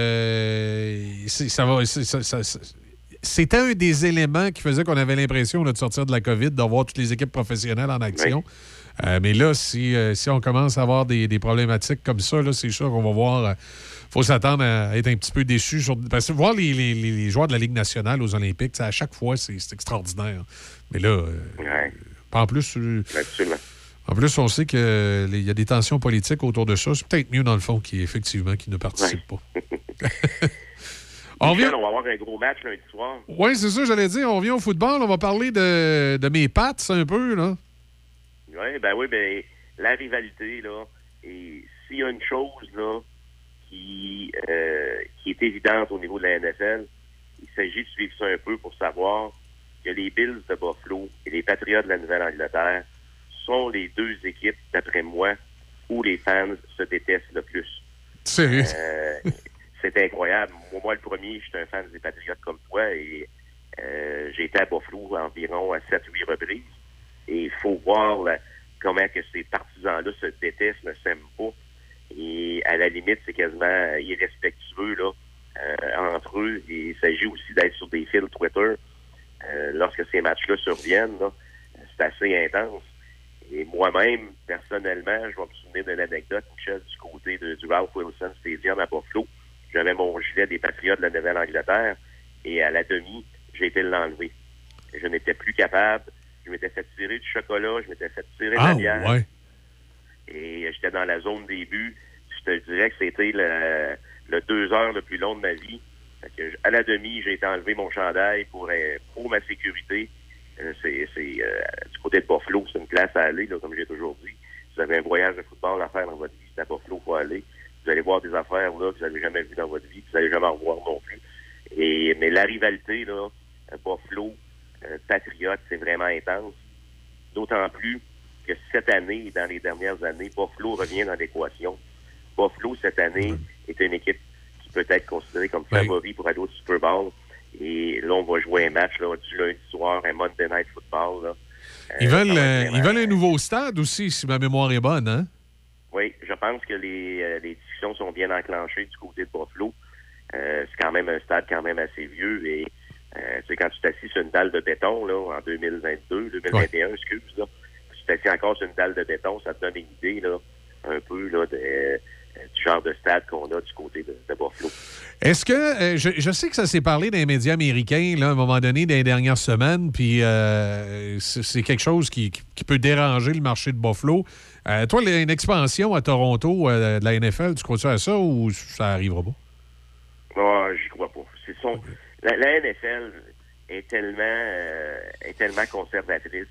euh, c'est, ça va. C'est, ça, ça, ça, c'était un des éléments qui faisait qu'on avait l'impression là, de sortir de la COVID, d'avoir toutes les équipes professionnelles en action. Oui. Euh, mais là, si, euh, si on commence à avoir des, des problématiques comme ça, là, c'est sûr qu'on va voir. Euh, faut s'attendre à être un petit peu déçu. Sur, parce que voir les, les, les joueurs de la Ligue nationale aux Olympiques, à chaque fois, c'est, c'est extraordinaire. Mais là, euh, ouais. en plus, euh, en plus, on sait qu'il y a des tensions politiques autour de ça. C'est peut-être mieux, dans le fond, qui effectivement qui ne participe ouais. pas. on, Michel, vient... on va avoir un gros match lundi soir. Oui, c'est ça, j'allais dire. On vient au football. On va parler de, de mes Pats un peu, là. Oui, ben oui, ben la rivalité, là. Et Et s'il y a une chose là qui, euh, qui est évidente au niveau de la N F L, il s'agit de suivre ça un peu pour savoir que les Bills de Buffalo et les Patriots de la Nouvelle-Angleterre sont les deux équipes, d'après moi, où les fans se détestent le plus. Sérieux? Euh, c'est incroyable. Moi, moi, le premier, j'étais un fan des Patriots comme toi et euh, j'ai été à Buffalo environ à sept huit reprises. Et il faut voir là, comment que ces partisans-là se détestent, ne s'aiment pas. Et à la limite, c'est quasiment irrespectueux là, euh, entre eux. Et il s'agit aussi d'être sur des fils Twitter. Euh, lorsque ces matchs-là surviennent, là, c'est assez intense. Et moi-même, personnellement, je vais me souvenir d'une anecdote, Michel, du côté de, du Ralph Wilson Stadium à Buffalo. J'avais mon gilet des Patriots de la Nouvelle-Angleterre et à la demi, j'ai été l'enlever. Je n'étais plus capable. Je m'étais fait tirer du chocolat, je m'étais fait tirer de ah, la bière. Ouais. Et j'étais dans la zone des buts. Je te dirais que c'était le, le deux heures le plus long de ma vie. Fait que, à la demi, j'ai été enlever mon chandail pour, pour ma sécurité. C'est, c'est euh, du côté de Buffalo, c'est une place à aller, là, comme j'ai toujours dit. Si vous avez un voyage de football à faire dans votre vie, c'est à Buffalo qu'il faut aller. Vous allez voir des affaires là que vous n'avez jamais vues dans votre vie, que vous n'allez jamais en revoir non plus. Et, mais la rivalité, là, Buffalo, euh, Patriots, c'est vraiment intense. D'autant plus que cette année et dans les dernières années, Buffalo revient dans l'équation. Buffalo, cette année, est une équipe qui peut être considérée comme favori pour aller au Super Bowl. Et là, on va jouer un match là, du lundi soir, un Monday Night Football. Là. Euh, ils, veulent, vraiment... ils veulent un nouveau stade aussi, si ma mémoire est bonne, hein? Oui, je pense que les, euh, les discussions sont bien enclenchées du côté de Buffalo. Euh, c'est quand même un stade quand même assez vieux. Et euh, tu sais, quand tu t'assis sur une dalle de béton là, en deux mille vingt-deux, deux mille vingt et un, ouais. excuse, là, tu t'assis encore sur une dalle de béton, ça te donne une idée là, un peu là, de... Euh, du genre de stade qu'on a du côté de, de Buffalo. Est-ce que, euh, je, je sais que ça s'est parlé dans les médias américains là, à un moment donné, dans les dernières semaines, puis euh, c'est, c'est quelque chose qui, qui peut déranger le marché de Buffalo. Euh, toi, une expansion à Toronto euh, de la N F L, tu crois-tu à ça ou ça arrivera pas? Non, j'y crois pas. C'est son... okay. la, la N F L est tellement, euh, est tellement conservatrice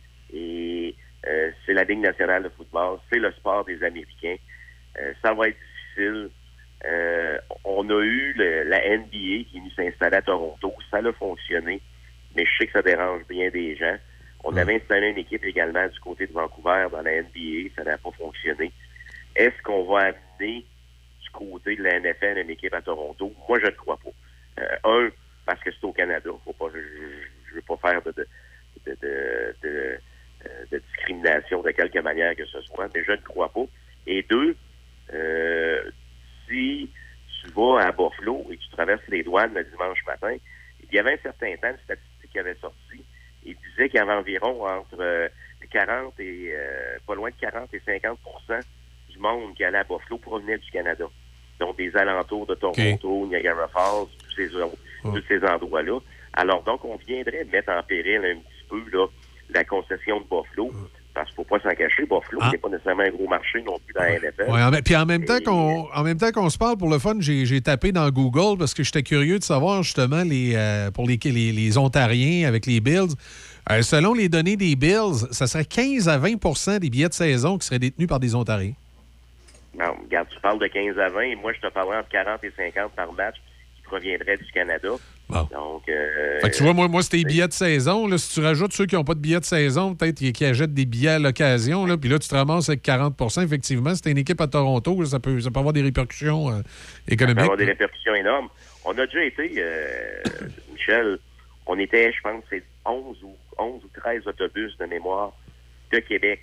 et euh, c'est la Ligue nationale de football, c'est le sport des Américains. Euh, ça va être difficile. Euh, on a eu le, la N B A qui est venue s'installer à Toronto. Ça a fonctionné, mais je sais que ça dérange bien des gens. On mmh. avait installé une équipe également du côté de Vancouver dans la N B A. Ça n'a pas fonctionné. Est-ce qu'on va amener du côté de la N F L une équipe à Toronto? Moi, je ne crois pas. Euh, un, parce que c'est au Canada. Faut pas, je ne veux pas faire de, de, de, de, de, de discrimination de quelque manière que ce soit, mais je ne crois pas. Et deux, Euh, si tu vas à Buffalo et que tu traverses les douanes le dimanche matin, il y avait un certain temps, une statistique qui avait sorti, il disait qu'il y avait environ entre euh, quarante et euh, pas loin de quarante et cinquante pour cent du monde qui allait à Buffalo provenait du Canada. Donc des alentours de Toronto, okay. Niagara Falls, tous ces, oh. tous ces endroits-là. Alors donc on viendrait mettre en péril un petit peu là, la concession de Buffalo. Oh. Parce qu'il ne faut pas s'en cacher, Buffalo ah. n'est pas nécessairement un gros marché non plus dans la N F L. Ouais, en, puis en même, temps qu'on, en même temps qu'on se parle, pour le fun, j'ai, j'ai tapé dans Google parce que j'étais curieux de savoir justement les, euh, pour les, les, les Ontariens avec les Bills. Euh, selon les données des Bills, ça serait quinze à vingt pour cent des billets de saison qui seraient détenus par des Ontariens. Non, regarde, tu parles de quinze à vingt et moi, je te parlerais entre quarante et cinquante par match qui proviendraient du Canada. Bon. Donc, euh, fait que tu vois, moi, moi c'était les billets de saison. Là, si tu rajoutes ceux qui n'ont pas de billets de saison, peut-être qui, qui achètent des billets à l'occasion, là, puis là, tu te ramasses avec quarante pour cent. Effectivement, c'était une équipe à Toronto, là, ça, peut, ça peut avoir des répercussions euh, économiques. Ça peut avoir des répercussions énormes. On a déjà été, euh, Michel, on était, je pense, c'est onze ou treize autobus de mémoire de Québec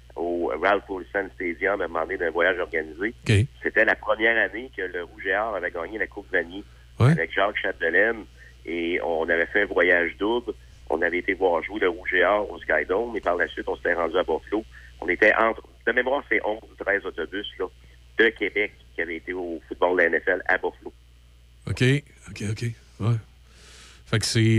au Ralph Wilson Stadium à un moment donné d'un voyage organisé. Okay. C'était la première année que le Rouge et Or avait gagné la Coupe Vanier. Ouais. Avec Jacques Chapdelaine, et on avait fait un voyage double. On avait été voir jouer le Rouge et Or au Skydome, et par la suite, on s'était rendu à Buffalo. On était entre, de mémoire, c'est onze ou treize autobus là, de Québec qui avaient été au football de la N F L à Buffalo. OK, OK, OK. Ouais. Fait que c'est...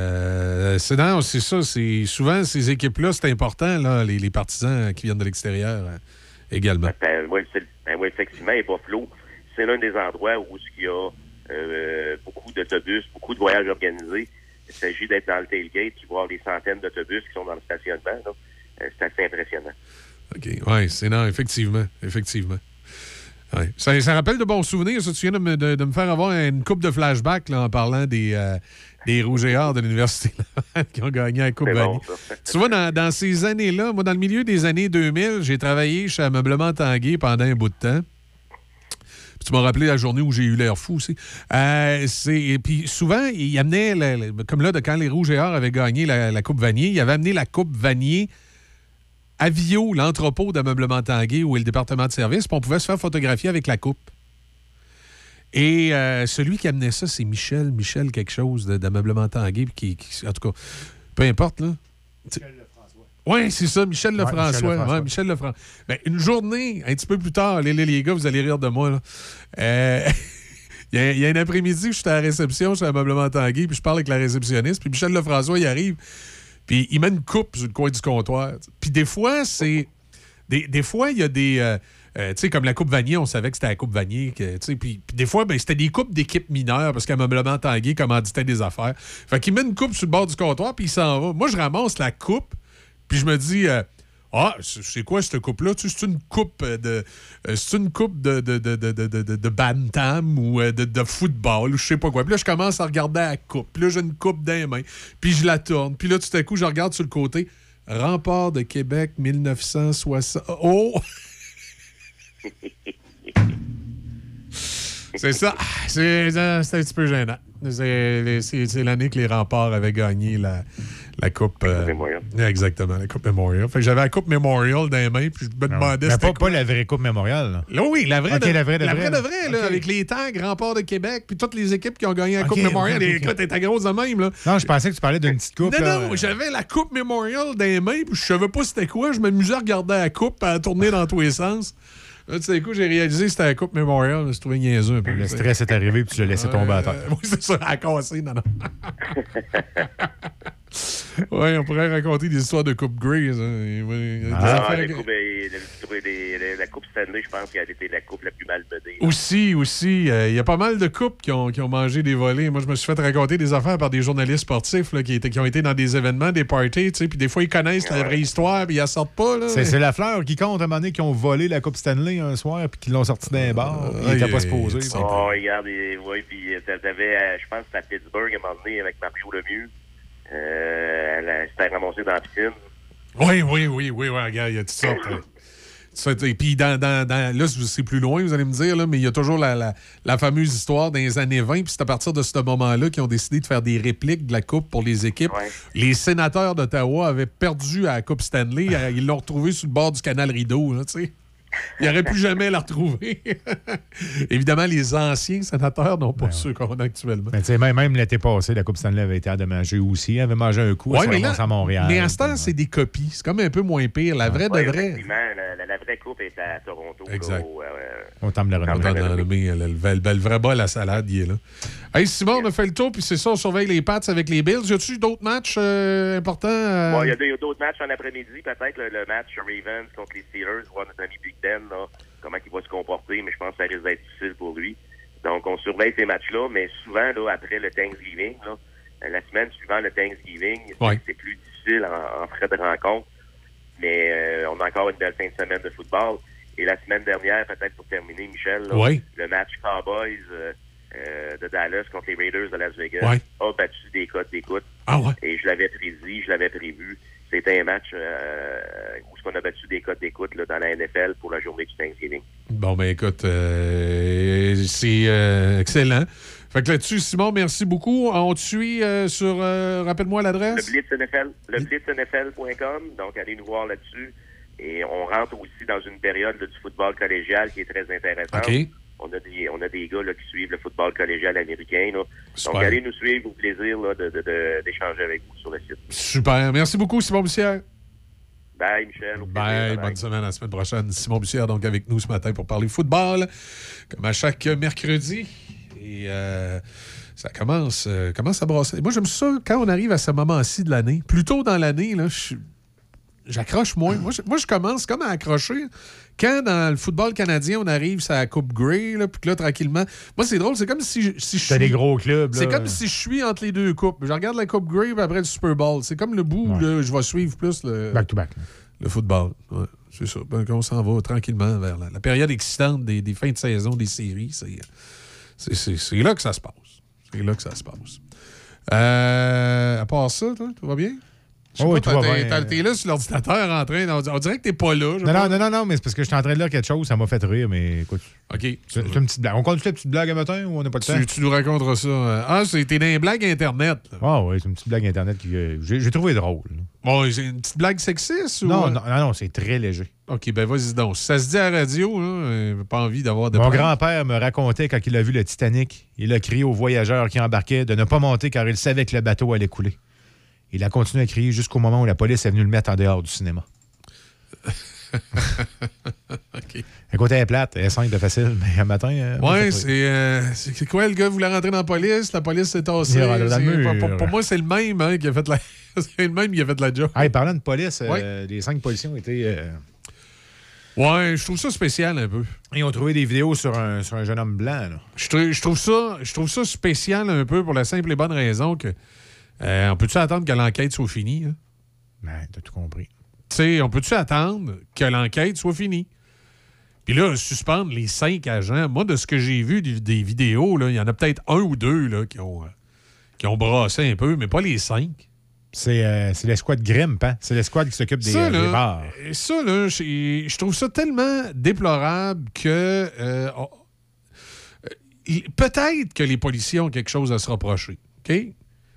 Euh, c'est, non, c'est ça. C'est, souvent, ces équipes-là, c'est important, là, les, les partisans qui viennent de l'extérieur euh, également. Ben, oui, ben, oui, effectivement, et Buffalo, c'est l'un des endroits où il y a Euh, beaucoup d'autobus, beaucoup de voyages organisés. Il s'agit d'être dans le tailgate et voir les centaines d'autobus qui sont dans le stationnement. Là. Euh, c'est assez impressionnant. OK. Oui, c'est non, effectivement. Effectivement. Ouais. Ça, ça rappelle de bons souvenirs. Ça, tu viens de me, de, de me faire avoir une coupe de flashback là, en parlant des, euh, des Rouges et Or de l'Université Laval qui ont gagné la Coupe Vanier. Bon, tu vois, dans, dans ces années-là, moi, dans le milieu des années deux mille, j'ai travaillé chez Ameublement Tanguay pendant un bout de temps. Puis tu m'as rappelé la journée où j'ai eu l'air fou aussi. Euh, c'est, puis souvent, il amenait, la, la, comme là, de quand les Rouges et Or avaient gagné la, la Coupe Vanier, il avait amené la Coupe Vanier à Vio, l'entrepôt d'Ameublement Tanguay, où est le département de service, puis on pouvait se faire photographier avec la coupe. Et euh, celui qui amenait ça, c'est Michel, Michel quelque chose d'Ameublement Tanguay, qui, qui, en tout cas, peu importe, là. Michel Lefrançois. Oui, c'est ça, Michel Lefrançois. Ouais, Michel Lefrançois. Ouais, Michel Lefrançois. Ben, une journée, un petit peu plus tard, les, les, les gars, vous allez rire de moi, là. Euh, il, y a, il y a un après-midi que j'étais à la réception chez Ameublement Tanguay, puis je parle avec la réceptionniste, puis Michel Lefrançois, il arrive. Puis il met une coupe sur le coin du comptoir. Puis des fois, c'est... Des, des fois, il y a des... Euh, euh, tu sais, comme la Coupe Vanier, on savait que c'était la Coupe Vanier. Que, puis, puis des fois, ben, c'était des coupes d'équipes mineures parce qu'Ameublement Tanguay commanditait des affaires. Fait qu'il met une coupe sur le bord du comptoir, puis il s'en va. Moi, je ramasse la coupe, puis je me dis... Euh, ah, c'est quoi cette coupe-là? Tu sais, c'est une coupe de. Euh, c'est une coupe de, de, de, de, de, de, de bantam ou de, de football ou je sais pas quoi. Puis là, je commence à regarder la coupe. Puis là, j'ai une coupe dans les mains. Puis je la tourne. Puis là, tout à coup, je regarde sur le côté. Rempart de Québec, mille neuf cent soixante. Oh! C'est ça. C'est, c'est un petit peu gênant. C'est, c'est, c'est l'année que les Remparts avaient gagné la, la Coupe... Euh, Memorial. Exactement, la Coupe Memorial. Fait que j'avais la Coupe Memorial dans les mains, puis je me demandais... Mais pas, pas la vraie Coupe Memorial. Là. Là, oui, la vraie okay, de, la vraie de la vraie. vraie, de vraie là, okay. Avec les tags, Remparts de Québec, puis toutes les équipes qui ont gagné la Coupe okay, Memorial. Okay, et okay. là, t'étais grosse de même. Là. Non, je pensais que tu parlais d'une petite coupe. Non, là. non, j'avais la Coupe Memorial dans les mains, puis je savais pas c'était quoi. Je m'amusais à regarder la coupe, à tourner dans tous les sens. Là, tu sais, coup, j'ai réalisé que c'était la Coupe Memorial. Je me suis trouvé niaiseux un peu. Le stress est arrivé puis tu l'as laissé euh, tomber à terre. Oui, c'est ça, à casser. Non, non. Oui, on pourrait raconter des histoires de Coupe Grey. Hein. Ah, ah, la, coupe, les, les, les, la Coupe Stanley, je pense qu'elle a été la coupe la plus mal menée. Aussi, aussi. Il euh, y a pas mal de coupes qui ont, qui ont mangé des volets. Moi, je me suis fait raconter des affaires par des journalistes sportifs là, qui, étaient, qui ont été dans des événements, des parties, puis des fois, ils connaissent ouais. la vraie histoire puis ils la sortent pas. Là, c'est, mais... c'est la fleur qui compte à un moment donné qui ont volé la Coupe Stanley un soir puis qui l'ont sorti d'un bar. Euh, ils n'étaient pas supposés. Oh, regarde, oui, puis t'avais, je pense que c'était à Pittsburgh à un moment donné avec Mario Lemieux. Euh, elle s'était ramassée dans la piscine. Oui, oui, oui, oui, oui, regarde, il y a toutes sortes. Et puis, dans, dans, dans, là, c'est plus loin, vous allez me dire, là, mais il y a toujours la, la, la fameuse histoire dans les années vingt, puis c'est à partir de ce moment-là qu'ils ont décidé de faire des répliques de la Coupe pour les équipes. Ouais. Les sénateurs d'Ottawa avaient perdu à la Coupe Stanley. Ils l'ont retrouvée sur le bord du canal Rideau, tu sais. Il n'aurait plus jamais la retrouver. Évidemment, les anciens sénateurs n'ont pas ben ceux qu'on a actuellement. Mais même, même l'été passé, la Coupe Stanley avait été endommagée aussi. Elle avait mangé un coup ouais, mais là, à Montréal. Mais à ce temps, c'est des copies. C'est comme un peu moins pire. La vraie ouais, de vraie. Effectivement, la, la, la vraie Coupe est à Toronto. Exact. Là, au, euh, au Temple de la Renommée. Le, le, le, le, le vrai bol à la salade, il est là. Hey, Simon, on a fait le tour, puis c'est ça, on surveille les Pats avec les Bills. Y a-tu d'autres matchs euh, importants? Euh... Bon, il y a d'autres matchs en après-midi, peut-être. Le, le match Ravens contre les Steelers, voir notre ami Big Ben, là, comment il va se comporter, mais je pense que ça risque d'être difficile pour lui. Donc, on surveille ces matchs-là, mais souvent, là, après le Thanksgiving, là, la semaine suivant le Thanksgiving, ouais. c'est, c'est plus difficile en, en frais de rencontre. Mais euh, on a encore une belle fin de semaine de football. Et la semaine dernière, peut-être pour terminer, Michel, là, ouais. le match Cowboys euh, euh, de Dallas contre les Raiders de Las Vegas ouais. a battu des cotes d'écoute. Ah ouais. Et je l'avais prédit, je l'avais prévu. C'était un match euh, où on a battu des cotes d'écoute là, dans la N F L pour la journée du Thanksgiving. Bon, ben écoute, euh, c'est euh, excellent. Fait que là-dessus, Simon, merci beaucoup. On te suit euh, sur... Euh, rappelle-moi l'adresse. Le Blitz N F L, le blitz N F L point com. Donc, allez nous voir là-dessus. Et on rentre aussi dans une période là, du football collégial qui est très intéressante. OK. On a des, on a des gars là, qui suivent le football collégial américain. Là. Donc, allez nous suivre. Au plaisir là, de, de, de, d'échanger avec vous sur le site. Super. Merci beaucoup, Simon Bussière. Bye, Michel. Au plaisir. Bye. Bonne semaine. À la semaine prochaine. Simon Bussière, donc, avec nous ce matin pour parler football, comme à chaque mercredi. Et euh, ça commence, euh, commence à brasser. Moi, j'aime ça quand on arrive à ce moment-ci de l'année. Plus tôt dans l'année, là, je suis... J'accroche moins. Moi je, moi, je commence comme à accrocher. Quand, dans le football canadien, on arrive sur la Coupe Grey, là, puis que là, tranquillement... Moi, c'est drôle. C'est comme si je, si je suis... des gros clubs. C'est là. comme si je suis entre les deux coupes. Je regarde la Coupe Grey, puis après le Super Bowl. C'est comme le bout ouais. où là, je vais suivre plus le... Back-to-back. Le football. Ouais. c'est ça. Ben, on s'en va tranquillement vers la, la période excitante des, des fins de saison des séries. C'est, c'est, c'est, c'est là que ça se passe. C'est là que ça se passe. Euh, à part ça, toi, tout va bien? Je sais oh, pas, oui, t'es, bien. t'es là sur l'ordinateur en train. On dirait que t'es pas là. Non, non, non, non, non, mais c'est parce que je suis en train de lire quelque chose, ça m'a fait rire, mais écoute. OK. C'est, c'est une petite blague. On continue la petite blague à matin ou on n'a pas de temps? Tu, tu nous raconteras ça. Ah, c'est, t'es dans les blagues Internet. Ah oh, oui, c'est une petite blague Internet que euh, j'ai, j'ai trouvé drôle. Là. Bon, c'est une petite blague sexiste ou... Non, non, non, non, c'est très léger. OK, ben vas-y donc. Si ça se dit à la radio, là, j'ai pas envie d'avoir de... Mon problème. grand-père me racontait quand il a vu le Titanic, il a crié aux voyageurs qui embarquaient de ne pas monter car il savait que le bateau allait couler. Il a continué à crier jusqu'au moment où la police est venue le mettre en dehors du cinéma. OK. Écoute, elle est plate, elle est simple de facile, mais un matin... Euh, ouais, c'est, euh, c'est quoi, le gars voulait rentrer dans la police, la police s'est tassée. Il est rentré dans le mur. Pour, pour moi, c'est le même hein, qui a fait la... c'est le même qui a fait la job. Hey, parlant de police, ouais. euh, les cinq policiers ont été... Euh... Ouais, je trouve ça spécial un peu. Ils ont trouvé des vidéos sur un, sur un jeune homme blanc. Là. Je, trouve, je, trouve ça, je trouve ça spécial un peu pour la simple et bonne raison que... Euh, on peut-tu attendre que l'enquête soit finie? Hein? Ben, t'as tout compris. Tu sais, on peut-tu attendre que l'enquête soit finie? Puis là, suspendre les cinq agents, moi, de ce que j'ai vu des, des vidéos, il y en a peut-être un ou deux là, qui, ont, euh, qui ont brassé un peu, mais pas les cinq. C'est, euh, c'est l'escouade Grimp, hein? C'est l'escouade qui s'occupe des, ça, là, des bars. Ça, là, je, je trouve ça tellement déplorable que... Euh, on, euh, peut-être que les policiers ont quelque chose à se reprocher, OK?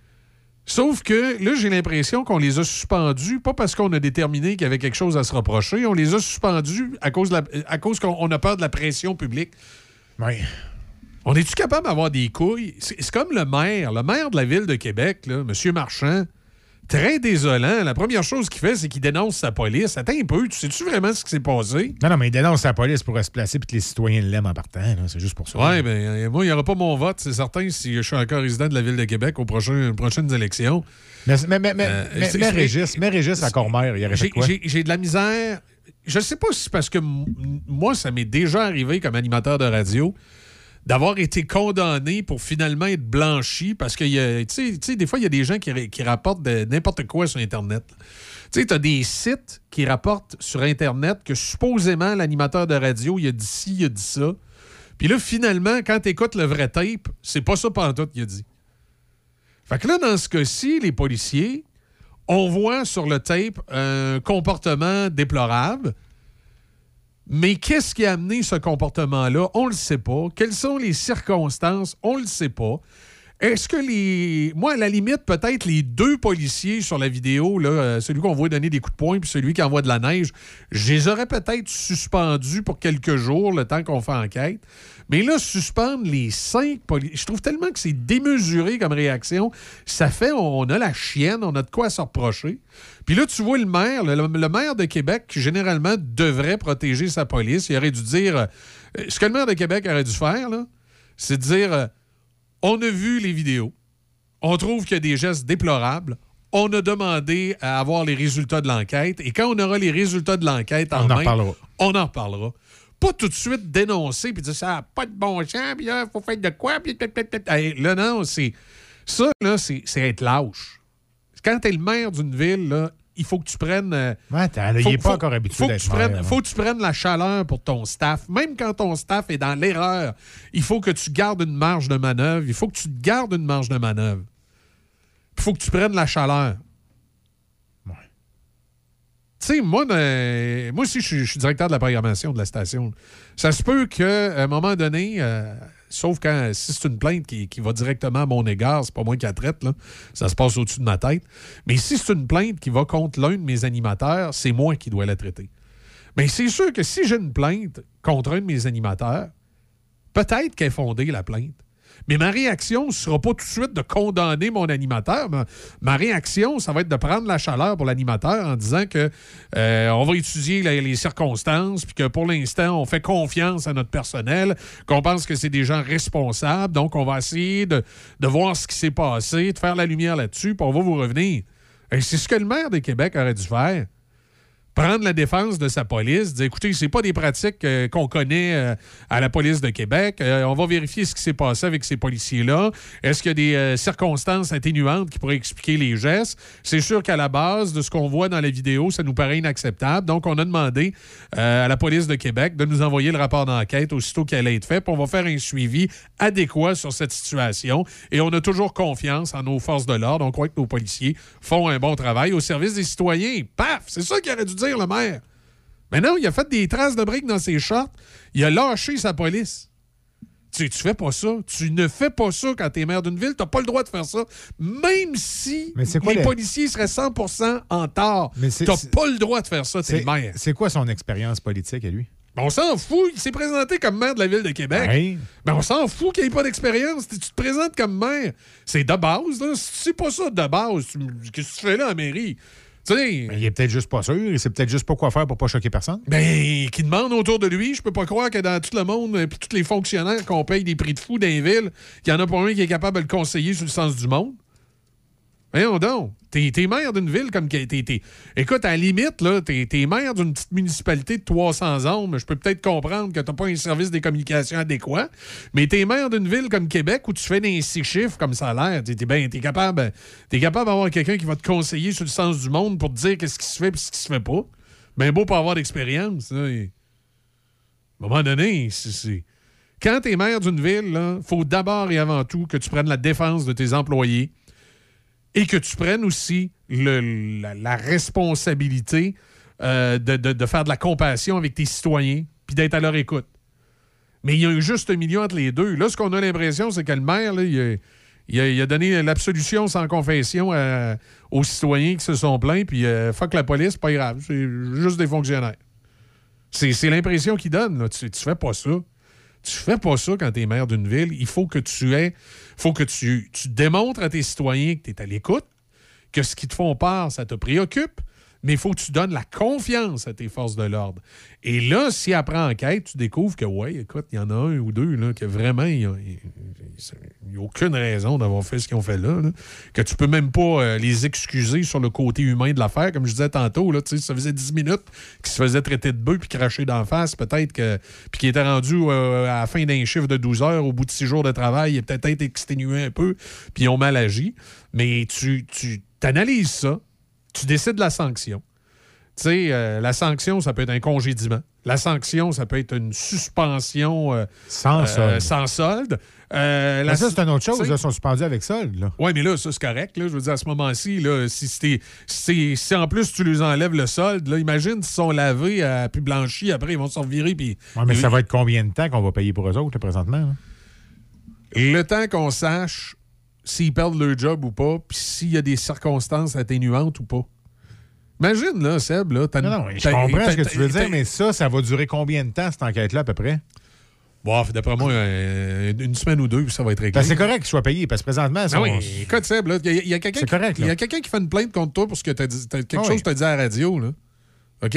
Sauf que là, j'ai l'impression qu'on les a suspendus, pas parce qu'on a déterminé qu'il y avait quelque chose à se reprocher, on les a suspendus à cause, de la, à cause qu'on a peur de la pression publique. Oui. On est-tu capable d'avoir des couilles? C'est, c'est comme le maire, le maire de la ville de Québec, là, M. Marchand, très désolant. La première chose qu'il fait, c'est qu'il dénonce sa police. Attends un peu, tu sais-tu vraiment ce qui s'est passé? Non, non, mais il dénonce sa police pour se placer puis que les citoyens l'aiment en partant. Là. C'est juste pour ça. Oui, bien, moi, il n'y aura pas mon vote, c'est certain, si je suis encore résident de la ville de Québec aux, prochains, aux prochaines élections. Mais, mais, mais, mais, euh, mais, mais Régis, mais Régis encore maire, il aurait fait quoi? J'ai, j'ai de la misère. Je sais pas si c'est parce que m- moi, ça m'est déjà arrivé comme animateur de radio d'avoir été condamné pour finalement être blanchi parce que, tu sais, des fois, il y a des gens qui, qui rapportent de, n'importe quoi sur Internet. Tu sais, tu as des sites qui rapportent sur Internet que supposément l'animateur de radio, il a dit ci, il a dit ça. Puis là, finalement, quand tu écoutes le vrai tape, c'est pas ça pantoute qu'il a dit. Fait que là, dans ce cas-ci, les policiers, on voit sur le tape un comportement déplorable. Mais qu'est-ce qui a amené ce comportement-là? On le sait pas. Quelles sont les circonstances? On le sait pas. Est-ce que les... Moi, à la limite, peut-être les deux policiers sur la vidéo, là, celui qu'on voit donner des coups de poing puis celui qui envoie de la neige, je les aurais peut-être suspendus pour quelques jours, le temps qu'on fait enquête. Mais là, suspendre les cinq policiers, je trouve tellement que c'est démesuré comme réaction. Ça fait, on a la chienne, on a de quoi se reprocher. Puis là, tu vois le maire, le, le maire de Québec, qui généralement devrait protéger sa police, il aurait dû dire... Euh, ce que le maire de Québec aurait dû faire, là, c'est de dire... Euh, on a vu les vidéos. On trouve qu'il y a des gestes déplorables. On a demandé à avoir les résultats de l'enquête. Et quand on aura les résultats de l'enquête en on main, en reparlera. on en reparlera. Pas tout de suite dénoncer puis dire ça n'a pas de bon sens, puis là, il faut faire de quoi, puis hey, là, non, c'est... Ça, là, c'est, c'est être lâche. Quand t'es le maire d'une ville, là, il faut que tu prennes... Euh, ouais, là, il n'est pas encore habitué faut d'être que tu maire. prennes, faut que tu prennes la chaleur pour ton staff. Même quand ton staff est dans l'erreur, il faut que tu gardes une marge de manœuvre. Il faut que tu gardes une marge de manœuvre. Il faut que tu prennes la chaleur. Ouais. Tu sais, moi, euh, moi aussi, je suis, je suis directeur de la programmation de la station. Ça se peut qu'à un moment donné... Euh, sauf quand si c'est une plainte qui, qui va directement à mon égard, c'est pas moi qui la traite, là. Ça se passe au-dessus de ma tête. Mais si c'est une plainte qui va contre l'un de mes animateurs, c'est moi qui dois la traiter. Mais c'est sûr que si j'ai une plainte contre un de mes animateurs, peut-être qu'elle est fondée, la plainte. Mais ma réaction ne sera pas tout de suite de condamner mon animateur. Ma, ma réaction, ça va être de prendre la chaleur pour l'animateur en disant que euh, on va étudier la, les circonstances, puis que pour l'instant, on fait confiance à notre personnel, qu'on pense que c'est des gens responsables, donc on va essayer de, de voir ce qui s'est passé, de faire la lumière là-dessus, puis on va vous revenir. Et c'est ce que le maire de Québec aurait dû faire. prendre la défense de sa police, dire, écoutez, c'est pas des pratiques euh, qu'on connaît euh, à la police de Québec. Euh, on va vérifier ce qui s'est passé avec ces policiers-là. Est-ce qu'il y a des euh, circonstances atténuantes qui pourraient expliquer les gestes? C'est sûr qu'à la base de ce qu'on voit dans la vidéo, ça nous paraît inacceptable. Donc, on a demandé euh, à la police de Québec de nous envoyer le rapport d'enquête aussitôt qu'elle allait être faite. Puis on va faire un suivi adéquat sur cette situation. Et on a toujours confiance en nos forces de l'ordre. On croit que nos policiers font un bon travail au service des citoyens. Paf! C'est ça qu'il aurait dû dire le maire. Mais non, il a fait des traces de briques dans ses shorts. Il a lâché sa police. Tu, tu fais pas ça. Tu ne fais pas ça quand t'es maire d'une ville. T'as pas le droit de faire ça. Même si les le... policiers seraient cent pour cent en tort. T'as pas le droit de faire ça, t'es maire. C'est quoi son expérience politique à lui? Ben on s'en fout. Il s'est présenté comme maire de la ville de Québec. Oui. Ben on s'en fout qu'il n'y ait pas d'expérience. Tu te présentes comme maire. C'est de base. Là. Si c'est pas ça de base, tu... qu'est-ce que tu fais là en mairie? Ben, il est peut-être juste pas sûr. Il sait peut-être juste pas quoi faire pour pas choquer personne. Ben, qui demande autour de lui. Je peux pas croire que dans tout le monde, et tous les fonctionnaires qu'on paye des prix de fou dans les villes, qu'il y en a pas un qui est capable de le conseiller sur le sens du monde. Voyons donc. T'es, t'es maire d'une ville comme... T'es, t'es, écoute, à la limite, là, t'es, t'es maire d'une petite municipalité de trois cents hommes. Je peux peut-être comprendre que t'as pas un service des communications adéquat, mais t'es maire d'une ville comme Québec où tu fais des six chiffres comme ça a l'air. T'es, t'es, ben, t'es capable t'es capable d'avoir quelqu'un qui va te conseiller sur le sens du monde pour te dire qu'est-ce qui se fait et ce qui se fait pas. Ben beau pour avoir d'expérience. Là, et... À un moment donné, c'est... c'est... quand t'es maire d'une ville, il faut d'abord et avant tout que tu prennes la défense de tes employés et que tu prennes aussi le, la, la responsabilité euh, de, de, de faire de la compassion avec tes citoyens puis d'être à leur écoute. Mais il y a un juste milieu entre les deux. Là, ce qu'on a l'impression, c'est que le maire, là, il, a, il, a, il a donné l'absolution sans confession à, aux citoyens qui se sont plaints, puis euh, fuck la police, pas grave, c'est juste des fonctionnaires. C'est, c'est l'impression qu'il donne. Là. Tu, tu fais pas ça. Tu fais pas ça quand tu es maire d'une ville. Il faut que tu aies, faut que tu, tu démontres à tes citoyens que tu es à l'écoute, que ce qu'ils te font part, ça te préoccupe, mais il faut que tu donnes la confiance à tes forces de l'ordre. Et là, si après enquête, tu découvres que, ouais, écoute, il y en a un ou deux là, que vraiment, il n'y a, a aucune raison d'avoir fait ce qu'ils ont fait là, là, que tu peux même pas euh, les excuser sur le côté humain de l'affaire. Comme je disais tantôt, là, ça faisait dix minutes qu'ils se faisaient traiter de bœuf puis cracher d'en face, peut-être que. Puis qu'ils étaient rendus euh, à la fin d'un chiffre de douze heures, au bout de six jours de travail, ils étaient peut-être exténués un peu, puis ils ont mal agi. Mais tu, tu analyses ça. Tu décides de la sanction. Tu sais, euh, la sanction, ça peut être un congédiement. La sanction, ça peut être une suspension euh, sans euh, solde. Sans solde. Euh, la... Ça, c'est une autre chose. Ils sont suspendus avec solde. Oui, mais là, ça, c'est correct. Là. Je veux dire, à ce moment-ci, là, si, si, si, si en plus tu lui enlèves le solde, là, imagine s'ils sont lavés euh, puis blanchis, après, ils vont se revirer. Puis, ouais, mais et, ça va être combien de temps qu'on va payer pour eux autres, là, présentement? Là? Le temps qu'on sache s'ils perdent leur job ou pas, puis s'il y a des circonstances atténuantes ou pas. Imagine, là, Seb, là... Non, non, je comprends ce que tu veux dire, mais ça, ça va durer combien de temps, cette enquête-là, à peu près? Bon, d'après moi, euh, une semaine ou deux, puis ça va être réglé. Ben, c'est correct qu'il soit payé, parce que présentement... Ah oui, écoute, Seb, il y a, y a quelqu'un c'est qui, correct, là. Y a quelqu'un qui fait une plainte contre toi pour ce que tu as dit, t'as, quelque ah chose oui. que tu as dit à la radio, là. OK?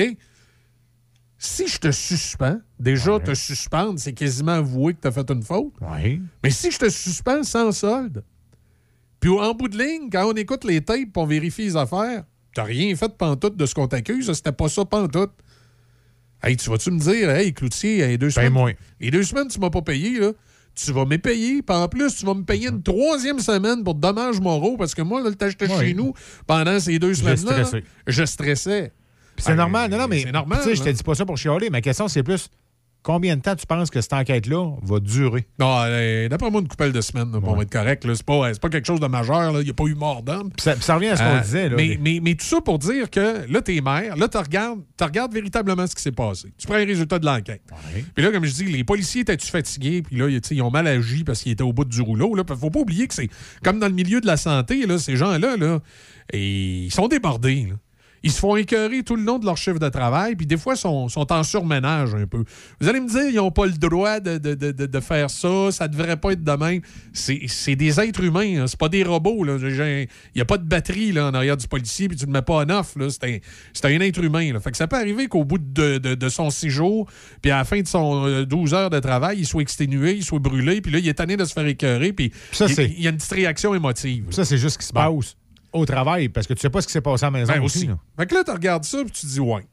Si je te suspends, déjà, ouais. te suspendre, c'est quasiment avouer que tu as fait une faute. Oui. Mais si je te suspends sans solde, puis en bout de ligne, quand on écoute les tapes pour vérifier les affaires, t'as rien fait pantoute de ce qu'on t'accuse, c'était pas ça pantoute. Hey, tu vas-tu me dire, hey, Cloutier, les deux semaines, ben les deux semaines, tu m'as pas payé, là. Tu vas me payer, puis en plus, tu vas me payer une troisième semaine pour dommages moraux, parce que moi, là, t'as acheté oui. chez nous pendant ces deux semaines-là. Là, je stressais. Puis c'est ben, normal, non, non, mais c'est normal. Tu sais, je te dis pas ça pour chialer. Ma question, c'est plus combien de temps tu penses que cette enquête-là va durer? Non, euh, d'après moi, une couple de semaines, là, ouais. on va être correct. Là. C'est, pas, c'est pas quelque chose de majeur. Il n'y a pas eu mort d'homme. Ça, ça revient à ce qu'on euh, disait. Là, mais, mais... Mais, mais tout ça pour dire que là, t'es maire, là, tu regardes, regardes véritablement ce qui s'est passé. Tu prends les résultats de l'enquête. Ouais. Puis là, comme je dis, les policiers étaient-tu fatigués? Puis là, ils ont mal agi parce qu'ils étaient au bout du rouleau. Il ne faut pas oublier que c'est comme dans le milieu de la santé, là, ces gens-là, là, et ils sont débordés. Là. Ils se font écœurer tout le long de leur chiffre de travail, puis des fois, ils sont, sont en surménage un peu. Vous allez me dire, ils n'ont pas le droit de, de, de, de faire ça, ça ne devrait pas être de même. C'est, c'est des êtres humains, hein, c'est pas des robots. Il n'y a pas de batterie là, en arrière du policier, puis tu ne le mets pas en off. Là. C'est, un, c'est un être humain. Là. Fait que ça peut arriver qu'au bout de, de, de son six jours, puis à la fin de son douze heures de travail, il soit exténué, il soit brûlé, puis là, il est tanné de se faire écœurer, puis il y a une petite réaction émotive. Ça, c'est juste ce qui se passe. Au travail, parce que tu sais pas ce qui s'est passé à la maison ben aussi. aussi. Là. Fait que là, tu regardes ça, puis tu dis, ouais.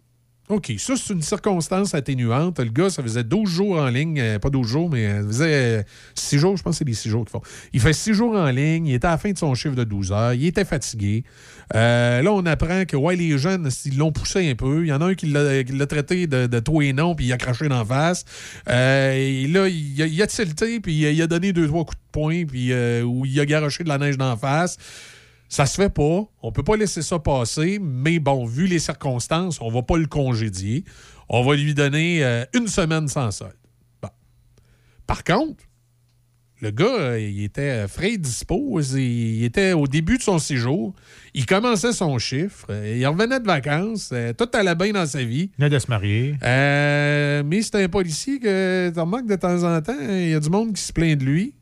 OK, ça, c'est une circonstance atténuante. Le gars, ça faisait douze jours en ligne. Euh, pas douze jours, mais ça faisait euh, six jours. Je pense que c'est les six jours qu'ils font. Il fait six jours en ligne. Il était à la fin de son chiffre de douze heures. Il était fatigué. Euh, là, on apprend que ouais, les jeunes, ils l'ont poussé un peu. Il y en a un qui l'a, qui l'a traité de, de tout et non, puis il a craché d'en face. Euh, et là, il a, il a tilté, puis il a donné deux, trois coups de poing, puis euh, où il a garoché de la neige d'en face. Ça se fait pas. On peut pas laisser ça passer. Mais bon, vu les circonstances, on va pas le congédier. On va lui donner euh, une semaine sans solde. Bon. Par contre, le gars, euh, il était frais et dispo. Il était au début de son séjour. Il commençait son chiffre. Euh, il revenait de vacances. Euh, tout allait bien dans sa vie. Il venait de se marier. Euh, mais c'est un policier que tu remarques de temps en temps. Il y a du monde qui se plaint de lui.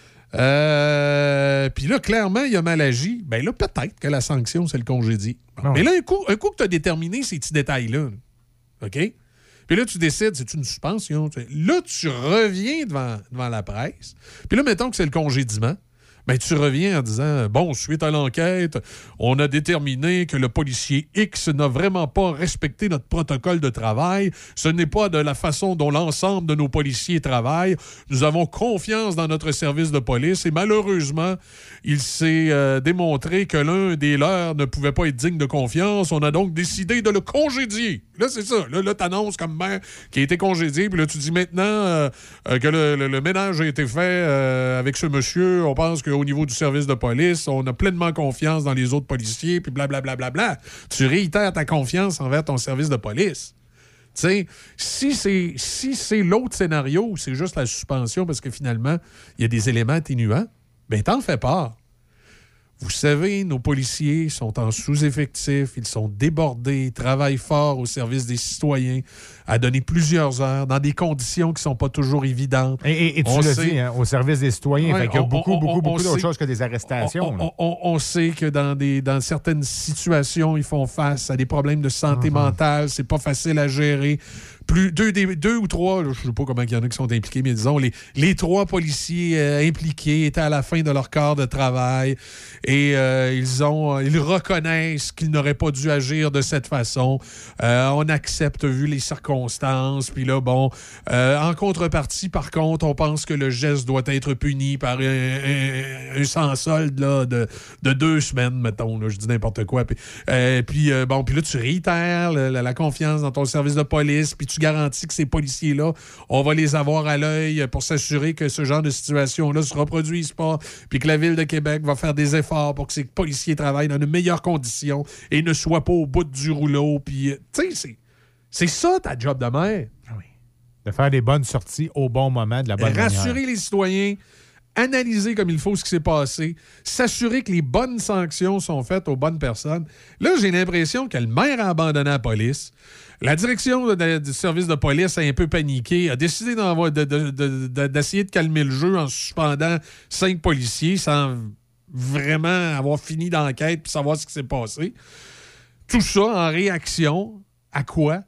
Euh, Puis là, clairement, il a mal agi. Ben là, peut-être que la sanction, c'est le congédié. Bon. Mais là, un coup, un coup que tu as déterminé ces petits détails-là, OK? Puis là, tu décides, c'est une suspension. Là, tu reviens devant, devant la presse. Puis là, mettons que c'est le congédiement. Ben, tu reviens en disant, bon, suite à l'enquête, on a déterminé que le policier X n'a vraiment pas respecté notre protocole de travail. Ce n'est pas de la façon dont l'ensemble de nos policiers travaillent. Nous avons confiance dans notre service de police et malheureusement, il s'est euh, démontré que l'un des leurs ne pouvait pas être digne de confiance. On a donc décidé de le congédier. Là, c'est ça. Là, là tu annonces comme maire qu'il a été congédié. Puis là, tu dis maintenant euh, euh, que le, le, le ménage a été fait euh, avec ce monsieur. On pense qu'au niveau du service de police, on a pleinement confiance dans les autres policiers, puis blablabla. Bla, bla, bla. Tu réitères ta confiance envers ton service de police. Tu sais, si c'est, si c'est l'autre scénario où c'est juste la suspension parce que finalement, il y a des éléments atténuants, bien, t'en fais part. Vous savez, nos policiers sont en sous-effectif, ils sont débordés, ils travaillent fort au service des citoyens, à donner plusieurs heures, dans des conditions qui ne sont pas toujours évidentes. Et, et, et tu on le sait, dis, hein, au service des citoyens, ouais, fait qu'il y a on, beaucoup, on, beaucoup, on, beaucoup on d'autres sait, choses que des arrestations. On, on, on sait que dans, des, dans certaines situations, ils font face à des problèmes de santé mm-hmm. mentale, c'est pas facile à gérer. Plus, deux, des, deux ou trois, je ne sais pas comment il y en a qui sont impliqués, mais disons, les, les trois policiers euh, impliqués étaient à la fin de leur quart de travail et euh, ils, ont, ils reconnaissent qu'ils n'auraient pas dû agir de cette façon. Euh, on accepte vu les circonstances. Puis là, bon, euh, en contrepartie, par contre, on pense que le geste doit être puni par un, un, un sans-solde là, de, de deux semaines, mettons. Là, je dis n'importe quoi. Puis, euh, puis euh, bon, puis là, tu réitères la, la confiance dans ton service de police, puis tu garantis que ces policiers-là, on va les avoir à l'œil pour s'assurer que ce genre de situation-là ne se reproduise pas, puis que la Ville de Québec va faire des efforts pour que ces policiers travaillent dans de meilleures conditions et ne soient pas au bout du rouleau. Puis, tu sais, c'est, c'est ça ta job de maire. Oui. De faire des bonnes sorties au bon moment, de la bonne manière. Rassurer les citoyens, analyser comme il faut ce qui s'est passé, s'assurer que les bonnes sanctions sont faites aux bonnes personnes. Là, j'ai l'impression que le maire a abandonné la police. La direction de, de, du service de police a un peu paniqué, a décidé de, de, de, de, d'essayer de calmer le jeu en suspendant cinq policiers sans vraiment avoir fini l'enquête puis savoir ce qui s'est passé. Tout ça en réaction à quoi?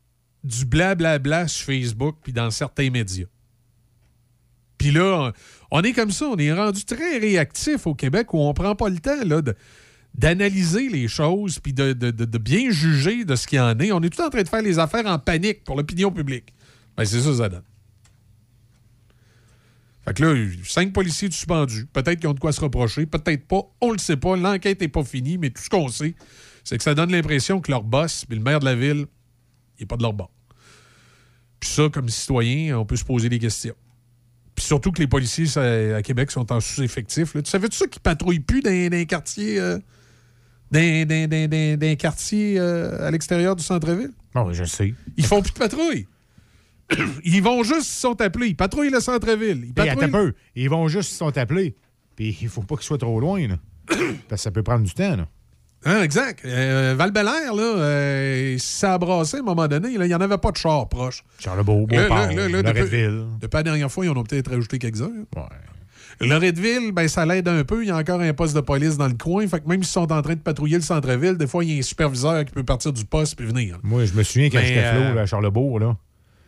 Du blablabla sur Facebook puis dans certains médias. Puis là, on est comme ça, on est rendu très réactif au Québec où on prend pas le temps là, de, d'analyser les choses puis de, de, de, de bien juger de ce qu'il y en est. On est tout en train de faire les affaires en panique pour l'opinion publique. Ben, c'est ça, ça donne. Fait que là, cinq policiers suspendus. Peut-être qu'ils ont de quoi se reprocher, peut-être pas. On le sait pas. L'enquête n'est pas finie, mais tout ce qu'on sait, c'est que ça donne l'impression que leur boss, puis le maire de la ville, il n'est pas de leur bord. Puis ça, comme citoyen, on peut se poser des questions. Puis surtout que les policiers ça, à Québec sont en sous-effectif. Là. Tu savais-tu ça qu'ils patrouillent plus dans, dans les quartiers, euh, dans, dans, dans, dans, dans les quartiers euh, à l'extérieur du centre-ville? Oh, oui, je sais. Ils font plus de patrouille. Ils vont juste s'ils sont appelés. Ils patrouillent le centre-ville. Ils patrouillent... Hey, attends un peu. Ils vont juste s'ils sont appelés. Puis il faut pas qu'ils soient trop loin, là. Parce que ça peut prendre du temps, là. Hein, exact. Euh, Val-Bélair, là, euh, ça a brassé à un moment donné. Il n'y en avait pas de char proche. Charlebourg, Beauport, Loretteville. Depuis la dernière fois, ils en ont peut-être rajouté quelques-uns. Ouais. Loretteville, ben, ça l'aide un peu. Il y a encore un poste de police dans le coin. Fait que même s'ils sont en train de patrouiller le centre-ville, des fois, il y a un superviseur qui peut partir du poste et venir. Moi, je me souviens quand j'étais flot à Charlebourg, là.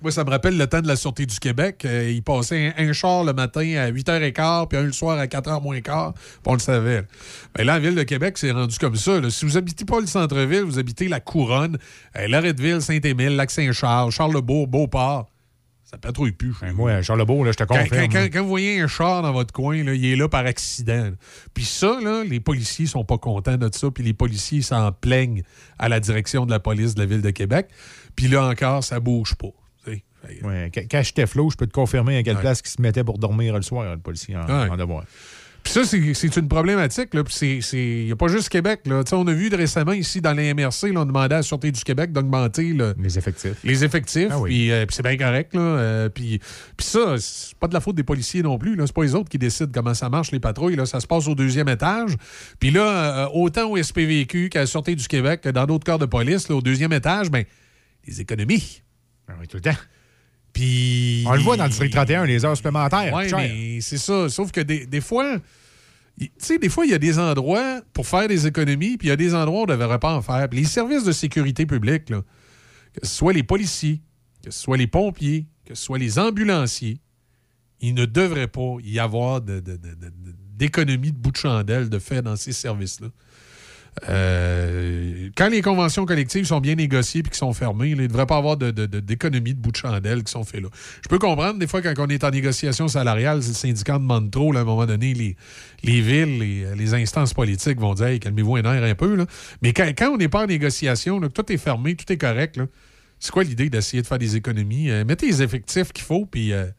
Moi, ça me rappelle le temps de la Sûreté du Québec. Euh, il passait un, un char le matin à huit heures quinze, puis un le soir à quatre heures moins quart, puis on le savait. Mais là, en Ville de Québec, c'est rendu comme ça. Là. Si vous habitez pas le centre-ville, vous habitez la Couronne, euh, Loretteville, Saint-Émile, Lac-Saint-Charles, Charlebourg, Beauport. Ça patrouille plus. Ben moi, à Charlebourg, là, je te confirme. Quand, quand, quand vous voyez un char dans votre coin, là, il est là par accident. Là. Puis ça, là, les policiers sont pas contents de ça, puis les policiers s'en plaignent à la direction de la police de la Ville de Québec. Puis là encore, ça bouge pas. Ouais, quand j'étais flot, je peux te confirmer à quelle ouais. place il se mettait pour dormir le soir, le policier, en, ouais. en devoir. Puis ça, c'est, c'est une problématique. Il n'y a pas juste Québec. Là. On a vu récemment ici dans les M R C, là, on demandait à la Sûreté du Québec d'augmenter là, les effectifs. Les effectifs. Ah oui. Puis euh, c'est bien correct. Là. Euh, puis ça, c'est pas de la faute des policiers non plus. Là. C'est pas les autres qui décident comment ça marche, les patrouilles. Là. Ça se passe au deuxième étage. Puis là, euh, autant au S P V Q qu'à la Sûreté du Québec que dans d'autres corps de police, là, au deuxième étage, ben, les économies. Ah oui, tout le temps. Puis... On le voit dans le district trente et un, les heures supplémentaires. Oui, mais c'est ça. Sauf que des, des fois... Tu sais, des fois, il y a des endroits pour faire des économies, puis il y a des endroits où on ne devrait pas en faire. Puis les services de sécurité publique, là, que ce soit les policiers, que ce soit les pompiers, que ce soit les ambulanciers, il ne devrait pas y avoir de, de, de, de, d'économie de bout de chandelle de fait dans ces services-là. Euh, quand les conventions collectives sont bien négociées et qui sont fermées, là, il ne devrait pas avoir de, de, de, d'économie de bout de chandelle qui sont faites là. Je peux comprendre, des fois, quand on est en négociation salariale, si le syndicat demande trop, là, à un moment donné, les, les villes, les, les instances politiques vont dire hey, calmez-vous un air un peu. Là. Mais quand, quand on n'est pas en négociation, là, que tout est fermé, tout est correct, là, c'est quoi l'idée d'essayer de faire des économies? Euh, mettez les effectifs qu'il faut, puis euh,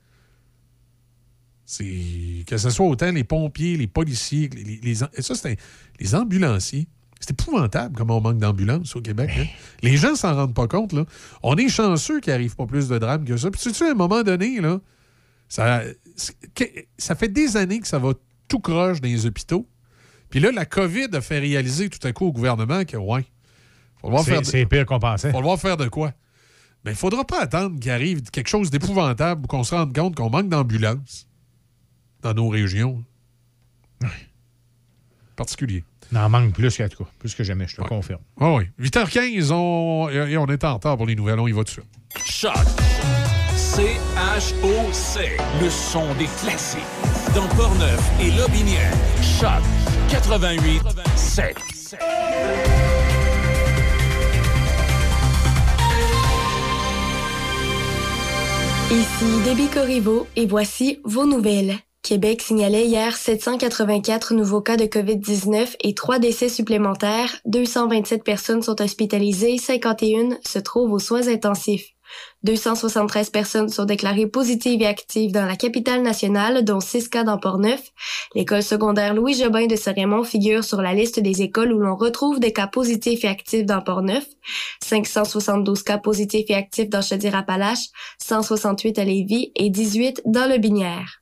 c'est que ce soit autant les pompiers, les policiers, les, les, les, ça, c'est un, les ambulanciers. C'est épouvantable comment on manque d'ambulances au Québec. Hein? Les gens s'en rendent pas compte. Là. On est chanceux qu'il n'arrive pas plus de drames que ça. Puis tu sais, à un moment donné, là, ça, ça fait des années que ça va tout croche dans les hôpitaux. Puis là, la COVID a fait réaliser tout à coup au gouvernement que, ouais, faut le voir c'est, faire de, c'est pire qu'on pensait. Faut le voir faire de quoi? Mais il ne faudra pas attendre qu'il arrive quelque chose d'épouvantable ou qu'on se rende compte qu'on manque d'ambulances dans nos régions. Ouais. Particulier. Il en manque plus qu'à tout cas, plus que jamais, je te ouais. le confirme. Oh oui. huit heures quinze, on... et on est en retard pour les nouvelles. On y va tout de suite. Choc. C H O C. Le son des classiques. Dans Portneuf et Lotbinière. Choc. quatre-vingt-huit sept. Ici Déby Corriveau et voici vos nouvelles. Québec signalait hier sept cent quatre-vingt-quatre nouveaux cas de covid dix-neuf et trois décès supplémentaires. deux cent vingt-sept personnes sont hospitalisées, cinquante et un se trouvent aux soins intensifs. deux cent soixante-treize personnes sont déclarées positives et actives dans la capitale nationale, dont six cas dans Portneuf. L'école secondaire Louis-Jobin de Saint-Raymond figure sur la liste des écoles où l'on retrouve des cas positifs et actifs dans Portneuf. cinq cent soixante-douze cas positifs et actifs dans Chaudière-Appalaches, cent soixante-huit à Lévis et dix-huit dans Lotbinière.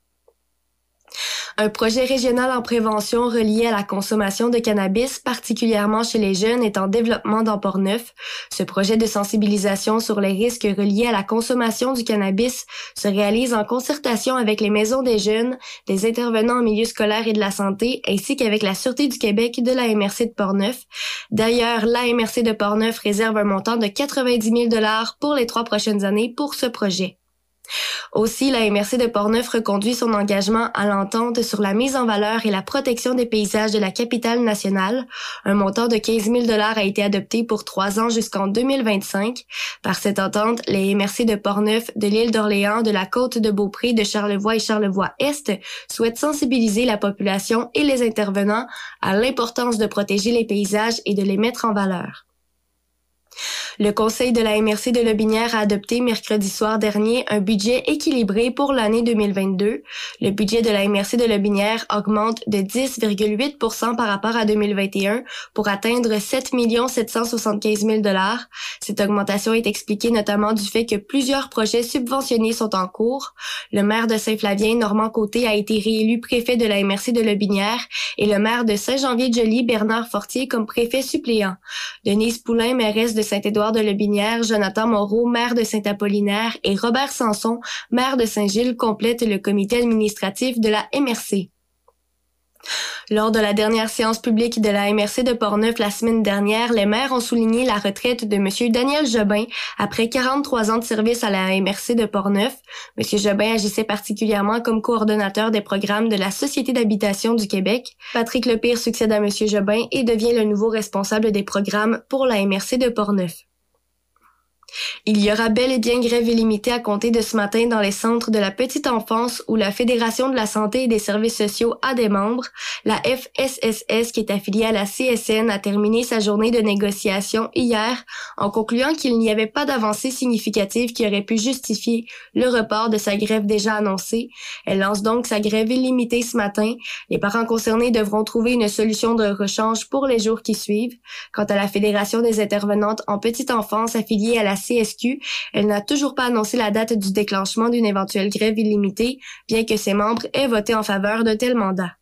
Un projet régional en prévention relié à la consommation de cannabis, particulièrement chez les jeunes, est en développement dans Portneuf. Ce projet de sensibilisation sur les risques reliés à la consommation du cannabis se réalise en concertation avec les maisons des jeunes, des intervenants en milieu scolaire et de la santé, ainsi qu'avec la Sûreté du Québec de l'A M R C de Portneuf. D'ailleurs, l'A M R C de Portneuf réserve un montant de quatre-vingt-dix mille dollars pour les trois prochaines années pour ce projet. Aussi, la M R C de Portneuf reconduit son engagement à l'entente sur la mise en valeur et la protection des paysages de la capitale nationale. Un montant de quinze mille dollars a été adopté pour trois ans jusqu'en deux mille vingt-cinq. Par cette entente, les M R C de Portneuf, de l'île d'Orléans, de la côte de Beaupré, de Charlevoix et Charlevoix-Est souhaitent sensibiliser la population et les intervenants à l'importance de protéger les paysages et de les mettre en valeur. Le conseil de la M R C de Lotbinière a adopté mercredi soir dernier un budget équilibré pour l'année deux mille vingt-deux. Le budget de la M R C de Lotbinière augmente de dix virgule huit pour cent par rapport à deux mille vingt et un pour atteindre sept millions sept cent soixante-quinze mille dollars. Cette augmentation est expliquée notamment du fait que plusieurs projets subventionnés sont en cours. Le maire de Saint-Flavien, Normand Côté, a été réélu préfet de la M R C de Lotbinière et le maire de Saint-Jean-Vie-de-Joly, Bernard Fortier, comme préfet suppléant. Denise Poulain, mairesse de Saint-Édouard de Lotbinière, Jonathan Moreau, maire de Saint-Apollinaire et Robert Sanson, maire de Saint-Gilles, complètent le comité administratif de la M R C. Lors de la dernière séance publique de la M R C de Portneuf la semaine dernière, les maires ont souligné la retraite de M. Daniel Jobin après quarante-trois ans de service à la M R C de Portneuf. M. Jobin agissait particulièrement comme coordonnateur des programmes de la Société d'habitation du Québec. Patrick Lepire succède à M. Jobin et devient le nouveau responsable des programmes pour la M R C de Portneuf. Il y aura bel et bien grève illimitée à compter de ce matin dans les centres de la petite enfance où la Fédération de la santé et des services sociaux a des membres. La F S S S, qui est affiliée à la C S N, a terminé sa journée de négociation hier en concluant qu'il n'y avait pas d'avancée significative qui aurait pu justifier le report de sa grève déjà annoncée. Elle lance donc sa grève illimitée ce matin. Les parents concernés devront trouver une solution de rechange pour les jours qui suivent. Quant à la Fédération des intervenantes en petite enfance affiliée à la C S Q, elle n'a toujours pas annoncé la date du déclenchement d'une éventuelle grève illimitée, bien que ses membres aient voté en faveur d'un tel mandat.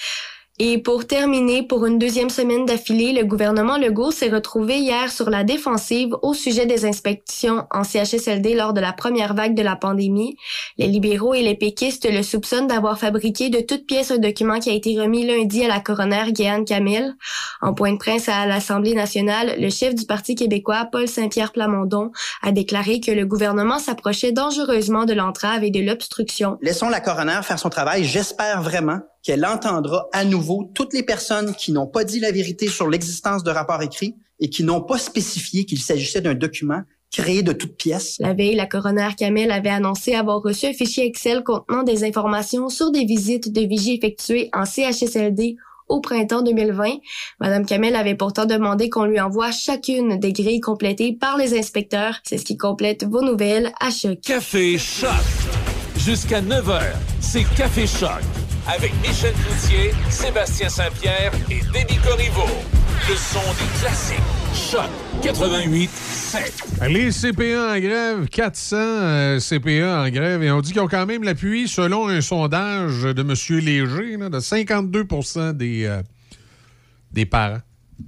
Et pour terminer, pour une deuxième semaine d'affilée, le gouvernement Legault s'est retrouvé hier sur la défensive au sujet des inspections en C H S L D lors de la première vague de la pandémie. Les libéraux et les péquistes le soupçonnent d'avoir fabriqué de toutes pièces un document qui a été remis lundi à la coroner Guéanne Camille. En point de presse à l'Assemblée nationale, le chef du Parti québécois, Paul Saint-Pierre Plamondon, a déclaré que le gouvernement s'approchait dangereusement de l'entrave et de l'obstruction. Laissons la coroner faire son travail. J'espère vraiment qu'elle entendra à nouveau toutes les personnes qui n'ont pas dit la vérité sur l'existence de rapports écrits et qui n'ont pas spécifié qu'il s'agissait d'un document créé de toutes pièces. La veille, la coroner Camille avait annoncé avoir reçu un fichier Excel contenant des informations sur des visites de vigie effectuées en C H S L D au printemps deux mille vingt. Madame Camille avait pourtant demandé qu'on lui envoie chacune des grilles complétées par les inspecteurs. C'est ce qui complète vos nouvelles à Choc. Café Choc. Jusqu'à neuf heures, c'est Café Choc. Avec Michel Cloutier, Sébastien Saint-Pierre et Déby Corriveau. Le son des classiques. Choc quatre-vingt-huit sept. Les C P A en grève, quatre cents euh, C P A en grève. Et on dit qu'ils ont quand même l'appui, selon un sondage de M. Léger, là, de cinquante-deux pour cent des, euh, des parents.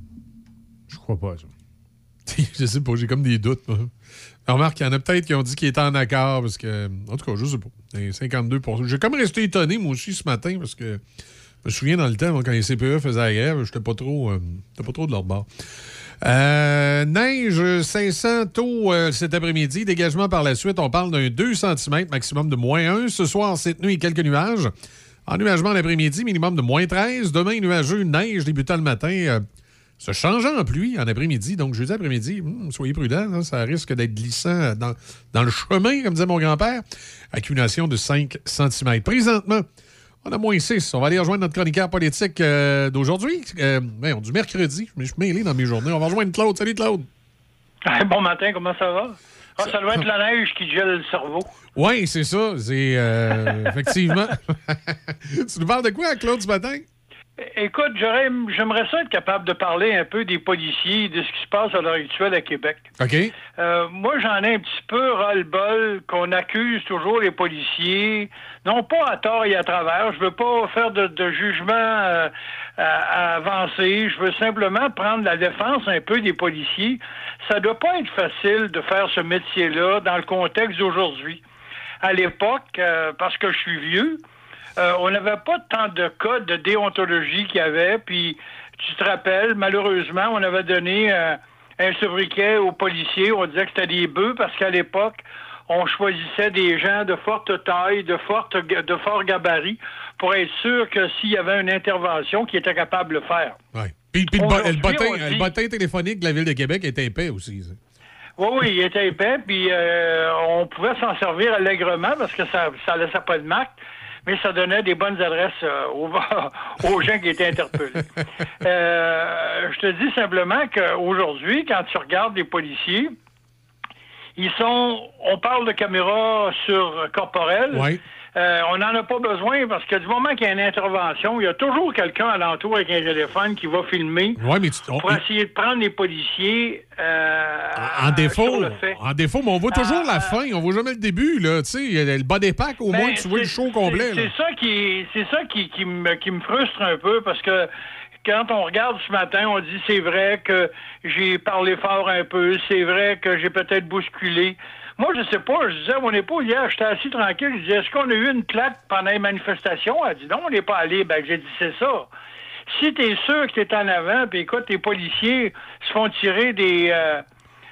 Je crois pas, ça. Je sais pas, j'ai comme des doutes. Moi. Remarque, il y en a peut-être qui ont dit qu'ils étaient en accord, parce que... En tout cas, je sais pas. cinquante-deux pour cent. J'ai comme resté étonné, moi aussi, ce matin, parce que je me souviens dans le temps, moi, quand les C P E faisaient la grève, j'étais pas trop, euh, j'étais pas trop de leur bord. Euh, neige cinq cents tôt euh, cet après-midi. Dégagement par la suite, on parle d'un deux centimètres, maximum de moins un. Ce soir, cette nuit, quelques nuages. Ennuagement l'après-midi, minimum de moins treize. Demain, nuageux, neige débutant le matin... Euh, se changeant en pluie en après-midi. Donc, jeudi après-midi, hmm, soyez prudents, hein, ça risque d'être glissant dans, dans le chemin, comme disait mon grand-père. Accumulation de cinq centimètres. Présentement, on a moins six. On va aller rejoindre notre chroniqueur politique euh, d'aujourd'hui. Euh, ben, du mercredi. Je suis mêlé dans mes journées. On va rejoindre Claude. Salut, Claude. Bon matin, comment ça va? Ah, ça doit être la neige qui gèle le cerveau. Oui, c'est ça. C'est euh, effectivement. Tu nous parles de quoi, Claude, ce matin? Écoute, j'aurais, j'aimerais ça être capable de parler un peu des policiers, de ce qui se passe à l'heure actuelle à Québec. OK. Euh, moi, j'en ai un petit peu ras-le-bol qu'on accuse toujours les policiers, non pas à tort et à travers. Je veux pas faire de, de jugement euh, à, à avancer. Je veux simplement prendre la défense un peu des policiers. Ça doit pas être facile de faire ce métier-là dans le contexte d'aujourd'hui. À l'époque, euh, parce que je suis vieux, Euh, on n'avait pas tant de cas de déontologie qu'il y avait, puis tu te rappelles, malheureusement, on avait donné euh, un sobriquet aux policiers, on disait que c'était des bœufs, parce qu'à l'époque, on choisissait des gens de forte taille, de, forte, de fort gabarit, pour être sûr que s'il y avait une intervention, qu'ils étaient capables de le faire. Oui. Puis, puis le, le, bottin, dit... le bottin téléphonique de la Ville de Québec était épais aussi, ça. Oui, oui, il était épais, puis euh, on pouvait s'en servir allègrement, parce que ça ne laissait pas de marque. Mais ça donnait des bonnes adresses euh, aux, aux gens qui étaient interpellés. Euh, je te dis simplement qu'aujourd'hui, quand tu regardes les policiers, ils sont... On parle de caméras sur corporelles. Oui. Euh, on n'en a pas besoin parce que du moment qu'il y a une intervention, il y a toujours quelqu'un alentour avec un téléphone qui va filmer ouais, mais tu, on, pour essayer de prendre les policiers euh, en défaut. Sur le fait. En défaut, mais on voit toujours euh, la fin, on voit jamais le début. Là, tu sais, le bas des packs, au moins, tu vois le show complet. C'est, c'est ça, qui, c'est ça qui, qui, me, qui me frustre un peu parce que quand on regarde ce matin, on dit c'est vrai que j'ai parlé fort un peu, c'est vrai que j'ai peut-être bousculé. Moi, je sais pas. Je disais à mon épouse hier, j'étais assis tranquille. Je disais, est-ce qu'on a eu une plaque pendant les manifestations? Elle dit, non, on n'est pas allé. Ben, j'ai dit, c'est ça. Si t'es sûr que t'es en avant, puis écoute, les policiers se font tirer des... Euh,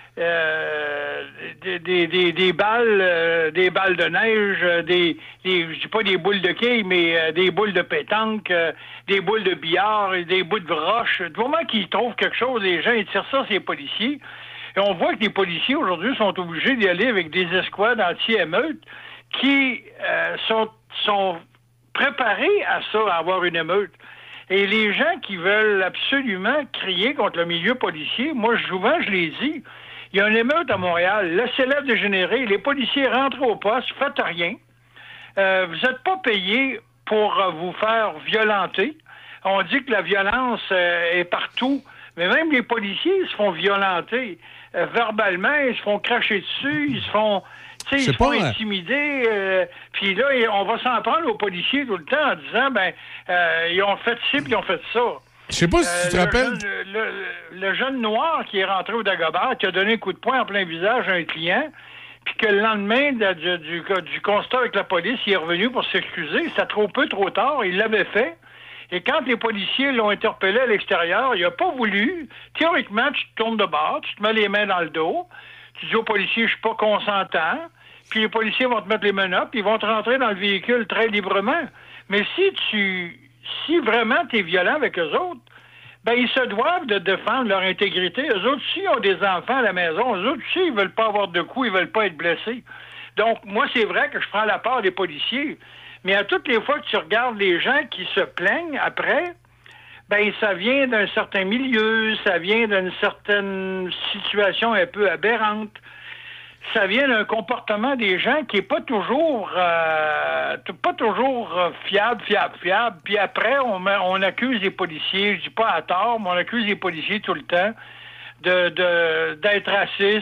Euh, des, des, des, des balles euh, des balles de neige, euh, des, des je dis pas des boules de quilles, mais euh, des boules de pétanque, euh, des boules de billard, des bouts de roche. Du moment qu'ils trouvent quelque chose, les gens ils tirent ça sur les policiers. Et on voit que les policiers aujourd'hui sont obligés d'y aller avec des escouades anti-émeutes qui euh, sont, sont préparés à ça, à avoir une émeute. Et les gens qui veulent absolument crier contre le milieu policier, moi souvent je les dis, il y a une émeute à Montréal, laissez-la dégénérer, les policiers rentrent au poste, faites rien. Euh, vous n'êtes pas payés pour euh, vous faire violenter. On dit que la violence euh, est partout, mais même les policiers se font violenter. Euh, verbalement, ils se font cracher dessus, ils se font, tu sais, ils se font pas, intimider. Euh, puis là, on va s'en prendre aux policiers tout le temps en disant, ben, euh, ils ont fait ci, puis ils ont fait ça. Je sais pas si tu te le rappelles... Jeune, le, le jeune noir qui est rentré au Dagobert, qui a donné un coup de poing en plein visage à un client, puis que le lendemain de, du, du, du constat avec la police, il est revenu pour s'excuser. C'était trop peu, trop tard. Il l'avait fait. Et quand les policiers l'ont interpellé à l'extérieur, il n'a pas voulu. Théoriquement, tu te tournes de bord, tu te mets les mains dans le dos, tu dis aux policiers, je suis pas consentant, puis les policiers vont te mettre les menottes, puis ils vont te rentrer dans le véhicule très librement. Mais si tu... Si vraiment tu es violent avec eux autres, ben ils se doivent de défendre leur intégrité. Eux autres aussi ont des enfants à la maison. Eux autres aussi, ils veulent pas avoir de coups, ils veulent pas être blessés. Donc, moi, c'est vrai que je prends la part des policiers, mais à toutes les fois que tu regardes les gens qui se plaignent après, ben ça vient d'un certain milieu, ça vient d'une certaine situation un peu aberrante. Ça vient d'un comportement des gens qui est pas toujours euh, pas toujours euh, fiable, fiable, fiable. Puis après, on, on accuse les policiers, je dis pas à tort, mais on accuse les policiers tout le temps de, de d'être racistes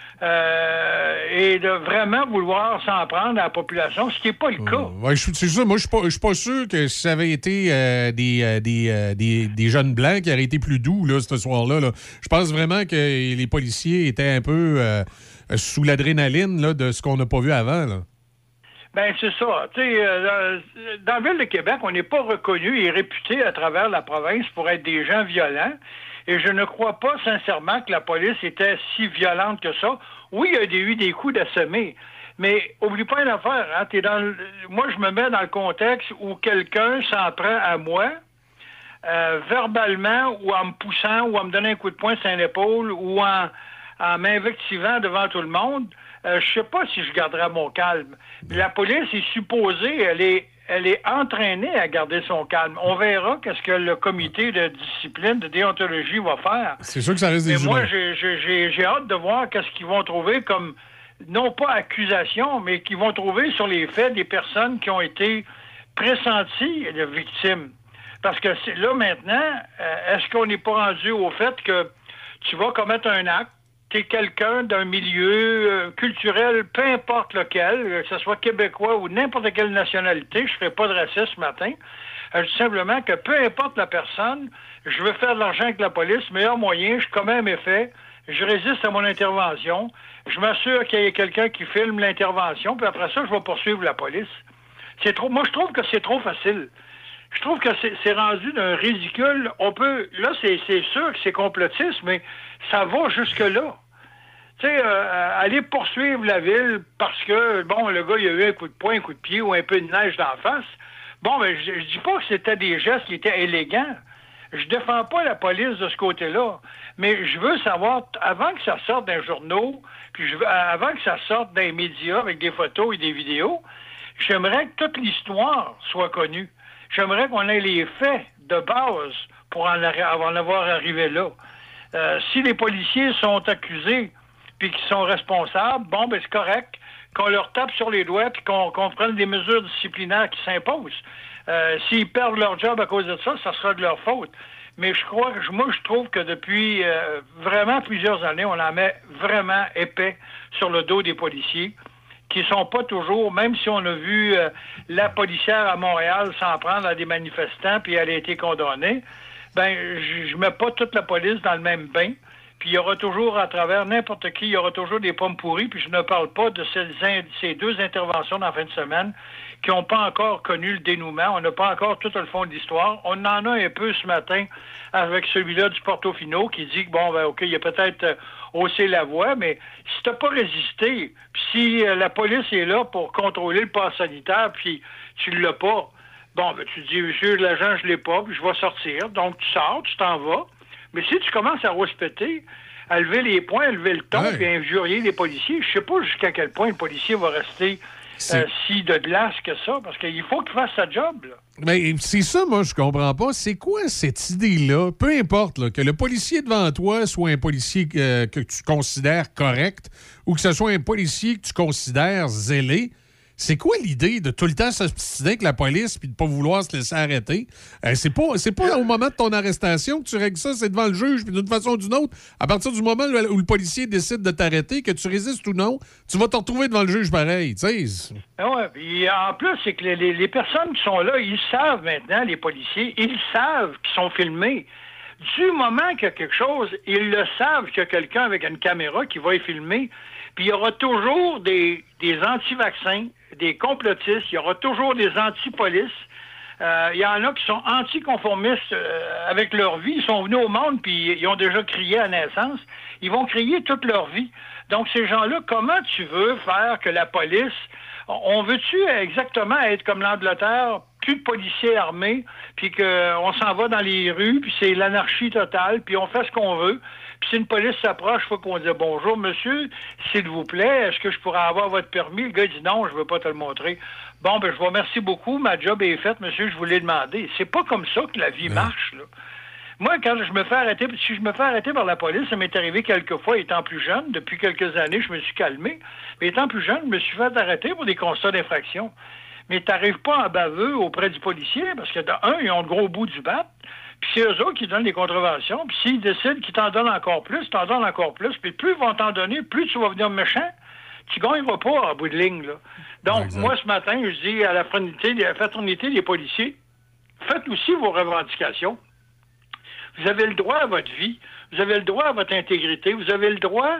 euh, et de vraiment vouloir s'en prendre à la population, ce qui n'est pas le cas. Euh, ouais, c'est ça. Moi, je suis pas, je suis pas sûr que si ça avait été euh, des, euh, des, euh, des, des jeunes blancs qui auraient été plus doux là, ce soir-là. Là. Je pense vraiment que les policiers étaient un peu... Euh, sous l'adrénaline là, de ce qu'on n'a pas vu avant. Là. Ben c'est ça. Tu sais, euh, dans la ville de Québec, on n'est pas reconnu et réputé à travers la province pour être des gens violents. Et je ne crois pas sincèrement que la police était si violente que ça. Oui, il y a eu des coups d'assommés. Mais oublie pas une affaire. Hein, t'es dans le... Moi, je me mets dans le contexte où quelqu'un s'en prend à moi, euh, verbalement, ou en me poussant, ou en me donnant un coup de poing sur l'épaule, ou en... en m'invectivant devant tout le monde, euh, je sais pas si je garderai mon calme. La police est supposée, elle est, elle est entraînée à garder son calme. On verra qu'est-ce que le comité de discipline, de déontologie va faire. C'est sûr que ça reste des Mais moi, humains. j'ai, j'ai, j'ai hâte de voir qu'est-ce qu'ils vont trouver comme, non pas accusation, mais qu'ils vont trouver sur les faits des personnes qui ont été pressenties de victimes. Parce que c'est, là, maintenant, euh, est-ce qu'on n'est pas rendu au fait que tu vas commettre un acte, t'es quelqu'un d'un milieu euh, culturel, peu importe lequel, euh, que ce soit québécois ou n'importe quelle nationalité, je ferai pas de racisme ce matin, euh, je dis simplement que peu importe la personne, je veux faire de l'argent avec la police, meilleur moyen, je commets un méfait, je résiste à mon intervention, je m'assure qu'il y ait quelqu'un qui filme l'intervention, puis après ça, je vais poursuivre la police. C'est trop. Moi, je trouve que c'est trop facile. Je trouve que c'est, c'est rendu d'un ridicule. On peut... Là, c'est, c'est sûr que c'est complotiste, mais ça va jusque-là. Tu sais, euh, aller poursuivre la ville parce que, bon, le gars, il a eu un coup de poing, un coup de pied ou un peu de neige d'en face. Bon, mais je, je dis pas que c'était des gestes qui étaient élégants. Je défends pas la police de ce côté-là. Mais je veux savoir, avant que ça sorte d'un journal, puis je veux, avant que ça sorte d'un média avec des photos et des vidéos, j'aimerais que toute l'histoire soit connue. J'aimerais qu'on ait les faits de base pour en, en avoir arrivé là. Euh, si les policiers sont accusés puis qu'ils sont responsables, bon, ben c'est correct qu'on leur tape sur les doigts puis qu'on, qu'on prenne des mesures disciplinaires qui s'imposent. Euh, s'ils perdent leur job à cause de ça, ça sera de leur faute. Mais je crois que moi, je trouve que depuis euh, vraiment plusieurs années, on en met vraiment épais sur le dos des policiers, qui sont pas toujours, même si on a vu euh, la policière à Montréal s'en prendre à des manifestants, puis elle a été condamnée, ben je, je mets pas toute la police dans le même bain, Puis il y aura toujours, à travers n'importe qui, il y aura toujours des pommes pourries. Puis je ne parle pas de ces, ces deux interventions dans la fin de semaine qui n'ont pas encore connu le dénouement. On n'a pas encore tout le fond de l'histoire. On en a un peu ce matin avec celui-là du Portofino qui dit que, bon, ben OK, il a peut-être euh, haussé la voix, mais si tu n'as pas résisté, puis si euh, la police est là pour contrôler le pass sanitaire, puis tu ne l'as pas, bon, ben tu dis, monsieur l'agent, je ne l'ai pas, puis je vais sortir. Donc, tu sors, tu t'en vas. Mais si tu commences à rouspéter, à lever les poings, à lever le ton, ouais. puis à injurier les policiers, je sais pas jusqu'à quel point le policier va rester euh, si de glace que ça, parce qu'il faut qu'il fasse sa job, là. Mais c'est ça, moi, je comprends pas. C'est quoi cette idée-là? Peu importe, là, que le policier devant toi soit un policier euh, que tu considères correct ou que ce soit un policier que tu considères zélé. C'est quoi l'idée de tout le temps s'obstiner avec la police puis de pas vouloir se laisser arrêter? Euh, c'est pas, c'est pas au moment de ton arrestation que tu règles ça, c'est devant le juge, puis d'une façon ou d'une autre, à partir du moment où le policier décide de t'arrêter, que tu résistes ou non, tu vas te retrouver devant le juge pareil, tu sais. Ouais, puis en plus, c'est que les, les personnes qui sont là, ils savent maintenant, les policiers, ils savent qu'ils sont filmés. Du moment qu'il y a quelque chose, ils le savent qu'il y a quelqu'un avec une caméra qui va y filmer. Puis il y aura toujours des, des anti-vaccins, des complotistes, il y aura toujours des anti-polices. Euh, il y en a qui sont anticonformistes euh, avec leur vie. Ils sont venus au monde puis ils ont déjà crié à naissance. Ils vont crier toute leur vie. Donc ces gens-là, comment tu veux faire que la police... On veut-tu exactement être comme l'Angleterre, plus de policiers armés, puis qu'on s'en va dans les rues, puis c'est l'anarchie totale, puis on fait ce qu'on veut. Puis si une police s'approche, il faut qu'on dise « Bonjour, monsieur, s'il vous plaît, est-ce que je pourrais avoir votre permis? » Le gars dit « Non, je ne veux pas te le montrer. » Bon, ben je vous remercie beaucoup, ma job est faite, monsieur, je vous l'ai demandé. C'est pas comme ça que la vie marche, là. Moi, quand je me fais arrêter, si je me fais arrêter par la police, ça m'est arrivé quelques fois, étant plus jeune. Depuis quelques années, je me suis calmé. Mais étant plus jeune, je me suis fait arrêter pour des constats d'infraction. Mais t'arrives pas en baveux auprès du policier, parce que, d'un, ils ont le gros bout du bat, puis c'est eux autres qui donnent les contraventions, puis s'ils décident qu'ils t'en donnent encore plus, t'en donnent encore plus, puis plus ils vont t'en donner, plus tu vas venir méchant, tu gagneras pas à bout de ligne, là. Donc, exact. Moi, ce matin, je dis à la fraternité, à la fraternité des policiers, faites aussi vos revendications. Vous avez le droit à votre vie, vous avez le droit à votre intégrité, vous avez le droit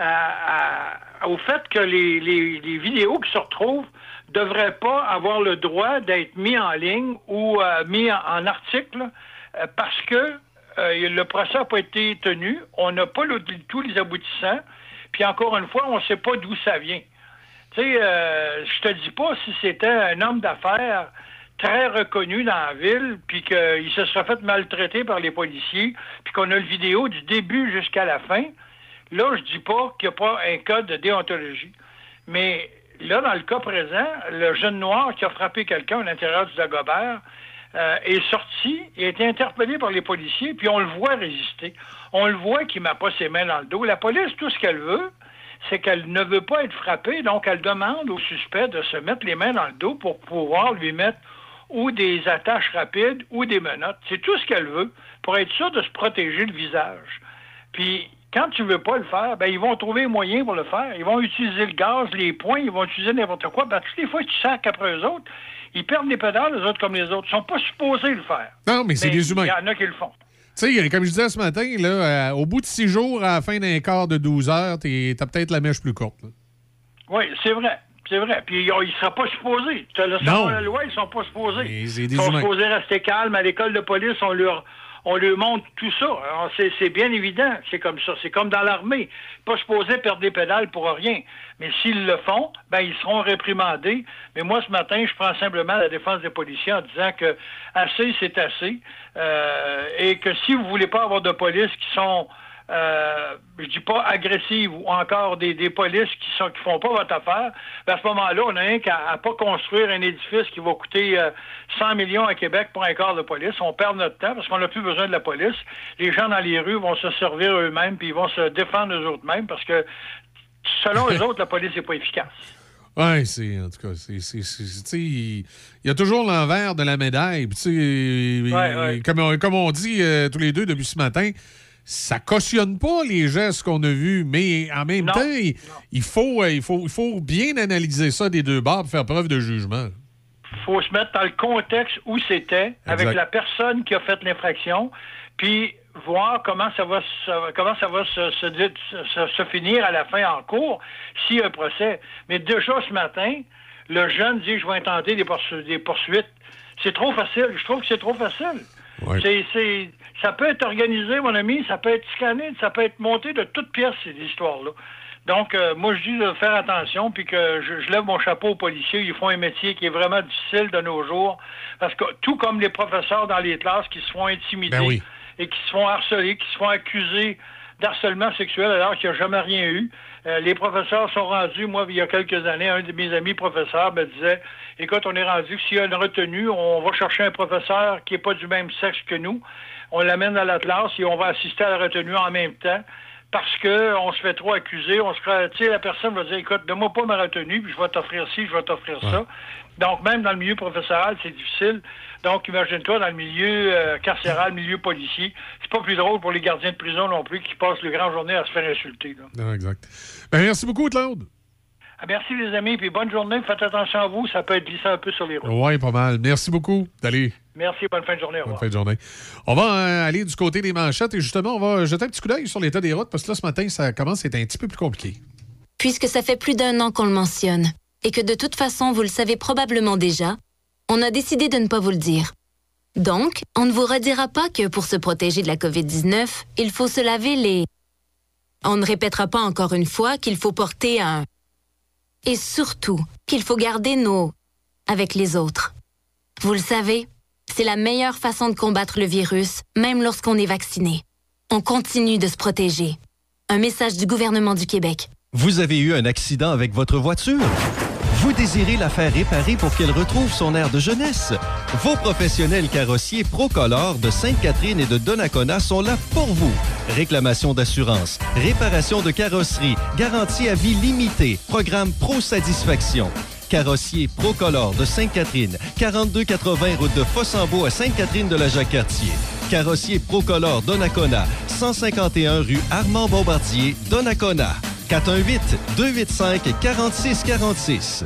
à, à, au fait que les, les, les vidéos qui se retrouvent ne devraient pas avoir le droit d'être mis en ligne ou euh, mis en, en article euh, parce que euh, le procès n'a pas été tenu, on n'a pas le, tous les aboutissants, puis encore une fois, on ne sait pas d'où ça vient. Tu sais, euh, je te dis pas si c'était un homme d'affaires très reconnu dans la ville, puis qu'il se serait fait maltraiter par les policiers, puis qu'on a le vidéo du début jusqu'à la fin, là, je dis pas qu'il n'y a pas un code de déontologie. Mais là, dans le cas présent, le jeune noir qui a frappé quelqu'un à l'intérieur du Dagobert euh, est sorti et a été interpellé par les policiers, puis on le voit résister. On le voit qu'il ne met pas ses mains dans le dos. La police, tout ce qu'elle veut, c'est qu'elle ne veut pas être frappée, donc elle demande au suspect de se mettre les mains dans le dos pour pouvoir lui mettre ou des attaches rapides, ou des menottes. C'est tout ce qu'elle veut pour être sûre de se protéger le visage. Puis, quand tu veux pas le faire, ben ils vont trouver un moyen pour le faire. Ils vont utiliser le gaz, les poings, ils vont utiliser n'importe quoi. Ben, toutes les fois que tu sacs après eux autres, ils perdent les pédales, les autres comme les autres. Ils sont pas supposés le faire. Non, mais c'est mais des humains. Il y en a qui le font. Tu sais, comme je disais ce matin, là, euh, au bout de six jours, à la fin d'un quart de douze heures, t'es, t'as peut-être la mèche plus courte. Là. Oui, c'est vrai. C'est vrai. Puis, ils ne seraient pas supposés. Tu as le sens de la loi, ils ne sont pas supposés. Ils sont supposés rester calmes. À l'école de police, on leur, on leur montre tout ça. Alors, c'est, c'est bien évident. C'est comme ça. C'est comme dans l'armée. Pas supposés perdre des pédales pour rien. Mais s'ils le font, ben ils seront réprimandés. Mais moi, ce matin, je prends simplement la défense des policiers en disant que assez, c'est assez. Euh, et que si vous ne voulez pas avoir de police qui sont... Euh, je dis pas agressives ou encore des, des polices qui sont qui font pas votre affaire, ben à ce moment-là, on n'a rien qu'à à pas construire un édifice qui va coûter euh, cent millions à Québec pour un corps de police. On perd notre temps parce qu'on n'a plus besoin de la police. Les gens dans les rues vont se servir eux-mêmes puis ils vont se défendre eux-mêmes parce que selon eux autres, la police n'est pas efficace. Oui, c'est, en tout cas, c'est, c'est, c'est, c'est il y a toujours l'envers de la médaille. Tu sais, ouais, ouais. Comme, comme on dit euh, tous les deux depuis ce matin, ça cautionne pas les gestes qu'on a vus, mais en même non, temps, il, il, faut, il, faut, il faut bien analyser ça des deux bords pour faire preuve de jugement. Il faut se mettre dans le contexte où c'était, exact. Avec la personne qui a fait l'infraction, puis voir comment ça va se, comment ça va se, se, se, se finir à la fin en cours s'il y a un procès. Mais déjà ce matin, le jeune dit « je vais intenter des, poursu- des poursuites ». C'est trop facile. Je trouve que c'est trop facile. Ouais. C'est, c'est, ça peut être organisé, mon ami, ça peut être scanné, ça peut être monté de toutes pièces, ces histoires-là. Donc, euh, moi, je dis de faire attention, puis que je, je lève mon chapeau aux policiers. Ils font un métier qui est vraiment difficile de nos jours, parce que tout comme les professeurs dans les classes qui se font intimider ben oui. et qui se font harceler, qui se font accuser d'harcèlement sexuel alors qu'il n'y a jamais rien eu. Euh, les professeurs sont rendus, moi, il y a quelques années, un de mes amis professeurs me disait, écoute, on est rendu que s'il y a une retenue, on va chercher un professeur qui n'est pas du même sexe que nous, on l'amène à la classe et on va assister à la retenue en même temps, parce que on se fait trop accuser, on se, tu sais, la personne va dire, écoute, donne-moi pas ma retenue, puis je vais t'offrir ci, je vais t'offrir ouais. ça. Donc, même dans le milieu professoral, c'est difficile. Donc, imagine-toi, dans le milieu euh, carcéral, milieu policier, c'est pas plus drôle pour les gardiens de prison non plus qui passent le grand journée à se faire insulter. Là. Non, exact. Ben, merci beaucoup, Claude. Ah, merci, les amis, puis bonne journée. Faites attention à vous, ça peut être glissant un peu sur les routes. Oui, pas mal. Merci beaucoup. Allez. Merci, bonne fin de journée. Au revoir. Bonne fin de journée. On va euh, aller du côté des manchettes et justement, on va jeter un petit coup d'œil sur l'état des routes parce que là, ce matin, ça commence à être un petit peu plus compliqué. Puisque ça fait plus d'un an qu'on le mentionne et que de toute façon, vous le savez probablement déjà, on a décidé de ne pas vous le dire. Donc, on ne vous redira pas que pour se protéger de la covid dix-neuf, il faut se laver les... On ne répétera pas encore une fois qu'il faut porter un... Et surtout, qu'il faut garder nos... avec les autres. Vous le savez, c'est la meilleure façon de combattre le virus, même lorsqu'on est vacciné. On continue de se protéger. Un message du gouvernement du Québec. Vous avez eu un accident avec votre voiture? Vous désirez la faire réparer pour qu'elle retrouve son air de jeunesse? Vos professionnels carrossiers Procolor de Sainte-Catherine et de Donnacona sont là pour vous. Réclamation d'assurance, réparation de carrosserie, garantie à vie limitée, programme Pro Satisfaction. Carrossier Procolor de Sainte-Catherine, quarante-deux quatre-vingts route de Fossambeau à Sainte-Catherine-de-la-Jacques-Cartier. Carrossier Procolor Donnacona, cent cinquante et un rue Armand-Bombardier, Donnacona. quatre un huit, deux huit cinq, quatre six quatre six.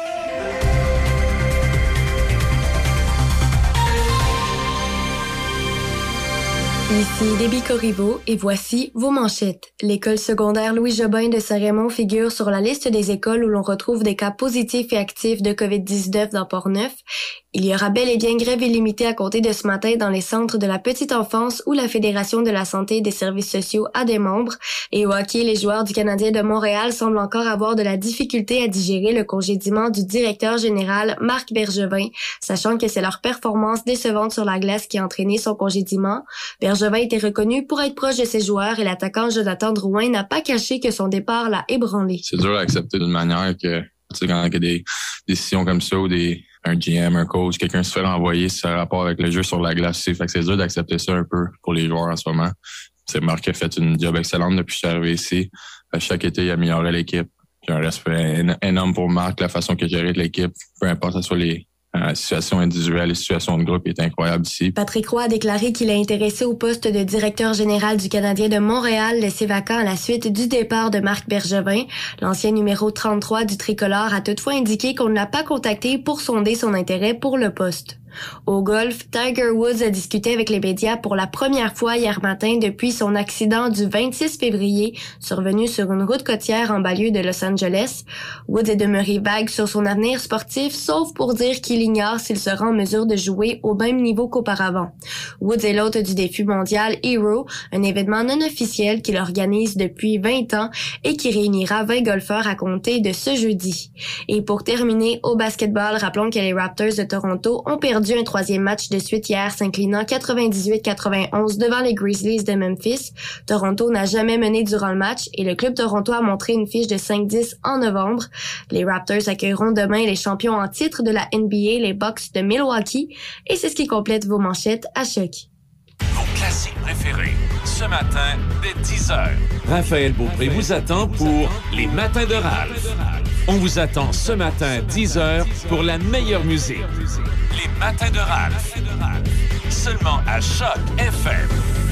Ici Déby Corriveau et voici vos manchettes. L'école secondaire Louis-Jobin de Saint-Raymond figure sur la liste des écoles où l'on retrouve des cas positifs et actifs de covid dix-neuf dans Port-Neuf. Il y aura bel et bien grève illimitée à compter de ce matin dans les centres de la petite enfance où la Fédération de la santé et des services sociaux a des membres. Et au hockey, les joueurs du Canadien de Montréal semblent encore avoir de la difficulté à digérer le congédiement du directeur général Marc Bergevin, sachant que c'est leur performance décevante sur la glace qui a entraîné son congédiement. Bergevin était reconnu pour être proche de ses joueurs et l'attaquant Jonathan Drouin n'a pas caché que son départ l'a ébranlé. C'est dur à accepter d'une manière que, tu sais, quand il y a des décisions comme ça ou des un G M, un coach, quelqu'un se fait renvoyer, ça a rapport avec le jeu sur la glace. Fait que c'est dur d'accepter ça un peu pour les joueurs en ce moment. C'est Marc qui a fait une job excellente depuis que je suis arrivé ici. À chaque été, il a amélioré l'équipe. J'ai un respect énorme pour Marc, la façon qu'il a géré l'équipe, peu importe que ce soit les Euh, situation individuelle et situation de groupe est incroyable ici. Patrick Roy a déclaré qu'il a intéressé au poste de directeur général du Canadien de Montréal, laissé vacant à la suite du départ de Marc Bergevin. L'ancien numéro trente-trois du tricolore a toutefois indiqué qu'on ne l'a pas contacté pour sonder son intérêt pour le poste. Au golf, Tiger Woods a discuté avec les médias pour la première fois hier matin depuis son accident du vingt-six février, survenu sur une route côtière en banlieue de Los Angeles. Woods est demeuré vague sur son avenir sportif, sauf pour dire qu'il ignore s'il sera en mesure de jouer au même niveau qu'auparavant. Woods est l'hôte du défi mondial Hero, un événement non officiel qu'il organise depuis vingt ans et qui réunira vingt golfeurs à compter de ce jeudi. Et pour terminer, au basketball, rappelons que les Raptors de Toronto ont perdu un troisième match de suite hier, s'inclinant quatre-vingt-dix-huit à quatre-vingt-onze devant les Grizzlies de Memphis. Toronto n'a jamais mené durant le match et le club Toronto a montré une fiche de cinq dix en novembre. Les Raptors accueilleront demain les champions en titre de la N B A, les Bucks de Milwaukee. Et c'est ce qui complète vos manchettes à Choc. Vos classiques préférés, ce matin, dès dix heures. Raphaël Beaupré vous attend pour Les Matins de Ralph. On vous attend ce matin, dix heures, pour la meilleure musique. Les Matins de Ralph. Seulement à Choc F M.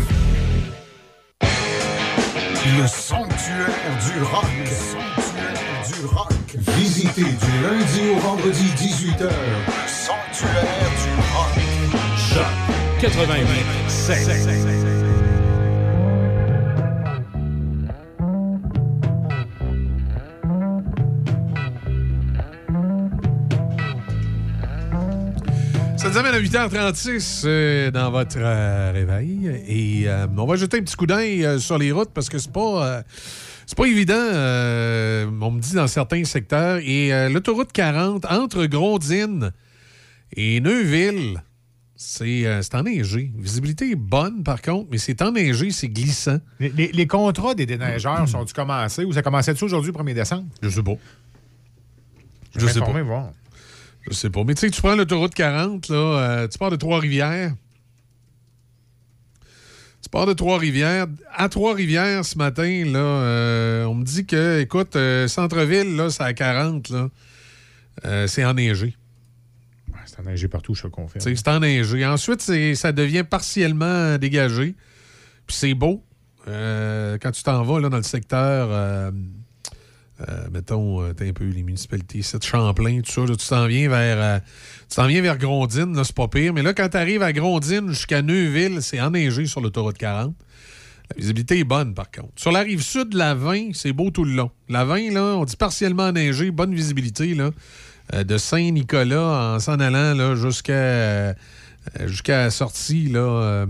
Le sanctuaire du rock. Le sanctuaire du rock. Visitez du lundi au vendredi dix-huit heures. Le sanctuaire du rock. Choc quatre-vingt-huit sept. nous amène à huit heures trente-six euh, dans votre euh, réveil. Et euh, on va jeter un petit coup d'œil euh, sur les routes parce que c'est pas... Euh, C'est pas évident, euh, on me dit, dans certains secteurs. Et euh, l'autoroute quarante, entre Grondines et Neuville, c'est euh, enneigé. Visibilité est bonne, par contre, mais c'est enneigé, c'est glissant. Les, les, les contrats des déneigeurs sont-ils commencés ou ça commençait-tu aujourd'hui, premier décembre? Je sais pas. Je, Je sais pas. Voir. Je sais pas. Mais tu sais, tu prends l'autoroute quarante, là, euh, tu pars de Trois-Rivières. Tu pars de Trois-Rivières. À Trois-Rivières, ce matin, là, euh, on me dit que, écoute, euh, centre-ville, là, c'est à quarante, là. Euh, c'est enneigé. Ouais, c'est enneigé partout, je te le confirme. C'est enneigé. Ensuite, c'est, ça devient partiellement dégagé. Puis c'est beau. Euh, quand tu t'en vas là, dans le secteur, euh, euh, mettons, euh, t'as un peu les municipalités, cette Champlain, tout ça, là, tu t'en viens vers euh, tu t'en viens vers Grondines, là, c'est pas pire. Mais là, quand tu arrives à Grondines jusqu'à Neuville, c'est enneigé sur l'autoroute quarante. La visibilité est bonne, par contre. Sur la rive sud de la vingt, c'est beau tout le long. La vingt, là, on dit partiellement enneigé, bonne visibilité, là, euh, de Saint-Nicolas en s'en allant là, jusqu'à, euh, jusqu'à la sortie là, euh,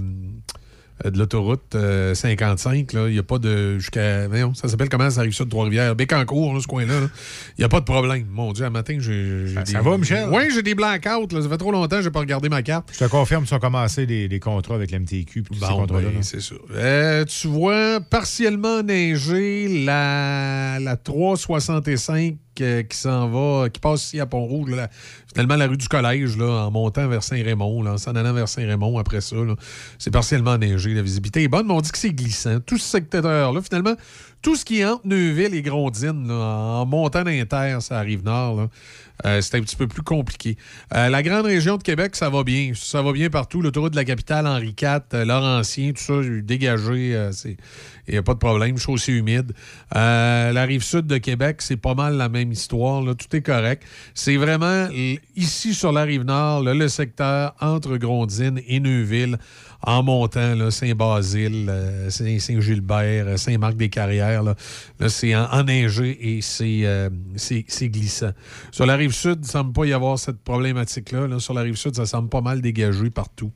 de l'autoroute euh, cinquante-cinq. Il n'y a pas de... jusqu'à voyons, ça s'appelle comment, ça rive sud de Trois-Rivières? Bécancour, là, ce coin-là. Il n'y a pas de problème. Mon Dieu, un matin, j'ai... j'ai ça, des... ça va, Michel? Oui, j'ai des blackouts. Là. Ça fait trop longtemps que je n'ai pas regardé ma carte. Je te confirme qu'ils ont commencé les, les contrats avec l'M T Q et tous bon, ces contrats-là. Ben, c'est ça. Euh, tu vois, partiellement neigé, la, la trois soixante-cinq euh, qui s'en va, qui passe ici à Pont-Rouge, là, finalement la rue du Collège, là, en montant vers Saint-Raymond, là, en s'en allant vers Saint-Raymond après ça. Là, c'est partiellement neigé. La visibilité est bonne, mais on dit que c'est glissant. Tout ce secteur-là, finalement, tout ce qui est entre Neuville et Grondines, là, en montant d'Inter, ça arrive nord, là, euh, c'est un petit peu plus compliqué. Euh, la grande région de Québec, ça va bien. Ça va bien partout. L'autoroute de la capitale, Henri quatre, euh, Laurentien, tout ça, dégagé, euh, c'est... il n'y a pas de problème. Chaud aussi humide. Euh, la rive sud de Québec, c'est pas mal la même histoire. Là. Tout est correct. C'est vraiment ici sur la rive nord, là, le secteur entre Grondines et Neuville, en montant, là, Saint-Basile, euh, Saint-Gilbert, Saint-Marc-des-Carrières. Là, là c'est en, enneigé et c'est, euh, c'est, c'est glissant. Sur la rive sud, il ne semble pas y avoir cette problématique-là. Là. Sur la rive sud, ça semble pas mal dégagé partout.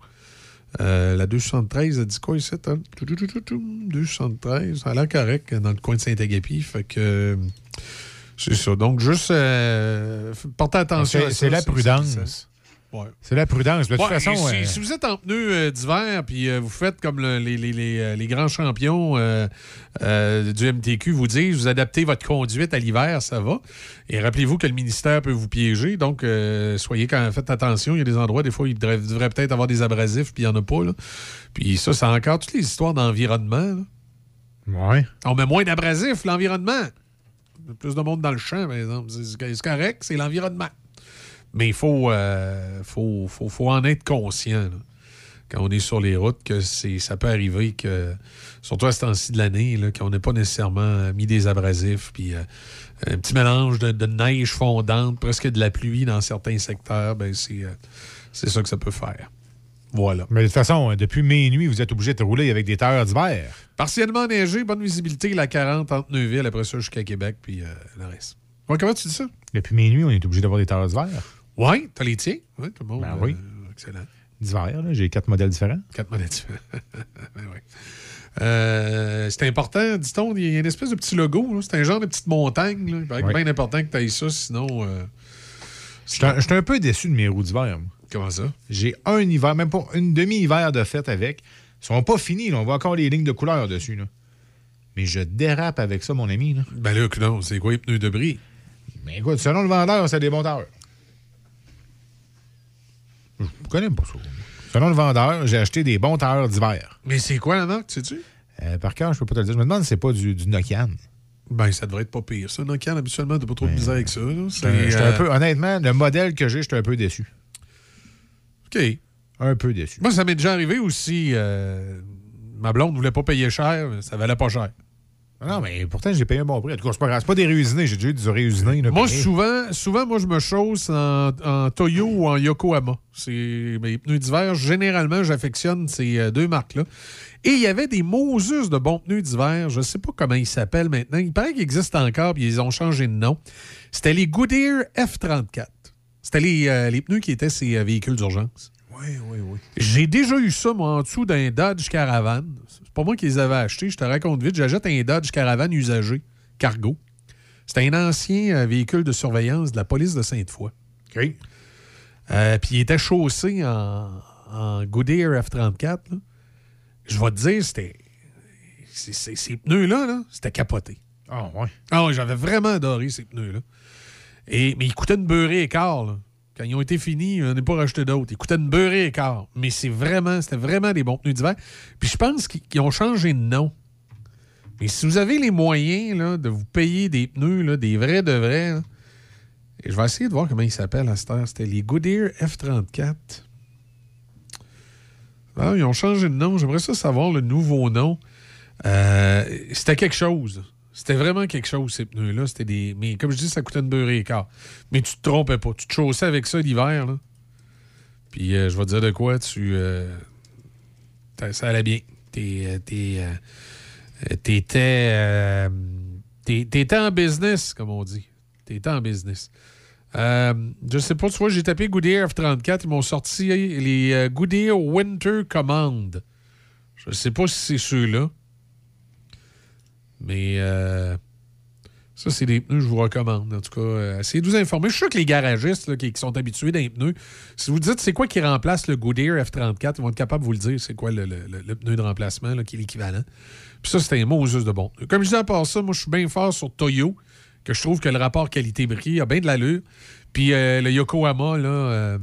Euh, la deux cent soixante-treize, elle dit quoi ici? Hein? deux cent soixante-treize, ça a l'air correct dans le coin de Saint-Agapi. Fait que euh, c'est ça. Donc, juste euh, portez attention c'est, à ça. C'est la c'est, prudence. C'est, Ouais. C'est la prudence. De toute ouais, façon, si, euh... si vous êtes en pneus euh, d'hiver puis euh, vous faites comme le, les, les, les, les grands champions euh, euh, du M T Q vous disent, vous adaptez votre conduite à l'hiver, ça va. Et rappelez-vous que le ministère peut vous piéger. Donc, euh, soyez quand faites attention. Il y a des endroits, des fois, il devrait, devrait peut-être avoir des abrasifs puis il n'y en a pas. Là. Puis ça, c'est encore toutes les histoires d'environnement. Oui. On met moins d'abrasifs, l'environnement. Plus de monde dans le champ, par exemple. C'est, c'est correct, c'est l'environnement. Mais il faut, euh, faut, faut, faut en être conscient là, quand on est sur les routes que c'est, ça peut arriver que, surtout à ce temps-ci de l'année, là, qu'on n'ait pas nécessairement mis des abrasifs, puis euh, un petit mélange de, de neige fondante, presque de la pluie dans certains secteurs, ben c'est, euh, c'est ça que ça peut faire. Voilà. Mais de toute façon, depuis minuit, vous êtes obligé de rouler avec des tailleurs d'hiver. Partiellement neigé, bonne visibilité, la quarante entre Neuville, après ça jusqu'à Québec, puis euh, le reste. Ouais, comment tu dis ça? Depuis minuit, on est obligé d'avoir des tailleurs d'hiver. Oui, t'as les tiens. Oui, tout le monde. Ben oui. Euh, excellent. D'hiver, là, j'ai quatre modèles différents. Quatre modèles différents. ben oui. Euh, c'est important, dit-on, il y a une espèce de petit logo. Là. C'est un genre de petite montagne. Là. Il paraît oui. que c'est bien important que tu ailles ça, sinon... Euh, sinon... Je suis un peu déçu de mes roues d'hiver. Moi. Comment ça? J'ai un hiver, même pas une demi-hiver de fête avec. Ils sont pas finis. Là. On voit encore les lignes de couleur dessus. Là. Mais je dérape avec ça, mon ami. Là. Ben là, non, c'est quoi les pneus de bris? Ben écoute, selon le vendeur, c'est des bons tailleurs. Je connais pas ça. Selon le vendeur, j'ai acheté des bons tailleurs d'hiver. Mais c'est quoi la marque, sais-tu? Euh, par contre, je peux pas te le dire. Je me demande si c'est pas du, du Nokian. Ben, ça devrait être pas pire. Ça, Nokian, habituellement, t'as pas trop de misère avec ça. Là. C'est, euh, euh... un peu, honnêtement, le modèle que j'ai, j'étais un peu déçu. OK. Un peu déçu. Moi, ça m'est déjà arrivé aussi. Euh, ma blonde ne voulait pas payer cher, mais ça valait pas cher. Non, mais pourtant, j'ai payé un bon prix. En tout cas, c'est pas grave. C'est pas des réusinés. J'ai déjà eu du réusiné. Là, moi, payé. souvent, souvent, moi, je me chausse en, en Toyo ou en Yokohama. C'est mes pneus d'hiver. Généralement, j'affectionne ces euh, deux marques-là. Et il y avait des Moses de bons pneus d'hiver. Je ne sais pas comment ils s'appellent maintenant. Il paraît qu'ils existent encore, puis ils ont changé de nom. C'était les Goodyear F trente-quatre. C'était les, euh, les pneus qui étaient ces euh, véhicules d'urgence. Oui, oui, oui. J'ai déjà eu ça, moi, en dessous d'un Dodge Caravan. C'est pas moi qui les avais achetés. Je te raconte vite. J'achète un Dodge Caravan usagé, cargo. C'était un ancien euh, véhicule de surveillance de la police de Sainte-Foy. OK. Euh, Puis il était chaussé en, en Goodyear F trente-quatre. Là. Je vais te dire, c'était... c'est- c'est- ces pneus-là, là, c'était capoté. Ah, ouais. Ah, ouais, j'avais vraiment adoré ces pneus-là. Et, mais ils coûtaient une beurrée et quart, là. Quand ils ont été finis, on n'a pas racheté d'autres. Ils coûtaient une beurrée et quart. Mais c'est vraiment, c'était vraiment des bons pneus d'hiver. Puis je pense qu'ils qu'ils ont changé de nom. Mais si vous avez les moyens là, de vous payer des pneus, là, des vrais de vrais, là, et je vais essayer de voir comment ils s'appellent à cette heure. C'était les Goodyear F trente-quatre. Ah, ils ont changé de nom. J'aimerais ça savoir le nouveau nom. Euh, c'était quelque chose. C'était vraiment quelque chose, ces pneus-là. C'était des. Mais comme je dis, ça coûtait une beurrée et quart. Mais tu te trompais pas. Tu te chaussais avec ça l'hiver, là. Puis euh, je vais te dire de quoi, tu. Euh, ça allait bien. T'es. Euh, t'es euh, t'étais. Euh, t'es- t'étais en business, comme on dit. T'étais en business. Euh, je sais pas, tu vois, j'ai tapé Goodyear F trente-quatre. Ils m'ont sorti les euh, Goodyear Winter Command. Je sais pas si c'est ceux-là. Mais euh, ça, c'est des pneus que je vous recommande. En tout cas, euh, essayez de vous informer. Je suis sûr que les garagistes là, qui, qui sont habitués dans les pneus, si vous dites c'est quoi qui remplace le Goodyear F trente-quatre, ils vont être capables de vous le dire. C'est quoi le, le- le- le pneu de remplacement là, qui est l'équivalent. Puis ça, c'était un Moses de bon. Comme je disais à part ça, moi, je suis bien fort sur Toyo, que je trouve que le rapport qualité-prix a bien de l'allure. Puis euh, le Yokohama, là, euh,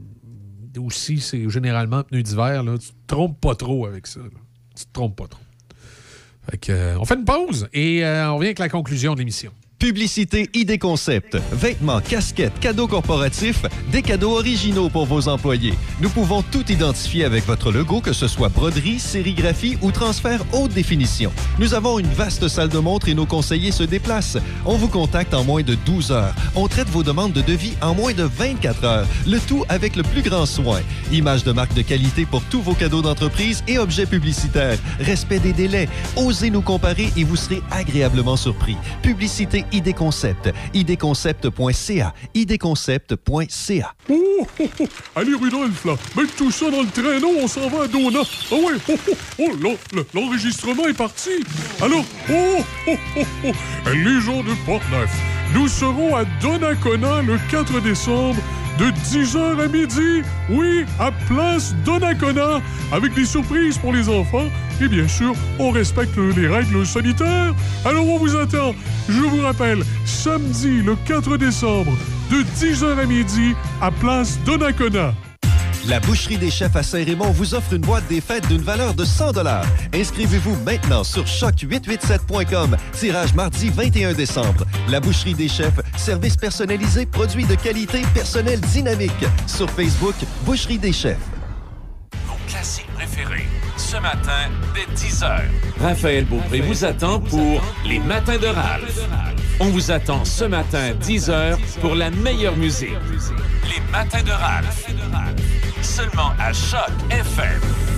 aussi, c'est généralement pneu d'hiver. Là, tu te trompes pas trop avec ça. Là. Tu te trompes pas trop. Fait que, euh, on fait une pause et euh, on revient avec la conclusion de l'émission. Publicité I D Concept. Vêtements, casquettes, cadeaux corporatifs, des cadeaux originaux pour vos employés. Nous pouvons tout identifier avec votre logo, que ce soit broderie, sérigraphie ou transfert haute définition. Nous avons une vaste salle de montre et nos conseillers se déplacent. On vous contacte en moins de douze heures. On traite vos demandes de devis en moins de vingt-quatre heures. Le tout avec le plus grand soin. Image de marque de qualité pour tous vos cadeaux d'entreprise et objets publicitaires. Respect des délais. Osez nous comparer et vous serez agréablement surpris. Publicité I D Concept. I D concept point C A. I D concept point C A. Oh, oh, oh. Allez, Rudolph, là, mets tout ça dans le traîneau, on s'en va à Dona. Ah ouais, oh, oh, oh, là, là, l'enregistrement est parti. Alors, oh, oh, oh, oh, les gens de Portneuf, nous serons à Donnacona le quatre décembre de dix heures à midi. Oui, à Place Donnacona, avec des surprises pour les enfants. Et bien sûr, on respecte les règles sanitaires. Alors, on vous attend. Je vous rappelle, samedi le quatre décembre, de dix heures à midi, à Place Donnacona. La Boucherie des Chefs à Saint-Raymond vous offre une boîte des fêtes d'une valeur de cent dollars. Inscrivez-vous maintenant sur choc huit huit sept point com. Tirage mardi vingt et un décembre. La Boucherie des Chefs, service personnalisé, produits de qualité, personnel dynamique. Sur Facebook, Boucherie des Chefs. Vos classiques préférés, ce matin, dès dix heures. Raphaël Beaupré vous attend pour Les Matins de Ralph. On vous attend ce matin, dix heures, pour la meilleure musique. Les Matins de Ralph. Seulement à Choc F M.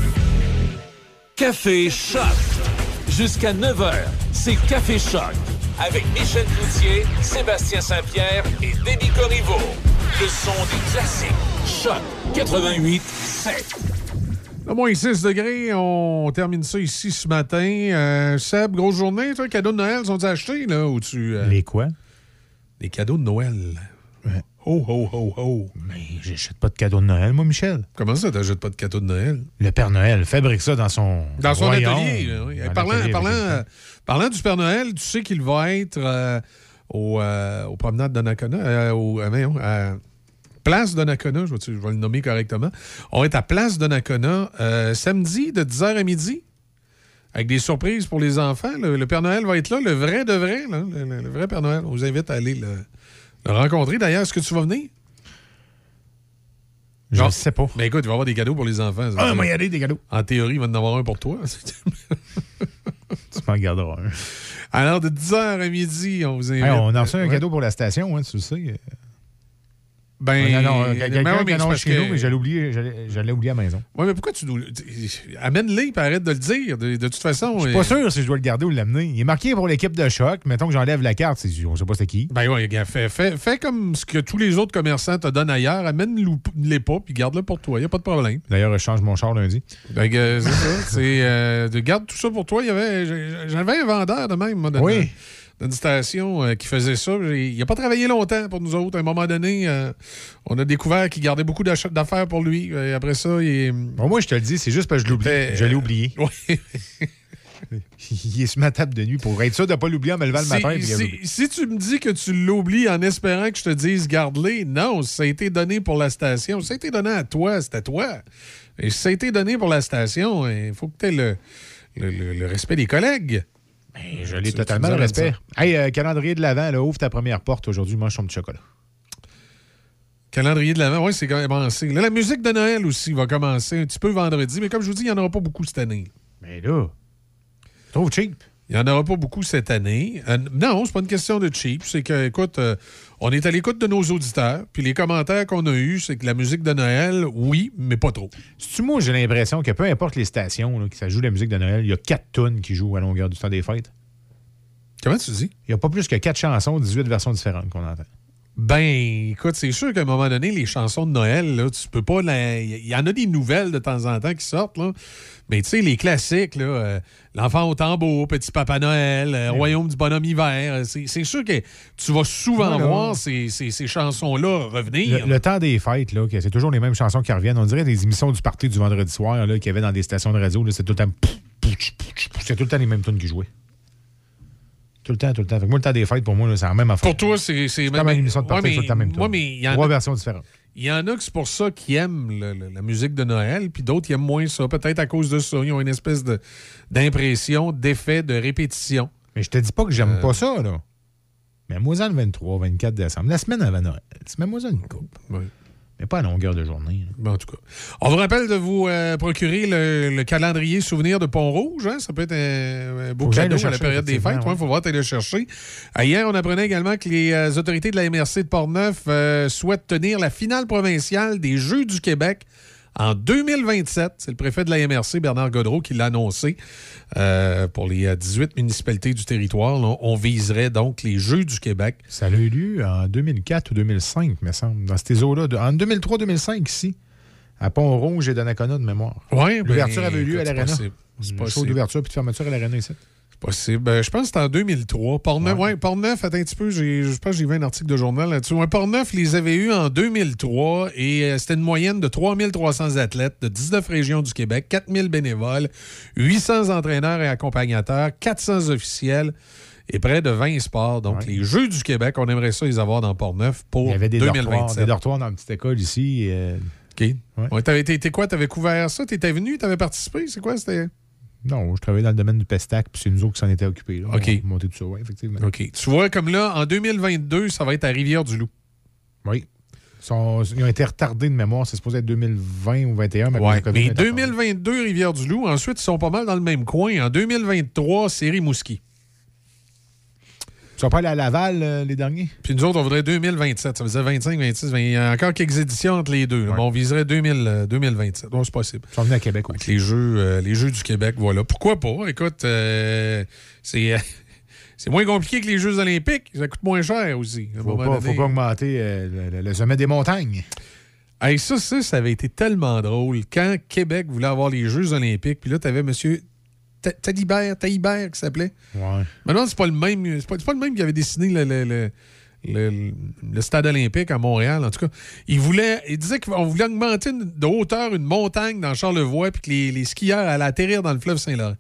Café Choc. Jusqu'à neuf heures, c'est Café Choc. Avec Michel Cloutier, Sébastien Saint-Pierre et Déby Corriveau. Le son des classiques. Choc quatre-vingt-huit sept. À moins six degrés, on termine ça ici ce matin. Euh, Seb, grosse journée, toi, cadeaux de Noël sont achetés, là, ou tu... Euh... Les quoi? Les cadeaux de Noël. Ouais. Ho, ho, ho, ho. Mais j'achète pas de cadeaux de Noël, moi, Michel. Comment ça, t'achètes pas de cadeaux de Noël? Le Père Noël fabrique ça dans son Dans son royaume. atelier. Là, oui. Dans Parlant, l'atelier parlant, avec le euh, parlant du Père Noël, tu sais qu'il va être euh, au, euh, au promenade Donnacona, euh, au, euh, voyons, à Place Donnacona, je vais, je vais le nommer correctement. On va être à Place Donnacona euh, samedi de dix heures à midi. Avec des surprises pour les enfants. Le, le Père Noël va être là, le vrai de vrai, là, le, le- le vrai Père Noël. On vous invite à aller le, le rencontrer. D'ailleurs, est-ce que tu vas venir? Je Non. ne sais pas. Mais écoute, il va y avoir des cadeaux pour les enfants. Ah, il va y aller, des cadeaux. En théorie, il va en avoir un pour toi. Tu m'en garderas un. Alors, de dix heures à midi, on vous invite. Hey, on a reçu un Ouais. cadeau pour la station, hein, tu le sais. Ben, non, non, euh, quelqu'un mais ouais, qui annonce parce chez que- nous, mais j'allais oublier, j'allais, j'allais oublier à la maison. Oui, mais pourquoi tu nous. Amène-les et arrête de le dire. De, de toute façon. Je suis pas sûr si je dois le garder ou l'amener. Il est marqué pour l'équipe de choc. Mettons que j'enlève la carte, c'est, on sait pas c'est qui. Ben oui, gars, fais, fais, fais comme ce que tous les autres commerçants te donnent ailleurs. Amène-les pas, puis garde-le pour toi. Il n'y a pas de problème. D'ailleurs, je change mon char lundi. Ben, gars, c'est ça. C'est, euh, de- garde tout ça pour toi. Il y avait, j'avais un vendeur de même, moi, dans, Oui. dans une station euh, qui faisait ça. Il n'a pas travaillé longtemps pour nous autres. À un moment donné, euh, on a découvert qu'il gardait beaucoup d'ach- d'affaires pour lui. Et après ça, il est. Bon, moi, je te le dis, c'est juste parce que je l'oublie. Ben, Je l'ai oublié. Oui. Il est sur ma table de nuit pour être sûr de ne pas l'oublier en me levant le Si, matin. puis il a si- oublié. si tu me dis que tu l'oublies en espérant que je te dise garde-les, non, ça a été donné pour la station. Ça a été donné à toi, c'est à toi. Et si ça a été donné pour la station, il faut que tu aies le, le, le- le respect des collègues. Ben, je l'ai Tu- totalement tu le nous amènes respect. Hey, euh, calendrier de l'Avent, là, ouvre ta première porte aujourd'hui, mange ton petit chocolat. Calendrier de l'Avent, oui, c'est quand même avancé. Là, la musique de Noël aussi va commencer un petit peu vendredi, mais comme je vous dis, il n'y en aura pas beaucoup cette année. Mais là, trop cheap. Il n'y en aura pas beaucoup cette année. Euh, non, c'est pas une question de cheap. C'est que, écoute, euh, on est à l'écoute de nos auditeurs, puis les commentaires qu'on a eus, c'est que la musique de Noël, oui, mais pas trop. C'est-tu, moi, j'ai l'impression que peu importe les stations là, que ça joue la musique de Noël, il y a quatre tunes qui jouent à longueur du temps des fêtes. Comment tu dis? Il n'y a pas plus que quatre chansons, dix-huit versions différentes qu'on entend. Ben, écoute, c'est sûr qu'à un moment donné, les chansons de Noël, là, tu peux pas. la- Il y en a des nouvelles de temps en temps qui sortent, là. Mais tu sais, les classiques, là, euh, L'Enfant au tambour, Petit Papa Noël, euh, Royaume du bonhomme hiver, euh, c'est, c'est sûr que tu vas souvent Voilà. voir ces, ces, ces chansons-là revenir. Le, le temps des fêtes, là, que c'est toujours les mêmes chansons qui reviennent. On dirait des émissions du party du vendredi soir là, qu'il y avait dans des stations de radio. Là, c'est tout le temps. C'est tout le temps les mêmes tunes qui jouaient. Tout le temps, tout le temps. Fait que moi, le temps des fêtes, pour moi, là, c'est la même affaire. Pour toi, c'est. C'est comme une émission de party, Ouais, c'est tout le temps la même tune. ouais, mais il y en Trois a- versions différentes. Il y en a que c'est pour ça qui aiment le- le- la musique de Noël, puis d'autres qui aiment moins ça. Peut-être à cause de ça. Ils ont une espèce de, d'impression, d'effet, de répétition. Mais je te dis pas que j'aime Euh. pas ça, là. Mais moi, le vingt-trois, vingt-quatre décembre, la semaine avant Noël. Mets-moi ça une coupe. Oui. Mais pas à longueur de journée. là. Ben, en tout cas. On vous rappelle de vous euh, procurer le, le calendrier souvenir de Pont-Rouge. Hein? Ça peut être un, un beau Faut que j'aille cadeau le à la chercher, période des fêtes. effectivement, Il faut voir t'aller le chercher. Euh, hier, on apprenait également que les euh, autorités de la M R C de Portneuf euh, souhaitent tenir la finale provinciale des Jeux du Québec en deux mille vingt-sept. C'est le préfet de la M R C, Bernard Godreau, qui l'a annoncé. Euh, pour les euh, dix-huit municipalités du territoire, là, on viserait donc les Jeux du Québec. Ça a eu lieu en deux mille quatre ou deux mille cinq, me semble. Dans ces eaux-là. De- En deux mille trois deux mille cinq, ici. À Pont-Rouge et Donnacona, de mémoire. Ouais, ben, L'ouverture avait eu lieu à écoute, c'est l'Arena. possible. C'est Le show possible. d'ouverture puis de fermeture à l'Arena ici. Possible. Ben, je pense que c'était en deux mille trois. Portneuf, ouais. Portneuf, attends un petit peu, j'ai- je pense que j'ai vu un article de journal là-dessus. Ouais, Portneuf les avait eus en deux mille trois et euh, c'était une moyenne de trois mille trois cents athlètes de dix-neuf régions du Québec, quatre mille bénévoles, huit cents entraîneurs et accompagnateurs, quatre cents officiels et près de vingt sports. Donc, les Jeux du Québec, on aimerait ça les avoir dans Portneuf pour Il y avait des dortoirs, des deux mille vingt-sept. dortoirs dans une petite école ici. euh, OK. Ouais, t'avais, t'étais quoi? T'avais couvert ça? T'étais venu? T'avais participé? C'est quoi? C'était... Non, je travaillais dans le domaine du Pestac, puis c'est nous autres qui s'en étaient occupés. Là. OK. On a monté tout ça, oui, effectivement. OK. Tu vois, comme là, en deux mille vingt-deux, ça va être à Rivière-du-Loup. Oui. Ils, sont- ils ont été retardés de mémoire. C'est supposé être deux mille vingt ou vingt et un. Mais, à cause Ouais, du COVID, mais on est deux mille vingt-deux, Rivière-du-Loup. Ensuite, ils sont pas mal dans le même coin. En deux mille vingt-trois, c'est Rimouski. Ils sont pas allés à Laval, euh, les derniers? Puis nous autres, on voudrait deux mille vingt-sept. Ça faisait vingt-cinq, vingt-six, vingt. Il y a encore quelques éditions entre les deux. là. Ouais. Mais on viserait deux mille, euh, deux mille vingt-sept. Donc, c'est possible. Ils sont venus à Québec aussi. Avec les jeux, euh, les jeux du Québec, voilà. Pourquoi pas? Écoute, euh, c'est, c'est moins compliqué que les Jeux olympiques. Ça coûte moins cher aussi. À un Faut moment pas, donné. faut pas augmenter euh, le, le- le sommet des montagnes. Hey, ça, ça, ça avait été tellement drôle. Quand Québec voulait avoir les Jeux olympiques, puis là, t'avais M. Taillibert, Taillibert qui s'appelait. Ouais. Mais non, c'est pas le même. C'est pas, c'est pas le même qui avait dessiné le, le, le, le- le stade olympique à Montréal. En tout cas, il voulait. Il disait qu'on voulait augmenter une- de hauteur une montagne dans Charlevoix, puis que les, les skieurs allaient atterrir dans le fleuve Saint-Laurent.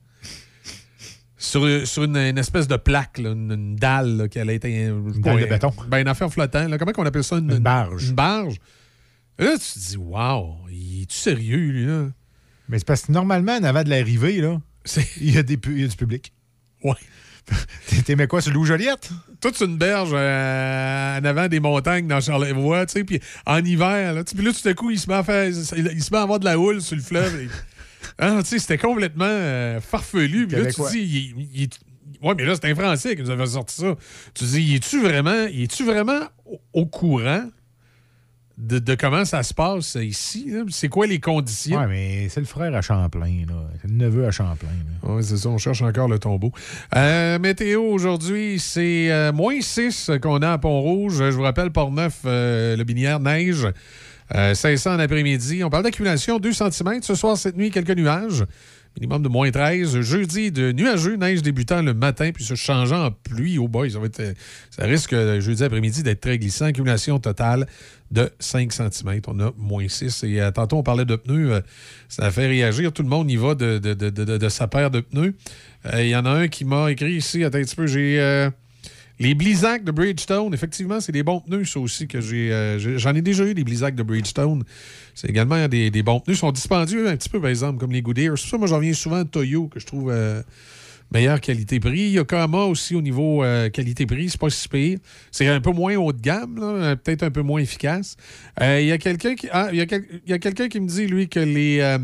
Sur, sur une, une espèce de plaque, là, une, une dalle là, qui allait être. Une dalle de béton. Ben, une affaire flottante. Là. Comment on appelle ça? Une, Une barge. Une barge. Et là, tu te dis, waouh, il est-tu sérieux, lui, là? Mais c'est parce que normalement, en avant de l'arrivée, là, il y, a des pu- il y a du public. Ouais. T'aimais quoi sur Loup Joliette? Toute une berge euh, en avant des montagnes dans Charlevoix, tu sais, puis en hiver, là, tu sais, puis là, tout à coup, il se met à faire, il se met à avoir de la houle sur le fleuve. Et, hein, tu sais, c'était complètement euh, farfelu. Puis là, tu Québécois. dis, il, il- il- ouais, mais là, c'est un Français qui nous avait sorti ça. Tu dis, il est-tu vraiment, il est-tu vraiment au, au courant de, de comment ça se passe ici. Là. C'est quoi les conditions? Oui, mais c'est le frère à Champlain. Là. C'est le neveu à Champlain. Oui, c'est ça. On cherche encore le tombeau. Euh, météo aujourd'hui, c'est euh, moins six qu'on a à Pont-Rouge. Je vous rappelle, Port-Neuf, euh, le Binière, neige. Euh, cinq cents en après-midi. On parle d'accumulation, deux centimètres. Ce soir, cette nuit, quelques nuages. Minimum de moins treize. Jeudi, de nuageux, neige débutant le matin, puis se changeant en pluie. Oh boy, ça, va être, ça risque, jeudi après-midi, d'être très glissant. Accumulation totale de cinq centimètres. On a moins six. Et euh, tantôt, on parlait de pneus. Euh, ça a fait réagir. Tout le monde y va de, de, de, de, de sa paire de pneus. Il euh, y en a un qui m'a écrit ici. Attends un petit peu. J'ai... Euh, Les Blizzak de Bridgestone, effectivement, c'est des bons pneus, ça aussi, que j'ai. Euh, j'en ai déjà eu, des Blizzak de Bridgestone. C'est également des, des bons pneus. Ils sont dispendieux un petit peu, par exemple, comme les Goodyear. C'est pour ça, moi, j'en reviens souvent de Toyo, que je trouve euh, meilleure qualité-prix. Yokohama aussi, au niveau euh, qualité-prix, c'est pas si pire. C'est un peu moins haut de gamme, là, peut-être un peu moins efficace. Il euh, y a quelqu'un qui. Ah, il y a, quel, y a quelqu'un qui me dit, lui, que les. Euh,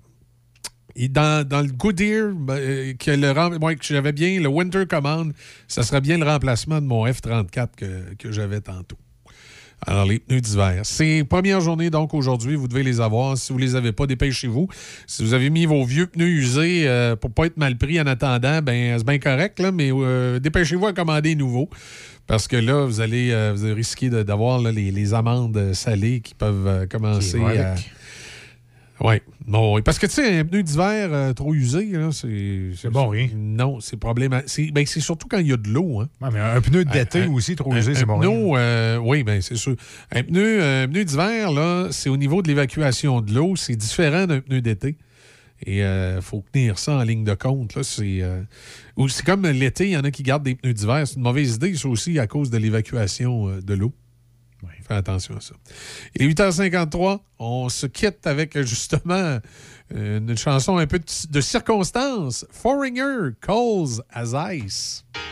Et dans, dans le Goodyear, euh, que, le, moi, que j'avais bien le Winter Command, ça serait bien le remplacement de mon F trente-quatre que, que j'avais tantôt. Alors, les pneus d'hiver. C'est première journée, donc, aujourd'hui. Vous devez les avoir. Si vous ne les avez pas, dépêchez-vous. Si vous avez mis vos vieux pneus usés euh, pour ne pas être mal pris en attendant, ben c'est bien correct, là, mais euh, dépêchez-vous à commander nouveaux. Parce que là, vous allez, euh, vous allez risquer de, d'avoir là, les, les amendes salées qui peuvent euh, commencer à... Oui. Bon, parce que, tu sais, un pneu d'hiver euh, trop usé, là, c'est... C'est bon, rien. Non, c'est problématique. C'est, ben, c'est surtout quand il y a de l'eau. Hein. Ouais, mais un pneu d'été un, aussi trop un, usé, un, c'est bon, pneu, rien. Euh, oui, bien, c'est sûr. Un pneu, un pneu d'hiver, là, c'est au niveau de l'évacuation de l'eau. C'est différent d'un pneu d'été. Et il euh, faut tenir ça en ligne de compte. Là. C'est, euh, ou c'est comme l'été, il y en a qui gardent des pneus d'hiver. C'est une mauvaise idée, ça aussi, à cause de l'évacuation euh, de l'eau. Ouais. Fais attention à ça. Il est huit heures cinquante-trois. On se quitte avec justement une chanson un peu de, de circonstance. Foreigner, Cold as Ice.